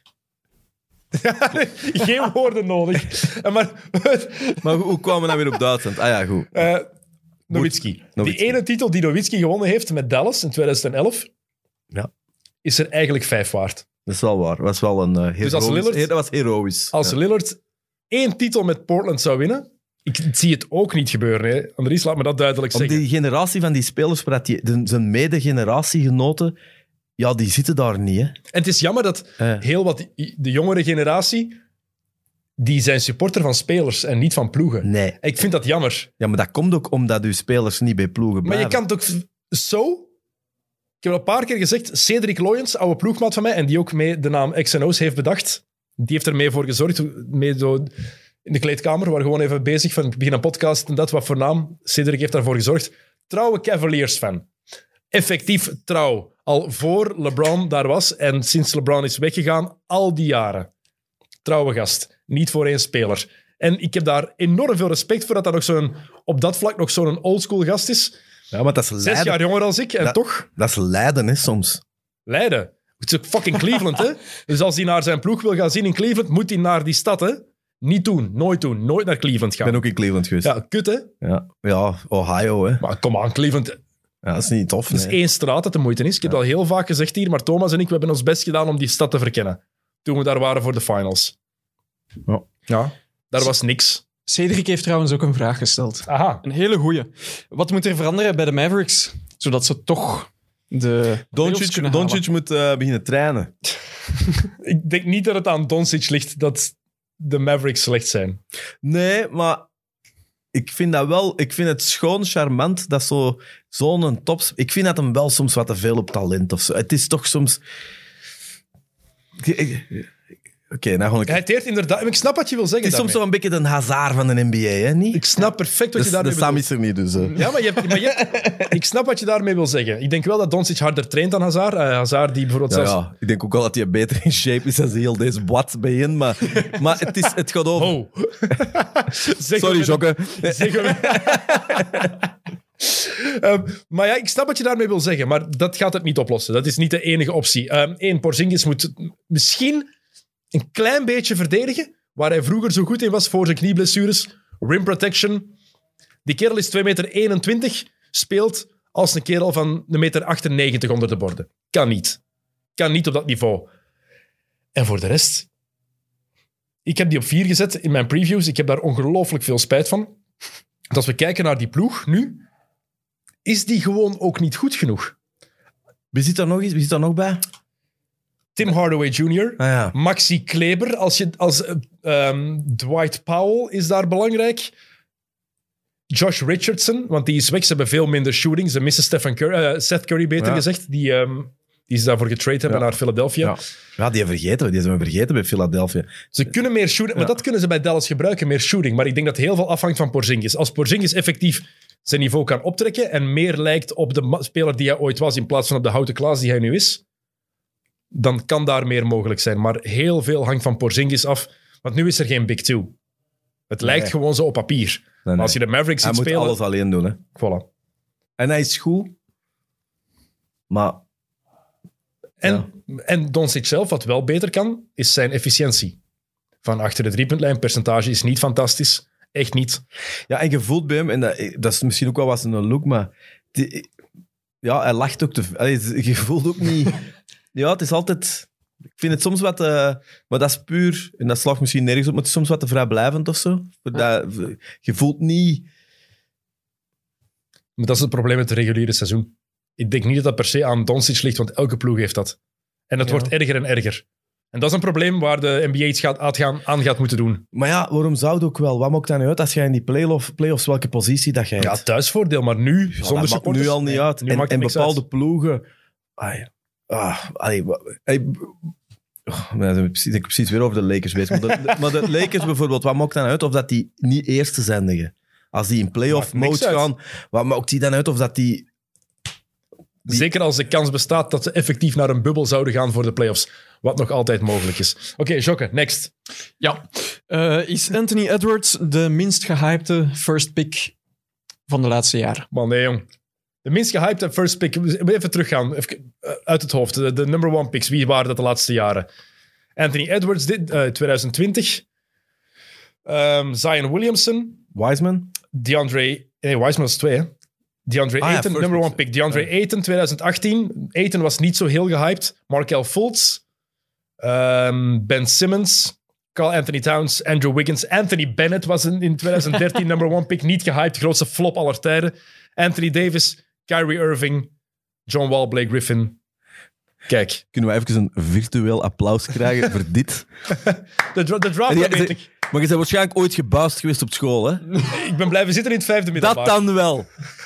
Geen woorden nodig. En maar, Maar hoe, hoe kwamen we nou weer op Duitsland? Ah ja, goed. eh Nowitzki. Nowitzki. Die ene titel die Nowitzki gewonnen heeft met Dallas in twintig elf, Ja. is er eigenlijk vijf waard. Dat is wel waar. Dat was wel een uh, heroïs. Dus als Lillard- dat was heroïs. Als Ja. Lillard één titel met Portland zou winnen, ik zie het ook niet gebeuren. Hè. Andries, laat me dat duidelijk Om zeggen. die generatie van die spelers, waar dat die, de, zijn mede-generatiegenoten, ja, die zitten daar niet. Hè. En het is jammer dat Eh. heel wat de jongere generatie, die zijn supporter van spelers en niet van ploegen. Nee. Ik vind dat jammer. Ja, maar dat komt ook omdat uw spelers niet bij ploegen Maar je blijven. kan het ook zo... Ik heb al een paar keer gezegd, Cedric Loyens, oude ploegmaat van mij, en die ook mee de naam X en O's heeft bedacht, die heeft ermee voor gezorgd, mee zo in de kleedkamer, we waren gewoon even bezig van, ik begin een podcast en dat, wat voor naam. Cedric heeft daarvoor gezorgd. Trouwe Cavaliers-fan. Effectief trouw. Al voor LeBron daar was en sinds LeBron is weggegaan, al die jaren. Trouwe gast. Niet voor één speler. En ik heb daar enorm veel respect voor dat dat nog zo'n, op dat vlak nog zo'n oldschool gast is. Ja, maar dat is Zes lijden. jaar jonger als ik en Dat- toch Dat is lijden, hè, soms. Leiden. Het is ook fucking Cleveland, hè. Dus als hij naar zijn ploeg wil gaan zien in Cleveland, moet hij naar die stad, hè. Niet doen. Nooit doen. Nooit naar Cleveland Ik gaan. ben ook in Cleveland geweest. Ja, Ja, kut, hè. ja, Ohio, hè. Maar kom aan, Cleveland. Het Ja, dat is niet tof. is nee. één straat dat de moeite is. Ik heb het al heel vaak gezegd hier, maar Thomas en ik we hebben ons best gedaan om die stad te verkennen. Toen we daar waren voor de finals. Ja. Ja. Daar was niks. Cedric heeft trouwens ook een vraag gesteld. Aha. Een hele goeie. Wat moet er veranderen bij de Mavericks, zodat ze toch de playoffs Doncic, kunnen halen? Doncic moet eh, beginnen trainen. Ik denk niet dat het aan Doncic ligt dat de Mavericks slecht zijn. Nee, maar ik vind dat wel... Ik vind het schoon, charmant, dat zo, zo'n tops... Ik vind dat hem wel soms wat te veel op talent of zo. Het is toch soms... Oké, nou gewoon... Hij teert inderdaad... Ik snap wat je wil Het zeggen is soms daarmee. zo een beetje de Hazard van de N B A, hè? Niet? Ik snap perfect wat de je daarmee de Sam bedoelt. is er niet, dus... eh. Ja, maar, je hebt, maar je hebt- ik snap wat je daarmee wil zeggen. Ik denk wel dat Doncic harder traint dan Hazard. Uh, Hazard die bijvoorbeeld Ja, zelfs... ja, ik denk ook wel dat hij beter in shape is dan heel deze wat bijeen, maar, maar het, is, het gaat over... Oh. Zeg Sorry, me- Jokke. zeg me- Ehm, maar ja, ik snap wat je daarmee wil zeggen, maar dat gaat het niet oplossen. Dat is niet de enige optie. Eén, um, Porzingis moet misschien een klein beetje verdedigen, waar hij vroeger zo goed in was voor zijn knieblessures. Rim protection. Die kerel is twee meter eenentwintig, speelt als een kerel van een meter achtennegentig onder de borden. Kan niet. Kan niet op dat niveau. En voor de rest... Ik heb die op vier gezet in mijn previews. Ik heb daar ongelooflijk veel spijt van. Want als we kijken naar die ploeg nu, is die gewoon ook niet goed genoeg. Wie zit daar nog, eens? Wie zit daar nog bij? Tim Hardaway junior, Ah, ja. Maxi Kleber, als je, als, uh, um, Dwight Powell is daar belangrijk. Josh Richardson, want die is weg. Ze hebben veel minder shooting. Ze missen Stephen Curry, uh, Seth Curry, beter Ja. gezegd. Die, um, die ze daarvoor getrade hebben Ja. naar Philadelphia. Ja. ja, die vergeten we. Die zijn we vergeten bij Philadelphia. Ze kunnen meer shooting, maar Ja. dat kunnen ze bij Dallas gebruiken, meer shooting. Maar ik denk dat heel veel afhangt van Porzingis. Als Porzingis effectief zijn niveau kan optrekken en meer lijkt op de ma- speler die hij ooit was in plaats van op de houten Klaas die hij nu is, dan kan daar meer mogelijk zijn. Maar heel veel hangt van Porzingis af, want nu is er geen big two. Het lijkt Nee. gewoon zo op papier. Nee, Maar nee. als je de Mavericks Hij ziet moet spelen... alles alleen doen. Hè. Voilà. En hij is goed. Maar En, en Doncic zelf, wat wel beter kan, is zijn efficiëntie. Van achter de driepuntlijn, percentage is niet fantastisch. Echt niet. ja, en je voelt bij hem, en dat, dat is misschien ook wel wat een look, maar die, ja, hij lacht ook te veel. Allee, je voelt ook niet... Ja, het is altijd... Ik vind het soms wat... Uh, maar dat is puur... En dat slaagt misschien nergens op, maar het is soms wat te vrijblijvend of zo. Dat, je voelt niet... Maar dat is het probleem met het reguliere seizoen. Ik denk niet dat dat per se aan Doncic ligt, want elke ploeg heeft dat. En dat Ja. wordt erger en erger. En dat is een probleem waar de N B A iets gaat, uitgaan, aan gaat moeten doen. Maar ja, waarom zou het ook wel? Wat maakt dat nu uit als jij in die play-off, play-offs welke positie dat jij Ja, hebt? thuisvoordeel, maar nu, Ja, zonder dat maakt supporters... nu al niet nee, uit. nu En, maakt en het niks bepaalde uit. ploegen... Ah, ja. ah, allee, wa- hey, oh, maar dan ben ik precies, ik precies weer over de Lakers weet. Maar de, maar de Lakers bijvoorbeeld, wat maakt dan uit of dat die niet eerste zendigen? Als die in playoff Maakt niks mode uit. gaan, wat maakt die dan uit of dat die... die- Zeker als de kans bestaat dat ze effectief naar een bubbel zouden gaan voor de playoffs. Wat nog altijd mogelijk is. Oké, okay, Jokke, next. Ja. Uh, is Anthony Edwards de minst gehypte first pick van de laatste jaren? Man, nee, jong. De minst gehypte first pick. Even teruggaan. Even uit het hoofd. De, de number one picks. Wie waren dat de laatste jaren? Anthony Edwards, dit, uh, twintig twintig. Um, Zion Williamson. Wiseman? DeAndre... Nee, Wiseman was twee, hè? DeAndre Ah, ja, Ayton, first number one pick. pick. DeAndre Ja. Ayton, twintig achttien. Ayton was niet zo heel gehyped. Markelle Fultz. Um, Ben Simmons. Carl Anthony Towns. Andrew Wiggins. Anthony Bennett was in, in twintig dertien number one pick. Niet gehyped. Grootste flop aller tijden. Anthony Davis. Kyrie Irving. John Wall, Blake Griffin. Kijk. Kunnen we even een virtueel applaus krijgen voor dit? De, dra- de draft, En dat jij- weet ik. Maar je bent waarschijnlijk ooit gebuist geweest op school, hè? Ik ben blijven zitten in het vijfde Dat middelbaar. dan wel.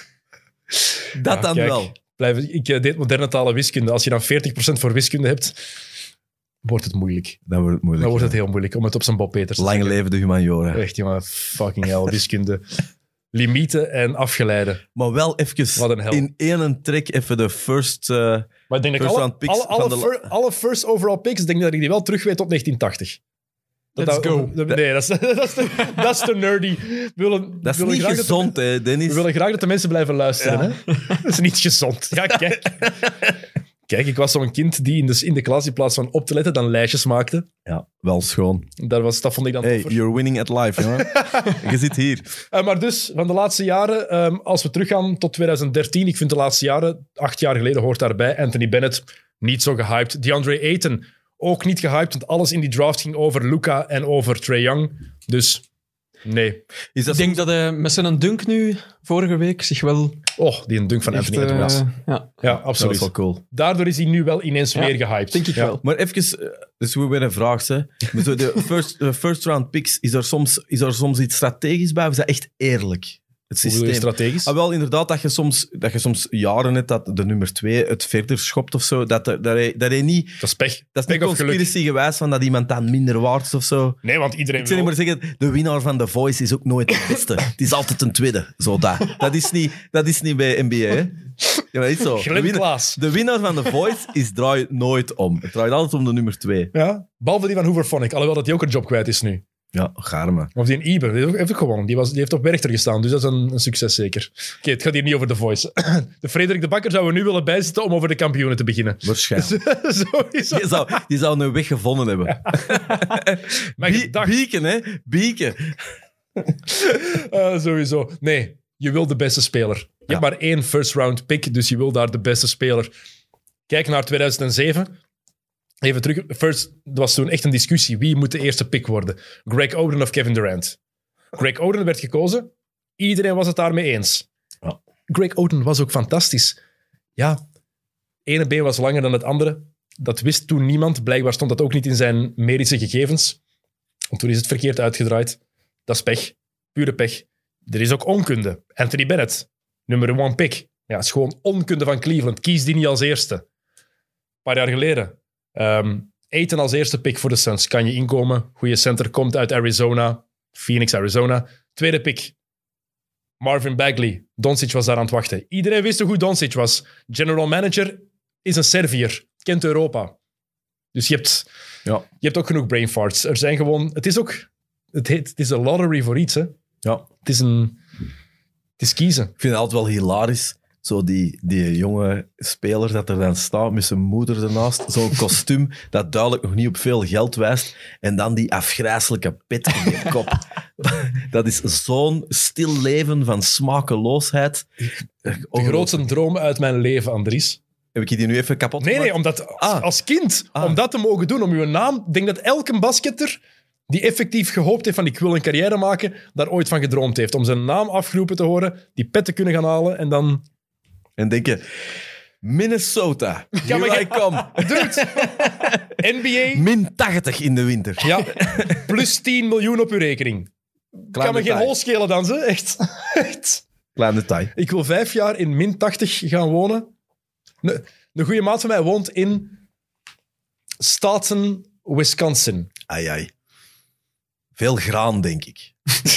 Dat Ja, dan kijk, wel. Blijven, ik eh, deed moderne talen wiskunde. Als je dan veertig procent voor wiskunde hebt, wordt het moeilijk. Dan wordt het moeilijk. Dan wordt het ja. heel moeilijk om het op zijn Bob Peters te Lange zeggen. leven de humaniora. Echt, jongen. Fucking hell. Wiskunde. Limieten en afgeleiden. Maar wel Wat even een hel. in één trek even de first... uh, Maar ik denk dat ik First alle, round picks alle, alle, van de- fir- alle first overall picks, denk ik dat ik die wel terug weet tot negentien tachtig. Dat Let's dat- go. dat- Nee, dat is, dat, is te, dat is te nerdy. We willen, dat is we willen niet graag gezond, hè, Dat, Dennis. we willen graag dat de mensen blijven luisteren. Hè? Dat is niet gezond. Ja, kijk. Kijk, ik was zo'n kind die in de, in de klas in plaats van op te letten dan lijstjes maakte. Ja, wel schoon. Dat, was, dat vond ik dan Hey, toffer. you're winning at life, jongen. Je zit hier. Uh, maar dus, van de laatste jaren, ehm, als we teruggaan tot twintig dertien, ik vind de laatste jaren, acht jaar geleden hoort daarbij, Anthony Bennett, niet zo gehyped. DeAndre Ayton, ook niet gehyped, want alles in die draft ging over Luka en over Trae Young. Dus, nee. Is dat Ik denk dat hij met zijn dunk nu, vorige week, zich wel Oh, die een dunk van echt... Anthony eh, Edwards. ja, Ja, dat absoluut. is wel cool. Daardoor is hij nu wel ineens Ja, meer gehyped. denk ik Ja. wel. Maar even, eh, dus we weer een vraag, hè. Maar zo de first, de first round picks, is er, soms, is er soms iets strategisch bij? Of is dat echt eerlijk? Het Hoe bedoel je systeem. strategisch? Ah, wel, inderdaad, dat je, soms, dat je soms jaren hebt dat de nummer twee het verder schopt of zo. Dat, er- dat, hij, dat hij niet... Dat is pech. Dat is niet Pech of geluk. conspiracy gewijs van dat iemand dan minder waard is of zo. Nee, want iedereen Ik zou niet wil... maar zeggen, de winnaar van The Voice is ook nooit de beste. Het is altijd een tweede. Zo dat. Dat is niet, dat is niet bij N B A, hè. Ja, maar is zo. De Glenn winnaar, Klaas. de winnaar van The Voice is, draait nooit om. Het draait altijd om de nummer twee. Ja, behalve die van Hooverphonic, alhoewel dat hij ook een job kwijt is nu. Ja, garme. Of die in Iber, die heeft ook, heeft ook gewonnen. Die, was, die heeft op Werchter gestaan, dus dat is een, een succes zeker. Oké, het gaat hier niet over The Voice. De Frederik de Bakker zouden we nu willen bijzitten om over de kampioenen te beginnen. Waarschijnlijk. Sowieso. Die zou, die zou een weg gevonden hebben. Mijn Bie- gedacht, Bieken, hè? Bieken. uh, sowieso. Nee, je wil de beste speler. Je Ja. hebt maar één first round pick, dus je wil daar de beste speler. Kijk naar tweeduizend zeven. Even terug. First, er was toen echt een discussie. Wie moet de eerste pick worden? Greg Oden of Kevin Durant? Greg Oden werd gekozen. Iedereen was het daarmee eens. Ja. Greg Oden was ook fantastisch. Ja, ene been was langer dan het andere. Dat wist toen niemand. Blijkbaar stond dat ook niet in zijn medische gegevens. Want toen is het verkeerd uitgedraaid. Dat is pech. Pure pech. Er is ook onkunde. Anthony Bennett, nummer one pick. Ja, het is gewoon onkunde van Cleveland. Kies die niet als eerste. Een paar jaar geleden. Um, Ayton als eerste pick voor de Suns. Kan je inkomen. Goeie center. Komt uit Arizona. Phoenix, Arizona. Tweede pick. Marvin Bagley. Doncic was daar aan het wachten. Iedereen wist hoe goed Doncic was. General manager is een Serviër. Kent Europa. Dus je hebt, Ja. je hebt ook genoeg brain farts. Er zijn gewoon... Het is ook... Het, heet, het is een lottery voor iets, hè. Ja. Het is een... Het is kiezen. Ik vind het altijd wel hilarisch. Zo die, die jonge speler dat er dan staat met zijn moeder ernaast. Zo'n kostuum dat duidelijk nog niet op veel geld wijst. En dan die afgrijselijke pet in je kop. Dat is zo'n stil leven van smakeloosheid. De grootste droom uit mijn leven, Andries. Heb ik je die nu even kapot Nee, gemaakt? nee, omdat als, Ah. als kind, Ah. om dat te mogen doen, om uw naam... Ik denk dat elke basketter die effectief gehoopt heeft van ik wil een carrière maken, daar ooit van gedroomd heeft. Om zijn naam afgeroepen te horen, die pet te kunnen gaan halen en dan... En denk je, Minnesota, Ja, maar here je- I come. Dude, N B A, Min tachtig in de winter. ja, plus tien miljoen op uw rekening. Kan me geen detail. hol schelen dan, ze. Echt. Echt. Klein detail. Ik wil vijf jaar in min tachtig gaan wonen. Een, een goede maat van mij woont in Staten, Wisconsin. Ai, ai. Veel graan, denk ik.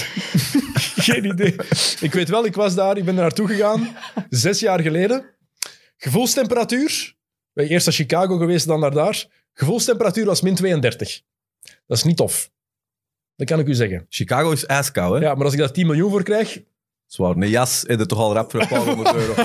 Geen idee. Ik weet wel, ik was daar, ik ben er naartoe gegaan, zes jaar geleden. Gevoelstemperatuur, wij eerst naar Chicago geweest, dan naar daar. Gevoelstemperatuur was min tweeëndertig. Dat is niet tof. Dat kan ik u zeggen. Chicago is ijskoud, hè? Ja, maar als ik daar tien miljoen voor krijg, Zwaar. Een jas heb je toch al rap voor een paar honderd euro.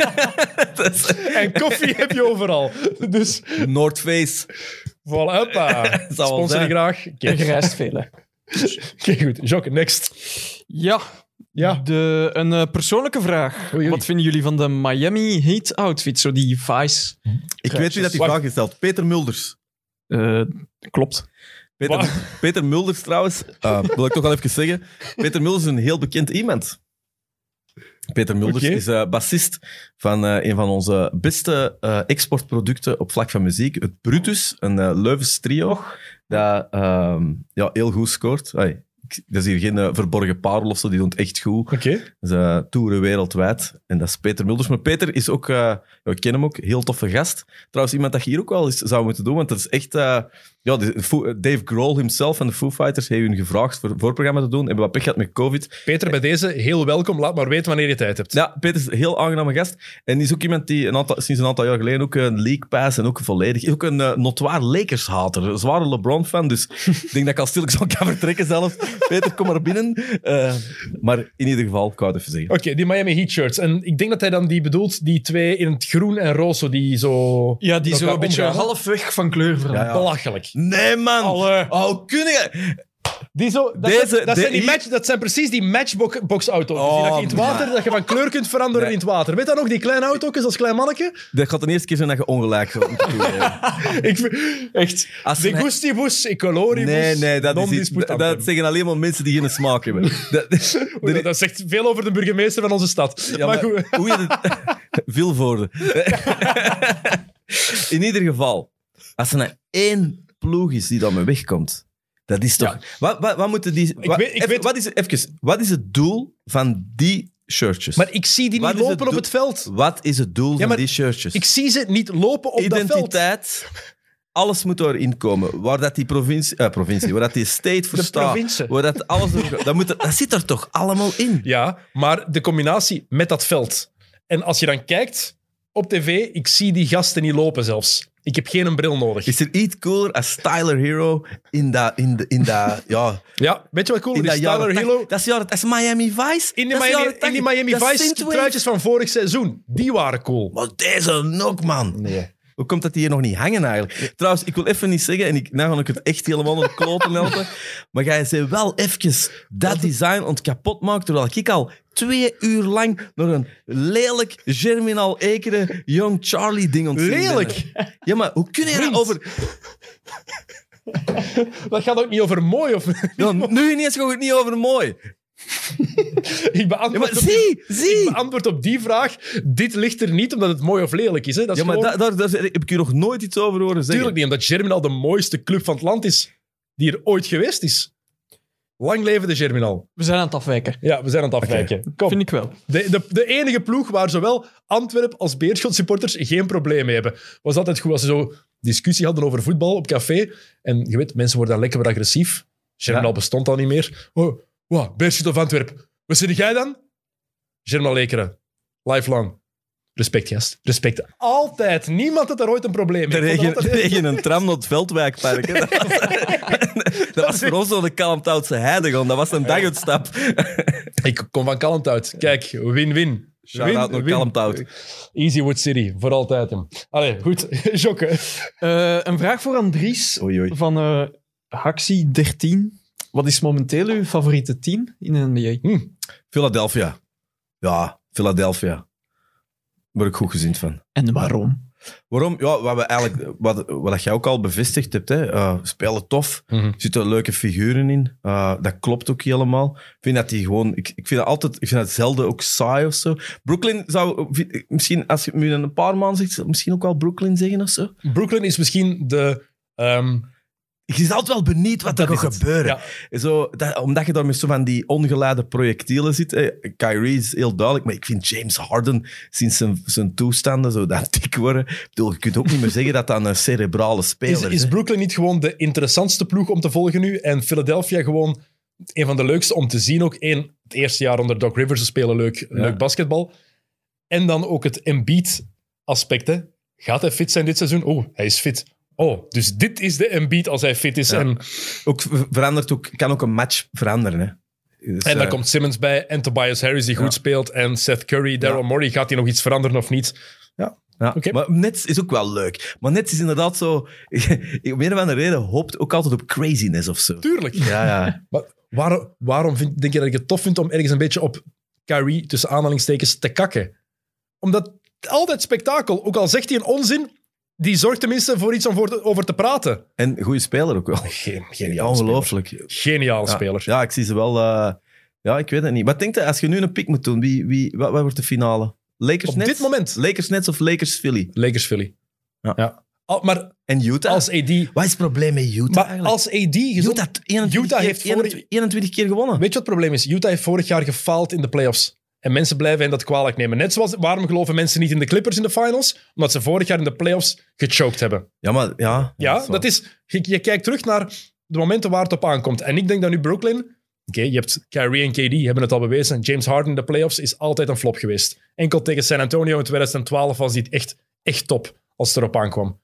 en koffie heb je overal. Dus, North Face. voilà, hoppa. wel Sponsor zijn. je graag. En Oké, gereisd veel, hè. okay, goed. Jacques, next. Ja, Ja. de, een eh, persoonlijke vraag. Oei, oei. Wat vinden jullie van de Miami Heat outfit? Zo die Vice. Ik weet wie dat die Wacht. vraag gesteld. Peter Mulders. Eh, klopt. Peter, Wat? Peter Mulders trouwens, uh, wil ik toch wel even zeggen. Peter Mulders is een heel bekend iemand. Peter Mulders Oké. is uh, bassist van uh, een van onze beste uh, exportproducten op vlak van muziek. Het Brutus, een uh, Leuvens trio, dat uh, ja, heel goed scoort. Ai, ik, dat is hier geen uh, verborgen parel of zo, die doen het echt goed. Oké. Ze uh, toeren wereldwijd. En dat is Peter Mulders. Maar Peter is ook, uh, ja, ik ken hem ook, heel toffe gast. Trouwens, iemand dat je hier ook wel eens zou moeten doen, want dat is echt... Uh, ja, de, Foo- Dave Grohl himself en de Foo Fighters hebben hun gevraagd voor voorprogramma te doen. Hebben wat pech gehad met COVID. Peter, bij deze heel welkom. Laat maar weten wanneer je tijd hebt. Ja, Peter is een heel aangename gast. En die is ook iemand die een aantal, sinds een aantal jaar geleden ook een League Pass en ook volledig... Is ook een uh, notoire Lakers-hater. Een zware LeBron-fan. Dus ik denk dat ik al stil zal kan vertrekken zelf. Peter, kom maar binnen. Uh, maar in ieder geval, ik wou het even zeggen. Oké, die Miami Heat shirts. En ik denk dat hij dan die bedoelt, die twee in het groen en roze, die zo... Ja, die met zo elkaar een beetje omgaan, hè? halfweg van kleur veranderen. Ja, ja. Belachelijk. Nee, man! Allee. Oh, kun je... Die zo, dat, Deze- zijn, dat, zijn die de- match, dat zijn precies die matchbox-auto's. Oh, die dat je in het water, dat je van kleur kunt veranderen Nee. in het water. Weet dat nog, die kleine auto's als klein manneke? Dat gaat de eerste keer zijn dat je ongelijk gaat moeten toegeven. Ik vind, echt, Als de een- gustibus, e coloribus, Nee, nee, dat, non is iets, dat, disputantem. dat zeggen alleen maar mensen die geen smaak hebben. Dat, Oei, dat, dat zegt veel over de burgemeester van onze stad. ja, maar, maar goed. hoe je het... Vilvoorde. In ieder geval, als er nou één ploeg is die dan mee wegkomt, dat is toch... Wat, wat, wat moeten die... wat, weet- ik even- weet- Wat, is, even, wat is het doel van die shirtjes? Maar ik zie die Wat niet is het lopen op doel- het veld. Wat is het doel van maar die shirtjes? Ik zie ze niet lopen op dat veld. Identiteit... Alles moet erin komen. Waar dat die provincie, eh, provincie waar dat die state voor De staat, provincie. waar dat alles door- dat, moet er, dat zit er toch allemaal in? Ja, maar de combinatie met dat veld. En als je dan kijkt op tv, ik zie die gasten niet lopen zelfs. Ik heb geen bril nodig. Is er iets cooler als Tyler Hero in dat, in de, in dat, ja, Ja, weet je wat cool in is? dat Tyler jaren Hero... tachtig- Dat is, jaren, dat is Miami Vice. In die Dat is Miami, jaren in die tachtig. Miami Dat is Vice synthwave. truitjes van vorig seizoen, die waren cool. Maar deze nog, man. Nee. Hoe komt dat die hier nog niet hangen eigenlijk? Trouwens, ik wil even niet zeggen, en ik, nou ga ik het echt helemaal naar de kloten helpen, maar jij zei wel even dat design ont kapot maakt, terwijl ik al twee uur lang naar een lelijk Germinal Ekeren Young Charlie ding ontzien. Lelijk? Ja, maar hoe kun je dat over... Dat gaat ook niet over mooi. Of... Ja, nu ineens gaat het niet over mooi. ik, beantwoord Ja, maar op zie, die, zie. ik beantwoord op die vraag. Dit ligt er niet omdat het mooi of lelijk is. Hè. Dat is Ja, maar gewoon... da- daar, daar heb ik je nog nooit iets over horen zeggen. Tuurlijk niet, omdat Germinal de mooiste club van het land is die er ooit geweest is. Lang leven de Germinal. We zijn aan het afwijken. Ja, we zijn aan het afwijken. Kom. Vind ik wel. De, de, de enige ploeg waar zowel Antwerp als Beerschot supporters geen probleem mee hebben. Was altijd goed als ze zo discussie hadden over voetbal op café. En je weet, mensen worden dan lekker wat agressief. Germinal Ja. bestond al niet meer. Oh, wow, Beerschot of Antwerp. Wat zit jij dan? Germinal Lekeren. Lifelong. Respect, gast. Respect. Altijd. Niemand had daar ooit een probleem mee. Er Ik vond regen, dat altijd- regen een tram naar het Veldwijkpark. Hè. Dat was, dat was voor ons zo de Kalmthoutse Heidegger. Dat was een daguitstap. Ik kom van Kalmthout. Kijk, win-win. Shout-out naar Win- Kalmthout. Easywood City, voor altijd. Hem. Allee, goed. Jokke. Eh, een vraag voor Andries Oei, oei. van uh, Haxi dertien. Wat is momenteel uw favoriete team in de N B A? Philadelphia. Ja, Philadelphia. Daar ben ik goed gezind van. En waarom? Waarom? Ja, wat, we eigenlijk, wat, wat jij ook al bevestigd hebt. Hè. Uh, spelen tof. Mhm. Er zitten leuke figuren in. Uh, dat klopt ook helemaal. Ik vind dat die gewoon... Ik, ik vind dat altijd... Ik vind dat zelden ook saai of zo. Brooklyn zou... Misschien, als je het nu in een paar maanden zegt, misschien ook wel Brooklyn zeggen of zo. Brooklyn is misschien de... ehm, Je is altijd wel benieuwd wat er Dat gaat is het. gebeuren. Ja. Zo, dat, omdat je daar met zo van die ongeleide projectielen zit. Hè. Kyrie is heel duidelijk, maar ik vind James Harden sinds zijn, zijn toestanden zo dat dik worden. Ik bedoel, je kunt ook niet meer zeggen dat dat een cerebrale speler is, is. is hè. Brooklyn niet gewoon de interessantste ploeg om te volgen nu? En Philadelphia gewoon een van de leukste om te zien. Ook één, het eerste jaar onder Doc Rivers, ze spelen leuk, leuk basketbal. En dan ook het Embiid-aspect. hè. Gaat hij fit zijn dit seizoen? Oh, hij is fit. Oh, dus dit is de Embiid als hij fit is. Ja. En, Ook verandert ook, kan ook een match veranderen. Hè. Dus, en dan eh, komt Simmons bij en Tobias Harris die Ja. goed speelt. En Seth Curry, Daryl Ja. Morey. Gaat hij nog iets veranderen of niet? Ja, Oké. maar Nets is ook wel leuk. Maar Nets is inderdaad zo... Om een of andere reden hoopt ook altijd op craziness of zo. Tuurlijk. Ja, ja. Maar waarom, waarom vind, denk je dat ik het tof vind om ergens een beetje op Kyrie, tussen aanhalingstekens, te kakken? Omdat altijd spektakel, ook al zegt hij een onzin, die zorgt tenminste voor iets om voor te- over te praten. En goede speler ook wel. Geen, geniale speler. Ongelooflijk. Geniale Ja, speler. Ja, ik zie ze wel... eh, ja, ik weet het niet. Wat denk je, als je nu een pick moet doen, wie, wie, wat, wat wordt de finale? Lakers Op Nets? dit moment. Lakers Nets of Lakers Philly? Lakers Philly. Ja. Al- maar En Utah? als A D... Wat is het probleem met Utah Maar eigenlijk? als A D gezond... Utah, eenentwintig Utah keer, heeft vorig- eenentwintig, eenentwintig keer gewonnen. Weet je wat het probleem is? Utah heeft vorig jaar gefaald in de playoffs. En mensen blijven hen dat kwalijk nemen. Net zoals, waarom geloven mensen niet in de Clippers in de finals? Omdat ze vorig jaar in de playoffs gechoked hebben. Ja, maar ja. Ja, waar. dat is... Je, je kijkt terug naar de momenten waar het op aankomt. En ik denk dat nu Brooklyn... Oké, je hebt Kyrie en K D, hebben het al bewezen. James Harden in de playoffs is altijd een flop geweest. Enkel tegen San Antonio in twintig twaalf was hij echt, echt top als het erop aankwam.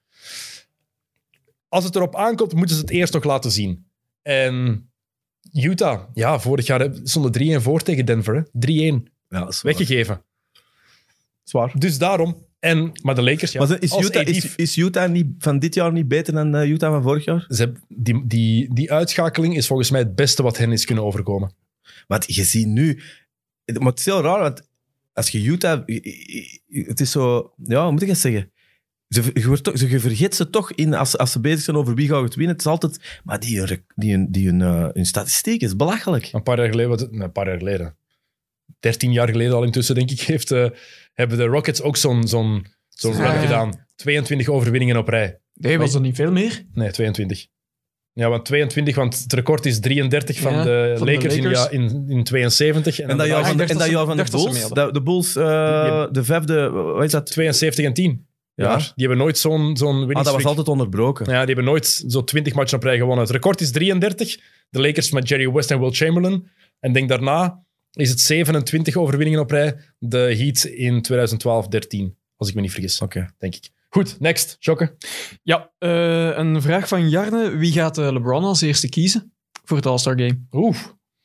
Als het erop aankomt, moeten ze het eerst nog laten zien. En Utah, ja, vorig jaar stonden drie een voor tegen Denver. hè. drie-een, Ja, dat is waar. weggegeven. Zwaar. Dus daarom... En, maar de Lakers, ja. Maar is als Utah, A D is, is Utah niet, van dit jaar niet beter dan eh, Utah van vorig jaar? Ze hebben- die, die, die uitschakeling is volgens mij het beste wat hen is kunnen overkomen. Want je ziet nu... Maar het is heel raar, want als je Utah... Het is zo... Ja, hoe moet ik het zeggen? Ze, je, wordt toch- je vergeet ze toch in, als, als ze bezig zijn over wie gaat het winnen. Het is altijd... Maar die, hun rec- die, hun- die hun, eh, hun statistiek is belachelijk. Een paar jaar geleden, wat, nee, een paar jaar geleden, dertien jaar geleden al intussen, denk ik, heeft, eh, hebben de Rockets ook zo'n zo'n zo'n Ja. run gedaan. tweeëntwintig overwinningen op rij. Nee, was er niet veel meer? Nee, tweeëntwintig. Ja, want tweeëntwintig, want het record is drieëndertig van Ja, de van de Lakers, in, Lakers. ja, in, in tweeënzeventig. En, En dat dan jaar ik van, dacht en dat dat ze- jaar van de dacht dat ze Bulls, mee hadden. de, de Bulls, eh, de vijfde, wat is dat? tweeënzeventig en tien. Ja. Ja. Die hebben nooit zo'n zo'n Ah, dat was winningstreak. altijd onderbroken. Ja, die hebben nooit zo twintig matchen op rij gewonnen. Het record is drieëndertig. De Lakers met Jerry West en Will Chamberlain. En denk daarna is het zevenentwintig overwinningen op rij. De Heat in twintig twaalf dertien, als ik me niet vergis, Oké. denk ik. Goed, next. Jokke. Ja, eh, een vraag van Jarne. Wie gaat eh, LeBron als eerste kiezen voor het All-Star Game? Oeh.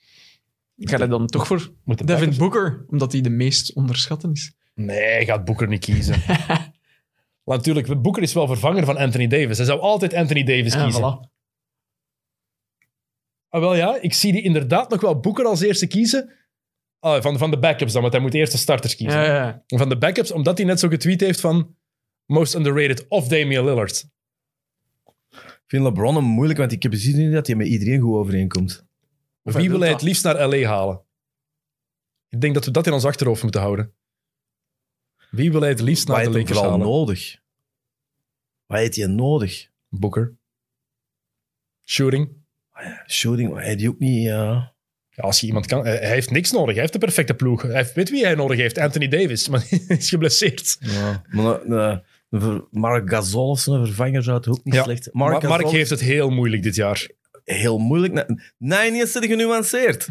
Ga je dan toch voor Moet de Devin Packers- Booker, omdat hij de meest onderschatten is? Nee, gaat Booker niet kiezen. Want natuurlijk, Booker is wel vervanger van Anthony Davis. Hij zou altijd Anthony Davis Ja, kiezen. voilà. Ah, wel ja, ik zie die inderdaad nog wel Booker als eerste kiezen. Ah, van, van de backups dan, want hij moet eerst de starters kiezen. Ja, ja, ja. Van de backups, omdat hij net zo getweet heeft van most underrated of Damian Lillard. Ik vind LeBron een moeilijk, want ik heb precies niet dat hij met iedereen goed overeenkomt. Of Wie hij wil wil hij het dat. liefst naar L A halen? Ik denk dat we dat in ons achterhoofd moeten houden. Wie wil hij het liefst Wat naar de heeft hij Lakers vooral halen? nodig? Wat heeft hij nodig? Booker. Shooting. Shooting, hij heeft die ook niet... ja. Ja, als je iemand kan... Hij hij heeft niks nodig. Hij heeft de perfecte ploeg. Hij heeft, weet wie hij nodig heeft? Anthony Davis. Maar hij is geblesseerd. Ja. Maar een, een, een ver- Marc Gasol of zo'n vervanger zou het ook niet Ja. slecht... Mark, Marc Mark Gasol heeft het heel moeilijk dit jaar. heel moeilijk. Nee, nee, niet eens te genuanceerd.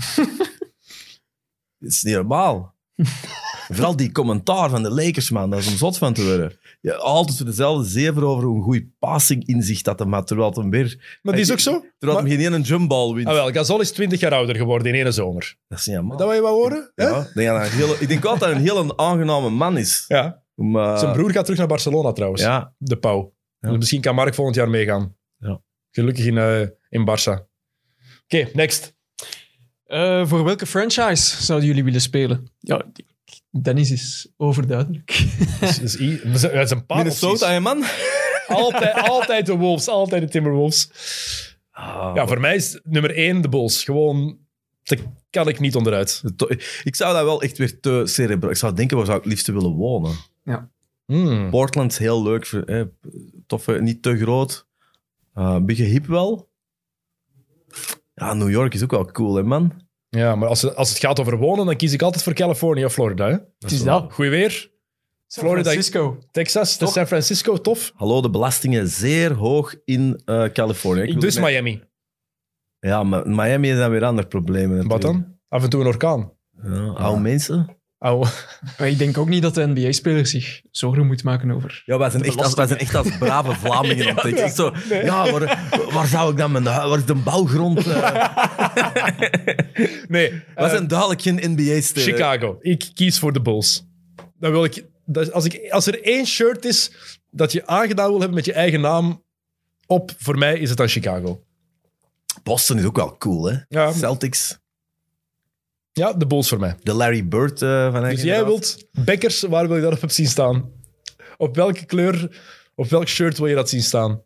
Het is niet normaal. Vooral die commentaar van de Lakers, man. Dat is om zot van te worden. Ja, altijd voor dezelfde zever over hoe een goede passing inzicht dat hem had, terwijl het hem weer... Maar die is ook zo. Terwijl Maar- hem geen ene jumpball wint. Ah, wel, Gasol is twintig jaar ouder geworden in één zomer. Dat is niet normaal. Dat wil je wel horen? Hè? Ja, ik denk, dat hij een hele, ik denk wel dat hij een hele aangename man is. Ja. Om, uh, Zijn broer gaat terug naar Barcelona trouwens. Ja, De Pau. Ja. Dus misschien kan Mark volgend jaar meegaan. Ja. Gelukkig in, uh, in Barça. Oké, okay, next. Uh, voor welke franchise zouden jullie willen spelen? Ja, Dennis is overduidelijk. Dus, dus, i- we zijn- het zijn een paar Minnesota, opties. hè, man? Altijd, altijd de Wolves. Altijd de Timberwolves. Ah, Ja, voor mij is nummer één de Bulls. Gewoon, daar kan ik niet onderuit. to- Ik zou dat wel echt weer te cerebraal... Ik zou denken, waar zou ik het liefst willen wonen? Hmm. Portland is heel leuk. voor- Eh, toffe, niet te groot. Uh, een beetje hip wel. Ja, New York is ook wel cool, hè, man? Ja, maar als, het- als het gaat over wonen, dan kies ik altijd voor Californië of Florida. Hè? Het is dat. Goeie weer. San Florida- Francisco. Texas, de San Francisco, tof. Hallo, de belastingen zeer hoog in eh, Californië. Ik wil Dus met- Miami. Ja, maar Miami heeft dan weer andere problemen. Wat natuurlijk. dan? Af en toe een orkaan. Ja, oude mensen. Au. Maar ik denk ook niet dat de N B A-speler zich zorgen moet maken over... Ja, wij zijn, echt als, wij zijn echt als brave Vlamingen aan het denken. Echt zo, ja, waar, waar zou ik dan mijn... Waar is de bouwgrond? eh? Nee, Wij eh, zijn duidelijk geen N B A-ster. Chicago. Ik kies voor de Bulls. Dan wil ik, dat- als, ik, als er één shirt is dat je aangedaan wil hebben met je eigen naam op, voor mij is het dan Chicago. Boston is ook wel cool, hè? Ja. Celtics. Ja, de Bulls voor mij. De Larry Bird eh, van Dus jij wilt Bekkers, waar wil je dat op zien staan? Op welke kleur, op welk shirt wil je dat zien staan?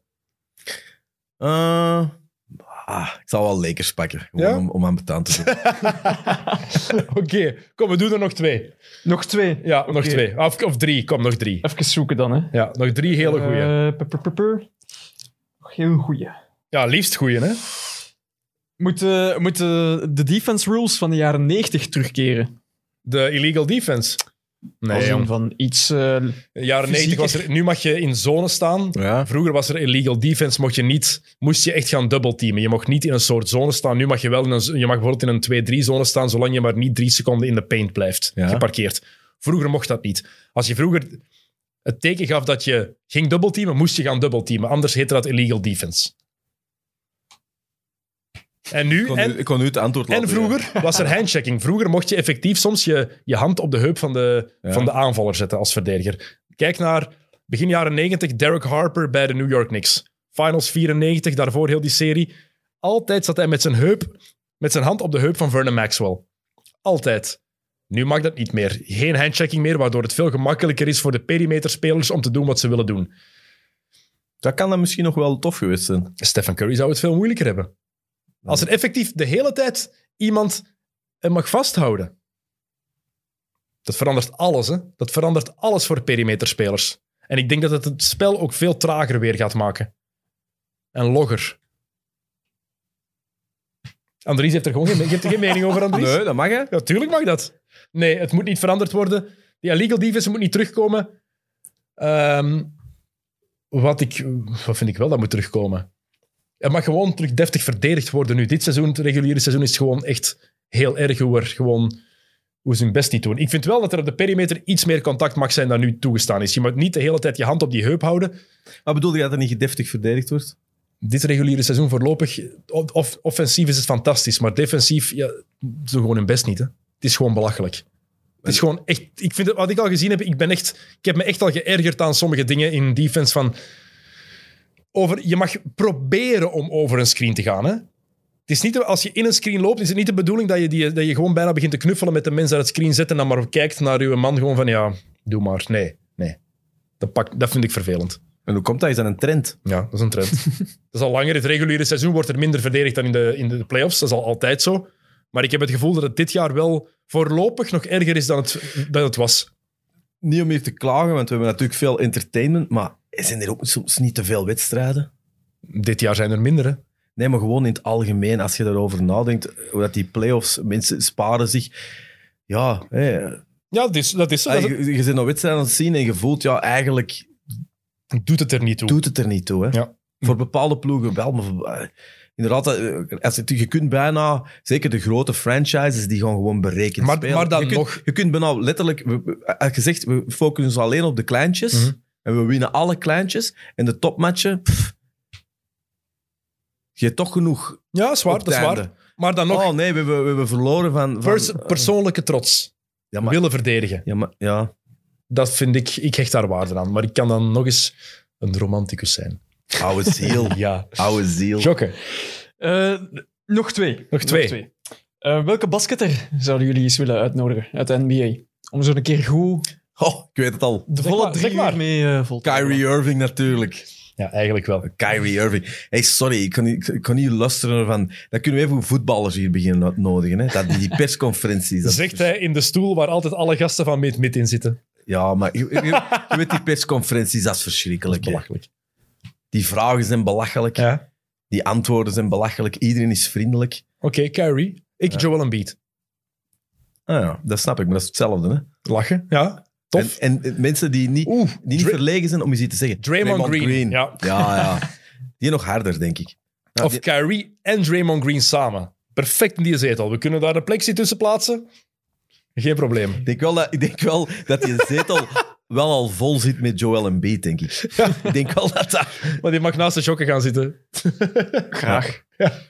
Uh, ah, ik zal wel Lakers pakken, gewoon Ja? om, om aan betaald te zijn. Oké, kom, we doen er nog twee. Nog twee. Ja, nog Oké. twee. Of, of drie, kom, nog drie. Even zoeken dan, hè. Ja, nog drie hele goeie. Eh, pu- pu- pu- pu. Nog heel goeie. Ja, liefst goeie, hè? Moeten moeten de defense rules van de jaren negentig terugkeren? De illegal defense. Nee, Als in jong. van iets... eh, In de jaren Fysieker. negentig was er... Nu mag je in zone staan. Ja. Vroeger was er illegal defense, mocht je niet... Moest je echt gaan dubbelteamen. Je mocht niet in een soort zone staan. Nu mag je wel in een... Je mag bijvoorbeeld in een twee drie zone staan, zolang je maar niet drie seconden in de paint blijft Ja. geparkeerd. Vroeger mocht dat niet. Als je vroeger het teken gaf dat je ging dubbelteamen, moest je gaan dubbelteamen. Anders heette dat illegal defense. En nu... Ik kon, en, u, ik kon u het antwoord laten. En vroeger was er handchecking. Vroeger mocht je effectief soms je, je hand op de heup van de, Ja. van de aanvaller zetten als verdediger. Kijk naar begin jaren negentig, Derek Harper bij de New York Knicks. Finals vierennegentig, daarvoor heel die serie. Altijd zat hij met zijn heup, met zijn hand op de heup van Vernon Maxwell. Altijd. Nu mag dat niet meer. Geen handchecking meer, waardoor het veel gemakkelijker is voor de perimeterspelers om te doen wat ze willen doen. Dat kan dan misschien nog wel tof geweest zijn. Stephen Curry zou het veel moeilijker hebben. Als er effectief de hele tijd iemand hem mag vasthouden. Dat verandert alles, hè. Dat verandert alles voor perimeterspelers. En ik denk dat het het spel ook veel trager weer gaat maken. En logger. Andries heeft er gewoon geen, je hebt er geen mening over, Andries? Nee, dat mag, hè? Ja, tuurlijk mag dat. Nee, het moet niet veranderd worden. Die illegal defense moet niet terugkomen. Ehm, wat, ik, wat vind ik wel dat moet terugkomen? Het mag gewoon terug deftig verdedigd worden nu. Dit seizoen, het reguliere seizoen, is gewoon echt heel erg hoe, er gewoon, hoe ze hun best niet doen. Ik vind wel dat er op de perimeter iets meer contact mag zijn dan nu toegestaan is. Je moet niet de hele tijd je hand op die heup houden. Maar bedoelde je dat er niet deftig verdedigd wordt? Dit reguliere seizoen voorlopig, of, offensief is het fantastisch, maar defensief, ja, ze doen gewoon hun best niet. Hè. Het is gewoon belachelijk. Het is gewoon echt... Ik vind het, wat ik al gezien heb, ik, ben echt, ik heb me echt al geërgerd aan sommige dingen in defense van... Over, je mag proberen om over een screen te gaan, hè. Het is niet, als je in een screen loopt, is het niet de bedoeling dat je, die, dat je gewoon bijna begint te knuffelen met de mensen uit het screen zet en dan maar kijkt naar je man gewoon van, ja, doe maar. Nee, nee. Dat, pak, dat vind ik vervelend. En hoe komt dat? Is dat een trend? Ja, dat is een trend. Dat is al langer. Het reguliere seizoen wordt er minder verdedigd dan in de, in de playoffs. Dat is al altijd zo. Maar ik heb het gevoel dat het dit jaar wel voorlopig nog erger is dan het, dan het was. Niet om hier te klagen, want we hebben natuurlijk veel entertainment, maar zijn er ook soms niet te veel wedstrijden? Dit jaar zijn er minder, hè. Nee, maar gewoon in het algemeen, als je daarover nadenkt, hoe dat die playoffs, mensen sparen zich... Ja, hé, Ja, dat is, dat is zo. ah, Dat is- je, je bent een wedstrijd aan het zien en je voelt, ja, eigenlijk doet het er niet toe. doet het er niet toe. Hè? Ja. Voor bepaalde ploegen wel, maar voor- eh, inderdaad, eh, als het, je kunt bijna, zeker de grote franchises, die gaan gewoon berekend Maar- spelen. maar dan je kunt, nog- Je kunt bijna letterlijk, we- we- als je zegt, we focussen alleen op de kleintjes, Mhm. en we winnen alle kleintjes, en de topmatchen, pff, je hebt toch genoeg Ja, is waar, op dat is het waar. einde. Maar dan nog, Oh nee, we hebben, we hebben verloren van... van pers- persoonlijke trots. ja, maar, Willen verdedigen. ja, maar, ja. Dat vind ik... Ik hecht daar waarde aan. Maar ik kan dan nog eens een romanticus zijn. Oude ziel. Ja. Oude ziel. Jokke. Eh, nog twee. Nog twee. Eh, welke basketter zouden jullie eens willen uitnodigen uit de N B A? Om zo een keer goed Oh, ik weet het al. de Zeg volle maar, drie zeg maar. uur mee uh, vol te Kyrie Irving natuurlijk. Ja, eigenlijk wel. Kyrie Irving. Hey, sorry, ik kan niet, ik kan niet luisteren van... Dan kunnen we even voetballers hier beginnen uitnodigen. Hè? Dat, die persconferenties. Dat, Zegt hij in de stoel waar altijd alle gasten van Mid-Mid in zitten. Ja, maar je, je, je weet die persconferenties, dat is verschrikkelijk. hè. Belachelijk. Die vragen zijn belachelijk. Ja. Die antwoorden zijn belachelijk. Iedereen is vriendelijk. Oké, Kyrie. Ik Joel Embiid. Ah ja, dat snap ik, maar dat is hetzelfde. Hè? Lachen. Ja, tof. En, en mensen die niet, Oeh, die niet Dra- verlegen zijn om iets te zeggen. Draymond Green. Ja. ja, ja. Die nog harder, denk ik. Ja, Of die- Kyrie en Draymond Green samen. Perfect in die zetel. We kunnen daar een plexi tussen plaatsen. Geen probleem. Ik denk wel dat, ik denk wel dat die zetel wel al vol zit met Joel Embiid, denk ik. Ik denk wel dat dat... Maar die mag naast de jokken gaan zitten. Graag.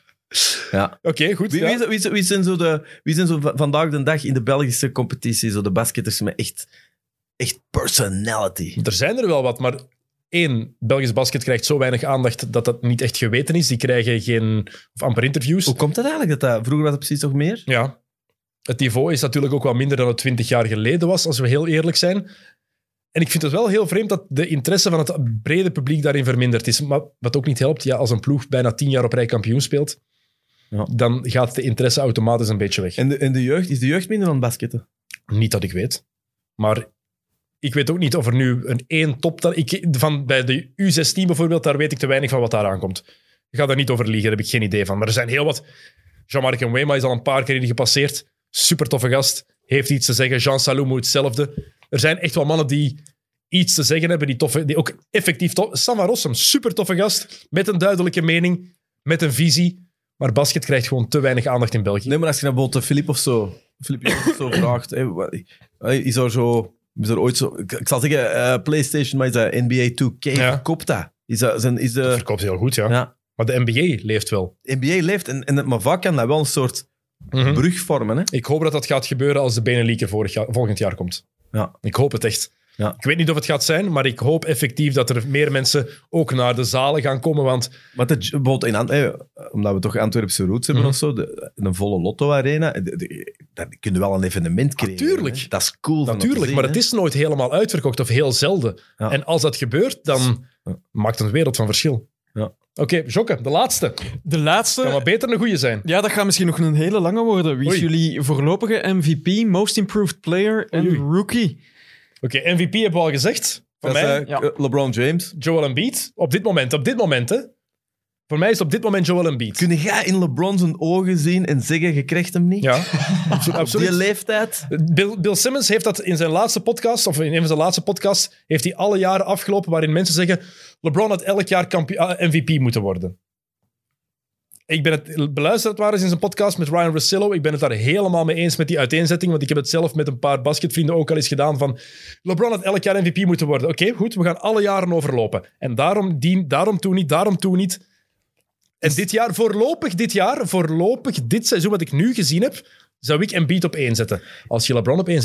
Ja. Oké, goed. Wie, ja. wie, wie, wie zijn, zo de, wie zijn zo va- vandaag de dag in de Belgische competitie zo de basketters met echt, echt personality? Er zijn er wel wat, maar één, Belgisch basket krijgt zo weinig aandacht dat dat niet echt geweten is. Die krijgen geen, of amper interviews. Hoe komt dat eigenlijk? Dat dat, vroeger was het precies toch meer? Ja. Het niveau is natuurlijk ook wel minder dan het twintig jaar geleden was, als we heel eerlijk zijn. En ik vind het wel heel vreemd dat de interesse van het brede publiek daarin verminderd is. Maar wat ook niet helpt, ja, als een ploeg bijna tien jaar op rij kampioen speelt, Ja. dan gaat de interesse automatisch een beetje weg. En de, en de jeugd, is de jeugd minder aan het basketten? Niet dat ik weet. Maar ik weet ook niet of er nu een één top... Ik, van, bij de U zestien bijvoorbeeld, daar weet ik te weinig van wat daar aankomt. Ik ga daar niet over liegen, daar heb ik geen idee van. Maar er zijn heel wat... Jean-Marc Nwema is al een paar keer hier gepasseerd. Super toffe gast. Heeft iets te zeggen. Jean Saloumou hetzelfde. Er zijn echt wel mannen die iets te zeggen hebben, die, toffe, die ook effectief tof... Sam van Rossum, super toffe gast. Met een duidelijke mening. Met een visie. Maar basket krijgt gewoon te weinig aandacht in België. Nee, maar als je naar bijvoorbeeld Filip of zo, Filip Joos of zo vraagt, hey, wat- hey, is er zo... Is er ooit zo... Ik, ik zal zeggen, eh, PlayStation, maar is dat N B A two K? Ja. Verkoopt dat? Is dat... Zijn, is de, Dat verkoopt heel goed, ja. ja. Maar de N B A leeft wel. N B A leeft, en, en, maar vaak kan dat wel een soort Mhm. brug vormen. Hè? Ik hoop dat dat gaat gebeuren als de Benelink er vorig jaar, volgend jaar komt. Ja. Ik hoop het echt. Ja. Ik weet niet of het gaat zijn, maar ik hoop effectief dat er meer mensen ook naar de zalen gaan komen. Want Maar dat, bijvoorbeeld in Ant- eh, omdat we toch Antwerpse roots hebben Mhm. of zo, de, een volle Lotto-arena, de- de- dat kun je wel een evenement creëren. Natuurlijk. hè. Dat is cool. van om te natuurlijk, zien, maar het hè. is nooit helemaal uitverkocht of heel zelden. Ja. En als dat gebeurt, dan Ja. maakt het een wereld van verschil. Ja. Oké, Jokke, de laatste. De laatste... Kan maar beter een goede zijn. Ja, dat gaat misschien nog een hele lange worden. Wie is Oei. jullie voorlopige M V P, Most Improved Player en Oei. Rookie? Oké, M V P hebben we al gezegd. Voor Dat is, mij, eh, ja. eh, LeBron James. Joel Embiid. Op dit moment, op dit moment, hè. Voor mij is het op dit moment Joel Embiid. Kun jij in LeBron zijn ogen zien en zeggen, je krijgt hem niet? Ja, absolu- Op absoluut. die leeftijd? Bill, Bill Simmons heeft dat in zijn laatste podcast, of in een van zijn laatste podcasts, heeft hij alle jaren afgelopen waarin mensen zeggen LeBron had elk jaar kampio- ah, M V P moeten worden. Ik ben het beluisterd waar eens in zijn podcast met Ryan Russillo. Ik ben het daar helemaal mee eens met die uiteenzetting, want ik heb het zelf met een paar basketvrienden ook al eens gedaan van LeBron had elk jaar M V P moeten worden. Oké, goed, we gaan alle jaren overlopen. En daarom, die, daarom toe niet, daarom toe niet. En dit jaar, voorlopig dit jaar, voorlopig dit seizoen wat ik nu gezien heb, zou ik Embiid op één zetten. Als je LeBron op één zet,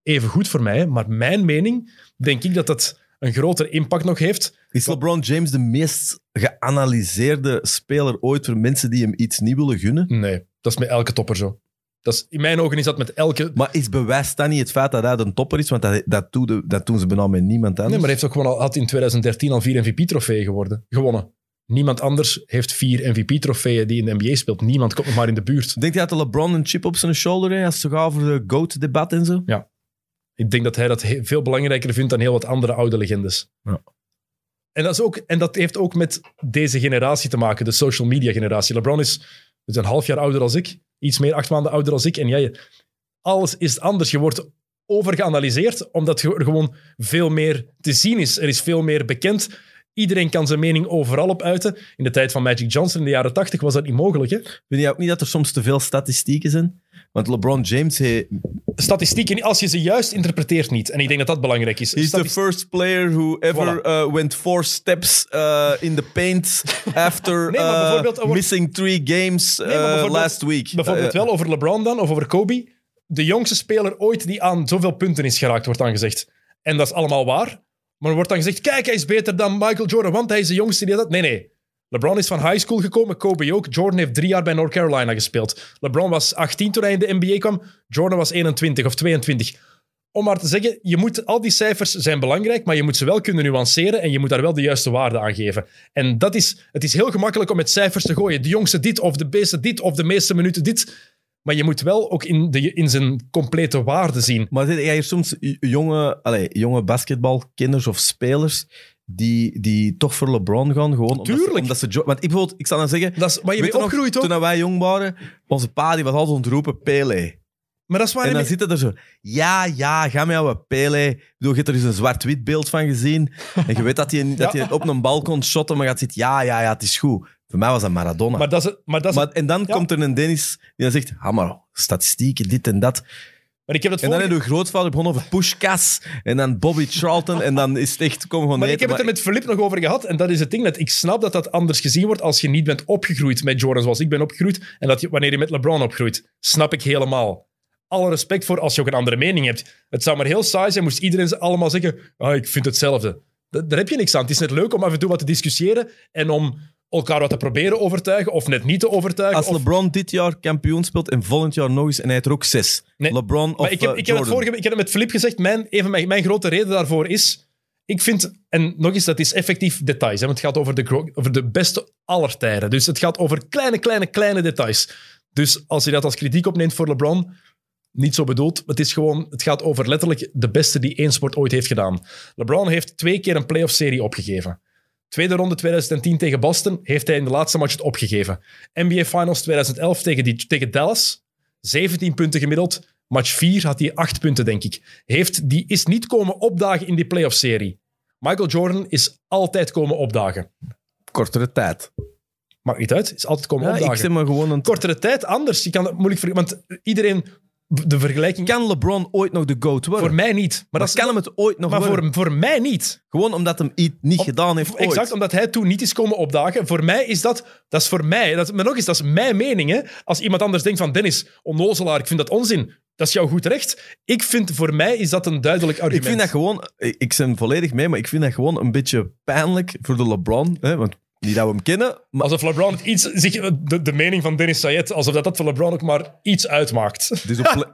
even goed voor mij. Maar mijn mening, denk ik dat dat een grotere impact nog heeft. Is LeBron James de meest geanalyseerde speler ooit voor mensen die hem iets niet willen gunnen? Nee, dat is met elke topper zo. Dat is, in mijn ogen is dat met elke... Maar is bewijst dat niet het feit dat hij een topper is? Want dat, dat, doen, de, dat doen ze bijna met niemand anders. Nee, maar hij heeft ook gewoon al, had in twintig dertien al vier M V P-trofeeën geworden, gewonnen. Niemand anders heeft vier M V P-trofeeën die in de N B A speelt. Niemand komt nog maar in de buurt. Denk je dat de LeBron een chip op zijn shoulder heeft als het gaat over de GOAT-debat en zo? Ja. Ik denk dat hij dat he- veel belangrijker vindt dan heel wat andere oude legendes. Ja. En, dat is ook, en dat heeft ook met deze generatie te maken, de social media generatie. LeBron is, is een half jaar ouder dan ik, iets meer, acht maanden ouder dan ik. En jij, alles is anders. Je wordt overgeanalyseerd, omdat er gewoon veel meer te zien is. Er is veel meer bekend. Iedereen kan zijn mening overal op uiten. In de tijd van Magic Johnson in de jaren tachtig was dat niet mogelijk. Hè? Vind je ook niet dat er soms te veel statistieken zijn? Want LeBron James heeft... Statistieken, als je ze juist interpreteert, niet. En ik denk dat dat belangrijk is. He's Statist- the first player who ever Voilà. uh, went four steps uh, in the paint after Nee, maar uh, bijvoorbeeld over- missing three games uh, Nee, maar bijvoorbeeld- last week. Bijvoorbeeld Uh, wel over LeBron dan, of over Kobe. De jongste speler ooit die aan zoveel punten is geraakt, wordt dan gezegd. En dat is allemaal waar. Maar er wordt dan gezegd, kijk, hij is beter dan Michael Jordan, want hij is de jongste die dat... Nee, nee. LeBron is van high school gekomen, Kobe ook. Jordan heeft drie jaar bij North Carolina gespeeld. LeBron was achttien toen hij in de N B A kwam. Jordan was eenentwintig of tweeëntwintig. Om maar te zeggen, je moet, al die cijfers zijn belangrijk, maar je moet ze wel kunnen nuanceren en je moet daar wel de juiste waarde aan geven. En dat is, het is heel gemakkelijk om met cijfers te gooien. De jongste dit, of de beste dit, of de meeste minuten dit. Maar je moet wel ook in, de, in zijn complete waarde zien. Maar zie je hier soms jonge, allez, jonge basketbalkenners of spelers die, die toch voor LeBron gaan? Gewoon omdat Tuurlijk. Ze, omdat ze, jo- want ik bijvoorbeeld, ik zal dan zeggen... Dat is waar je weet mee je nog, opgroeit, hoor. toen wij jong waren, onze pa die was altijd ontroepen Pele. Maar dat is waar En je dan mee... zitten er zo, ja, ja, ga met jouw Pele. Ik bedoel, je hebt er eens een zwart-wit beeld van gezien. En je weet dat hij, dat hij op een bal kon shotten, maar gaat zitten, ja, ja, ja, het is goed. Voor mij was dat Maradona. Maar dat is, maar dat is, Maar, en dan Ja. komt er een Dennis die dan zegt, ah, maar statistieken, dit en dat. maar ik heb het En dan vorige- heb je grootvader begonnen over Pushkas en dan Bobby Charlton en dan is het echt, kom gewoon Maar eten. ik heb het er met Philippe nog over gehad. En dat is het ding. Dat ik snap dat dat anders gezien wordt als je niet bent opgegroeid met Jordan zoals ik ben opgegroeid. En dat je, wanneer je met LeBron opgroeit. Snap ik helemaal. Alle respect voor als je ook een andere mening hebt. Het zou maar heel saai zijn, moest iedereen ze allemaal zeggen, ah, ik vind hetzelfde. Da- daar heb je niks aan. Het is net leuk om af en toe wat te discussiëren en om elkaar wat te proberen overtuigen of net niet te overtuigen. Als of... LeBron dit jaar kampioen speelt en volgend jaar nog eens en hij heeft er ook zes. Nee, LeBron of Maar ik heb, uh, ik heb het Jordan. vorige, ik heb het met Philippe gezegd. Mijn, een van mijn, mijn grote reden daarvoor is... Ik vind... En nog eens, dat is effectief details. Hè, want het gaat over de, gro- over de beste aller tijden. Dus het gaat over kleine, kleine, kleine details. Dus als je dat als kritiek opneemt voor LeBron... Niet zo bedoeld. Het, is gewoon, het gaat over letterlijk de beste die één sport ooit heeft gedaan. LeBron heeft twee keer een playoff-serie opgegeven. Tweede ronde twintig tien tegen Boston heeft hij in de laatste match het opgegeven. N B A Finals twintig elf tegen, die, tegen Dallas. zeventien punten gemiddeld. Match vier had hij acht punten, denk ik. Heeft, die is niet komen opdagen in die playoff-serie. Michael Jordan is altijd komen opdagen. Kortere tijd. Maakt niet uit, is altijd komen Ja, opdagen. ik zeg maar gewoon een... Kortere tijd, anders. Je kan het moeilijk ver... Want iedereen... De vergelijking... Kan LeBron ooit nog de GOAT worden? Voor mij niet. Maar, Maar dat is, kan hem het ooit nog maar worden? voor, voor mij niet. Gewoon omdat hem iets niet Om- gedaan heeft ooit. Exact, omdat hij toen niet is komen opdagen. Voor mij is dat... Dat is voor mij... Dat, maar nog eens, dat is mijn mening. Hè. Als iemand anders denkt van... Dennis, onnozelaar, ik vind dat onzin. Dat is jouw goed recht. Ik vind, voor mij is dat een duidelijk argument. Ik vind dat gewoon... Ik ik ben volledig mee, maar ik vind dat gewoon een beetje pijnlijk voor de LeBron. Hè, want niet dat we hem kennen, maar Alsof LeBron het iets... Zich, de, de mening van Dennis Sayed, alsof dat, dat voor LeBron ook maar iets uitmaakt. het is op ple-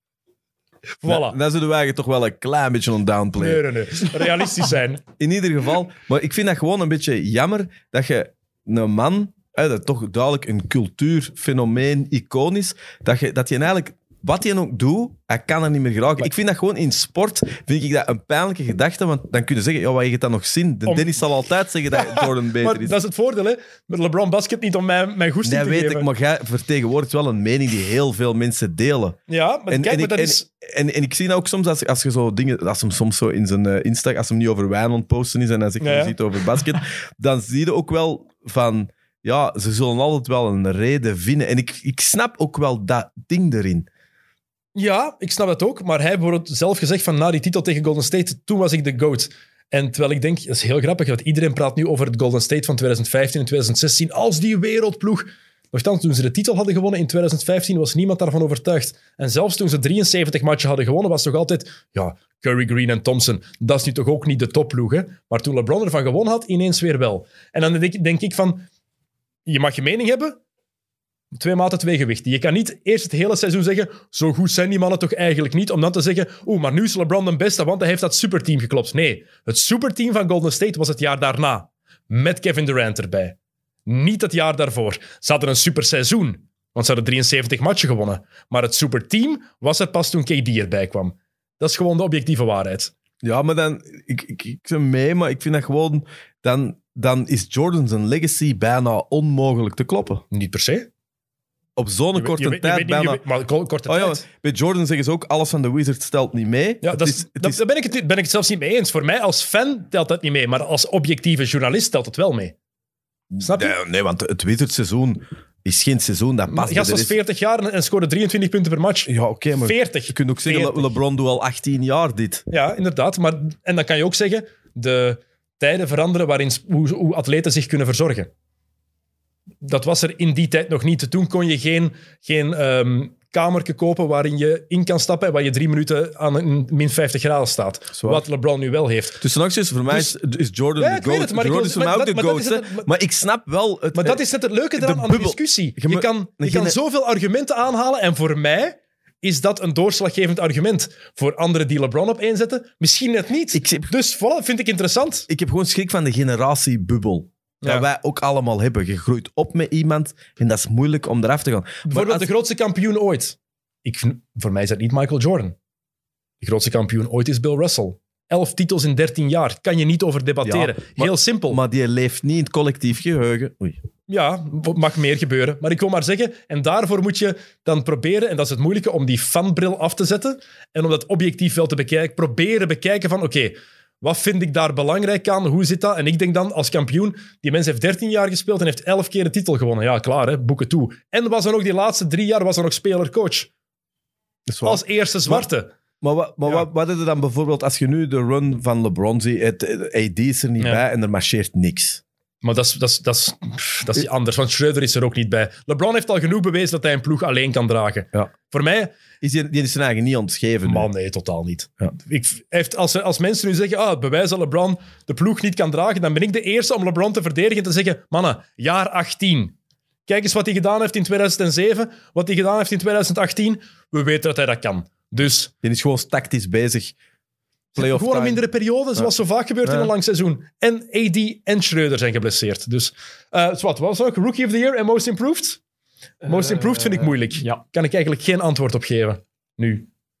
Voilà. Dan zullen wij toch wel een klein beetje een downplay. Nee, nee, nee. Realistisch zijn. In ieder geval. Maar ik vind dat gewoon een beetje jammer dat je een man, hè, dat toch duidelijk een cultuurfenomeen, icoon is, dat je, dat je eigenlijk, wat hij ook doet, hij kan er niet meer geraken. Ik vind dat gewoon in sport, vind ik dat een pijnlijke gedachte, want dan kun je zeggen, ja, wat je dan nog zin? De Om- Dennis zal altijd zeggen dat Jordan beter Maar is. dat is het voordeel, hè. Met LeBron Basket niet om mijn, mijn goesting Dat te weet geven. ik, maar jij vertegenwoordigt wel een mening die heel veel mensen delen. Ja, maar En, kijk, en, maar ik, dat is... en, en, en ik zie nou ook soms, als, als je zo dingen, als hem soms zo in zijn uh, Insta, als hem niet over wijn aan het posten is en hij zegt Ja, ja. je ziet over basket, dan zie je ook wel van, ja, ze zullen altijd wel een reden vinden. En ik, ik snap ook wel dat ding erin. Ja, ik snap dat ook. Maar hij heeft bijvoorbeeld zelf gezegd van na die titel tegen Golden State, toen was ik de GOAT. En terwijl ik denk, dat is heel grappig, dat iedereen praat nu over het Golden State van twintig vijftien en twintig zestien als die wereldploeg. Maar Nochtans, toen ze de titel hadden gewonnen in twintig vijftien, was niemand daarvan overtuigd. En zelfs toen ze drieënzeventig matchen hadden gewonnen, was het nog altijd... Ja, Curry, Green en Thompson, dat is nu toch ook niet de topploeg, hè? Maar toen LeBron ervan gewonnen had, ineens weer wel. En dan denk, denk ik van... Je mag je mening hebben... Twee maten, twee gewichten. Je kan niet eerst het hele seizoen zeggen, zo goed zijn die mannen toch eigenlijk niet, om dan te zeggen, oeh, maar nu is LeBron de beste, want hij heeft dat superteam geklopt. Nee, het superteam van Golden State was het jaar daarna. Met Kevin Durant erbij. Niet het jaar daarvoor. Ze hadden een superseizoen, want ze hadden drieënzeventig matchen gewonnen. Maar het superteam was er pas toen K D erbij kwam. Dat is gewoon de objectieve waarheid. Ja, maar dan... Ik, ik, ik ben mee, maar ik vind dat gewoon... Dan, dan is Jordan zijn legacy bijna onmogelijk te kloppen. Niet per se. Op zo'n korte je weet, tijd je weet, bijna... je weet, maar korte oh, ja, tijd. bij Jordan zeggen ze ook, alles van de Wizards telt niet mee. Ja, het dat is, is, het dat, is, daar ben ik, het, ben ik het zelfs niet mee eens. Voor mij als fan telt dat niet mee, maar als objectieve journalist telt het wel mee. Snap je? Nee, nee, want het Wizards seizoen is geen seizoen dat past. De gast was veertig jaar en scoorde drieëntwintig punten per match. Ja, oké, okay, maar veertig. je kunt ook zeggen, veertig. LeBron doet al achttien jaar dit. Ja, inderdaad. Maar, en dan kan je ook zeggen, de tijden veranderen waarin hoe, hoe atleten zich kunnen verzorgen. Dat was er in die tijd nog niet. Toen kon je geen, geen um, kamertje kopen waarin je in kan stappen en waar je drie minuten aan een min vijftig graden staat. Zwaar. Wat LeBron nu wel heeft. Tussen acties, voor mij Dus- is, is Jordan Ja, de ik weet GOAT. het, maar ik Jordan wil- is voor mij maar ook de dat- maar dat GOAT. is hè. het- Maar ik snap wel... Het, Maar dat is net het leuke eraan de aan de bubbel. discussie. Je Je moet- kan, je je kan ne- zoveel argumenten aanhalen en voor mij is dat een doorslaggevend argument. Voor anderen die LeBron op één zetten, misschien net niet. Ik heb- Dus voilà, vind ik interessant. Ik heb gewoon schrik van de generatiebubbel. Dat Ja. wij ook allemaal hebben. Je groeit op met iemand en dat is moeilijk om eraf te gaan. Maar Bijvoorbeeld als- de grootste kampioen ooit. Ik, vind- voor mij is dat niet Michael Jordan. De grootste kampioen ooit is Bill Russell. Elf titels in dertien jaar. Kan je niet over debatteren. Ja, maar- Heel simpel. Maar die leeft niet in het collectief geheugen. Oei. Ja, mag meer gebeuren. Maar ik wil maar zeggen, en daarvoor moet je dan proberen, en dat is het moeilijke, om die fanbril af te zetten en om dat objectief wel te bekijken. Proberen bekijken van, oké, okay, wat vind ik daar belangrijk aan? Hoe zit dat? En ik denk dan, als kampioen, die mens heeft dertien jaar gespeeld en heeft elf keer de titel gewonnen. Ja, klaar, hè, boeken toe. En was er nog die laatste drie jaar was er nog speler-coach. Dat is waar. Als eerste zwarte. Maar, wat, maar Ja. wat, wat is er dan bijvoorbeeld als je nu de run van LeBron ziet, het, het A D is er niet Ja. bij en er marcheert niks. Maar dat is, dat, is, dat, is, pff, dat is anders, want Schreuder is er ook niet bij. LeBron heeft al genoeg bewezen dat hij een ploeg alleen kan dragen. Ja. Voor mij, Is die, die is zijn eigen niet ontgeven nu. man, nee, totaal niet. Ja. Ik, heeft, als, als mensen nu zeggen, ah, het bewijs dat LeBron de ploeg niet kan dragen, dan ben ik de eerste om LeBron te verdedigen en te zeggen, mannen, jaar achttien. Kijk eens wat hij gedaan heeft in tweeduizend zeven, wat hij gedaan heeft in tweeduizend achttien. We weten dat hij dat kan. Dus Die is gewoon tactisch bezig. Playoff gewoon een time. mindere periode, zoals zo vaak gebeurt in Ja. een lang seizoen. En A D en Schreuder zijn geblesseerd. Dus uh, wat was het ook? Rookie of the Year en Most Improved? Most Improved vind ik moeilijk. Ja. Kan ik eigenlijk geen antwoord op geven. Nu.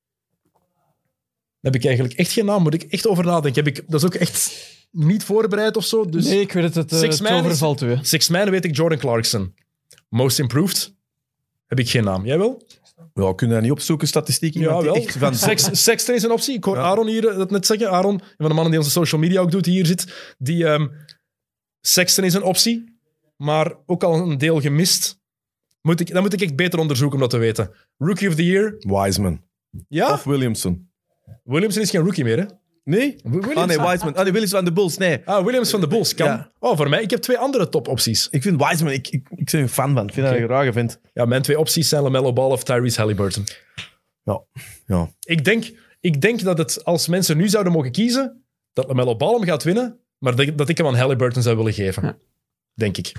Dan heb ik eigenlijk echt geen naam. Moet ik echt over nadenken. Heb ik, dat is ook echt niet voorbereid of zo. Dus Nee, ik weet het, het, eh, Six het Man is- overvalt u. hè. Six Man weet ik Jordan Clarkson. Most Improved heb ik geen naam. Jij wel? Ja, kun je dat niet opzoeken, statistiek? Iemand Ja, die wel. echt van... Sex, Sexton is een optie. Ik hoor Ja. Aaron hier eh, dat net zeggen. Aaron, een van de mannen die onze social media ook doet, die hier zit. Die, ehm Sexton is een optie, maar ook al een deel gemist. Moet ik, dan moet ik echt beter onderzoeken om dat te weten. Rookie of the Year. Wiseman. Ja? Of Williamson. Williamson is geen rookie meer, hè? Nee? Williams- Ah nee, Wiseman. Ah nee, Williams van de Bulls. Nee. Ah, Williams van de Bulls kan. Ja. Oh, voor mij. Ik heb twee andere topopties. Ik vind Wiseman... Ik, ik, ik ben een fan van. Ik vind dat Oké. een rare vind. Ja, mijn twee opties zijn LaMelo Ball of Tyrese Halliburton. Ja. Ja. Ik denk, ik denk dat het, als mensen nu zouden mogen kiezen, dat LaMelo Ball hem gaat winnen, maar dat, dat ik hem aan Halliburton zou willen geven. Ja. Denk ik.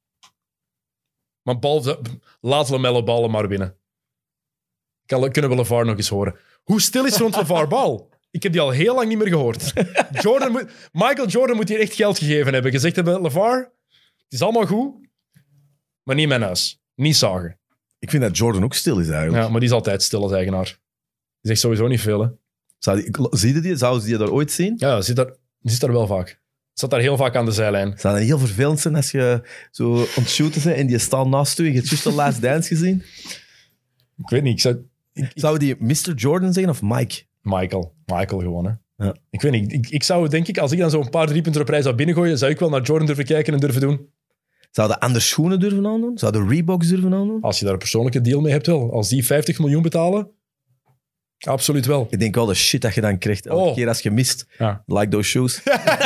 Maar Ball, zou- laat LaMelo Ball hem maar winnen. Kan, kunnen we LeVar nog eens horen. Hoe stil is rond LeVar Ball? Ik heb die al heel lang niet meer gehoord. Jordan moet, Michael Jordan moet hier echt geld gegeven hebben. Gezegd hebben, LeVar, het is allemaal goed, maar niet in mijn huis. Niet zagen. Ik vind dat Jordan ook stil is eigenlijk. Ja, maar die is altijd stil als eigenaar. Die zegt sowieso niet veel, hè. Zou die, zie je die? Zouden ze die daar ooit zien? Ja, zit daar, zit daar wel vaak. Zat daar heel vaak aan de zijlijn. Zou dat heel vervelend zijn als je zo aan het shooten bent en die staat naast je en je hebt juist de Last Dance gezien? Ik weet niet, ik zou... ik- Zou die mister Jordan zeggen of Mike? Michael. Michael gewoon, hè. Ja. Ik weet niet, ik, ik zou denk ik, als ik dan zo'n paar driepunten op rij zou binnengooien, zou ik wel naar Jordan durven kijken en durven doen. Zou de andere schoenen durven aandoen? Zou de Reeboks durven aandoen? Als je daar een persoonlijke deal mee hebt wel. Als die vijftig miljoen betalen, Absoluut wel. Ik denk wel de shit dat je dan krijgt elke Oh. keer als je mist. Ja. Like those shoes.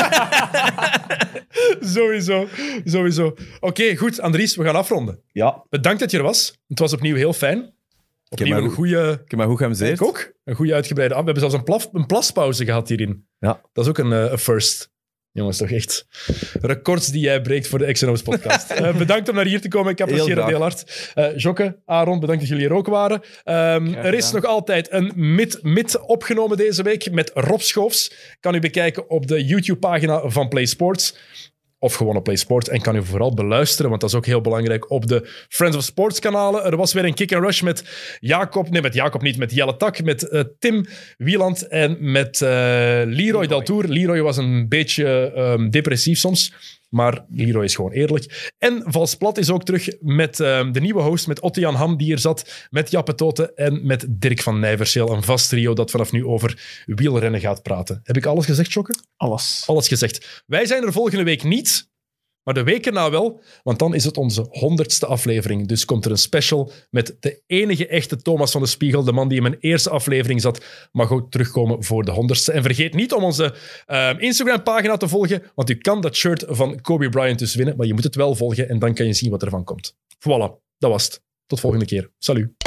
Sowieso. Sowieso. Oké, okay, goed. Andries, we gaan afronden. Ja, Bedankt dat je er was. Het was opnieuw heel fijn. Opnieuw maar een goed- goede... ik heb me goed geamuseerd. Ik ook. Een goede uitgebreide... af. We hebben zelfs een, plaf, een plaspauze gehad hierin. Ja. Dat is ook een, uh, een first. Jongens, toch echt records die jij breekt voor de X N O's podcast. Uh, bedankt om naar hier te komen. Ik apprecieer het graag. heel hard. Uh, Jokke, Aaron, bedankt dat jullie er ook waren. Um, er is nog altijd een mid-mid opgenomen deze week met Rob Schoofs. Kan u bekijken op de YouTube-pagina van Play Sports. Of gewoon op Play Sports. En kan u vooral beluisteren, want dat is ook heel belangrijk, op de Friends of Sports kanalen. Er was weer een kick and rush met Jacob. Nee, met Jacob niet. Met Jelle Tak, met uh, Tim Wieland en met uh, Leroy, Leroy Deltour. Leroy was een beetje um, depressief soms. Maar Leroy is gewoon eerlijk. En Vals Plat is ook terug met um, de nieuwe host, met Otto-Jan Ham, die hier zat, met Jappe Toten en met Dirk van Nijverseel. Een vast trio dat vanaf nu over wielrennen gaat praten. Heb ik alles gezegd, Jokke? Alles. Alles gezegd. Wij zijn er volgende week niet, maar de week erna wel, want dan is het onze honderdste aflevering. Dus komt er een special met de enige echte Thomas van de Spiegel, de man die in mijn eerste aflevering zat, mag ook terugkomen voor de honderdste. En vergeet niet om onze uh, Instagram-pagina te volgen, want u kan dat shirt van Kobe Bryant dus winnen, maar je moet het wel volgen en dan kan je zien wat ervan komt. Voilà, dat was het. Tot volgende keer. Salut.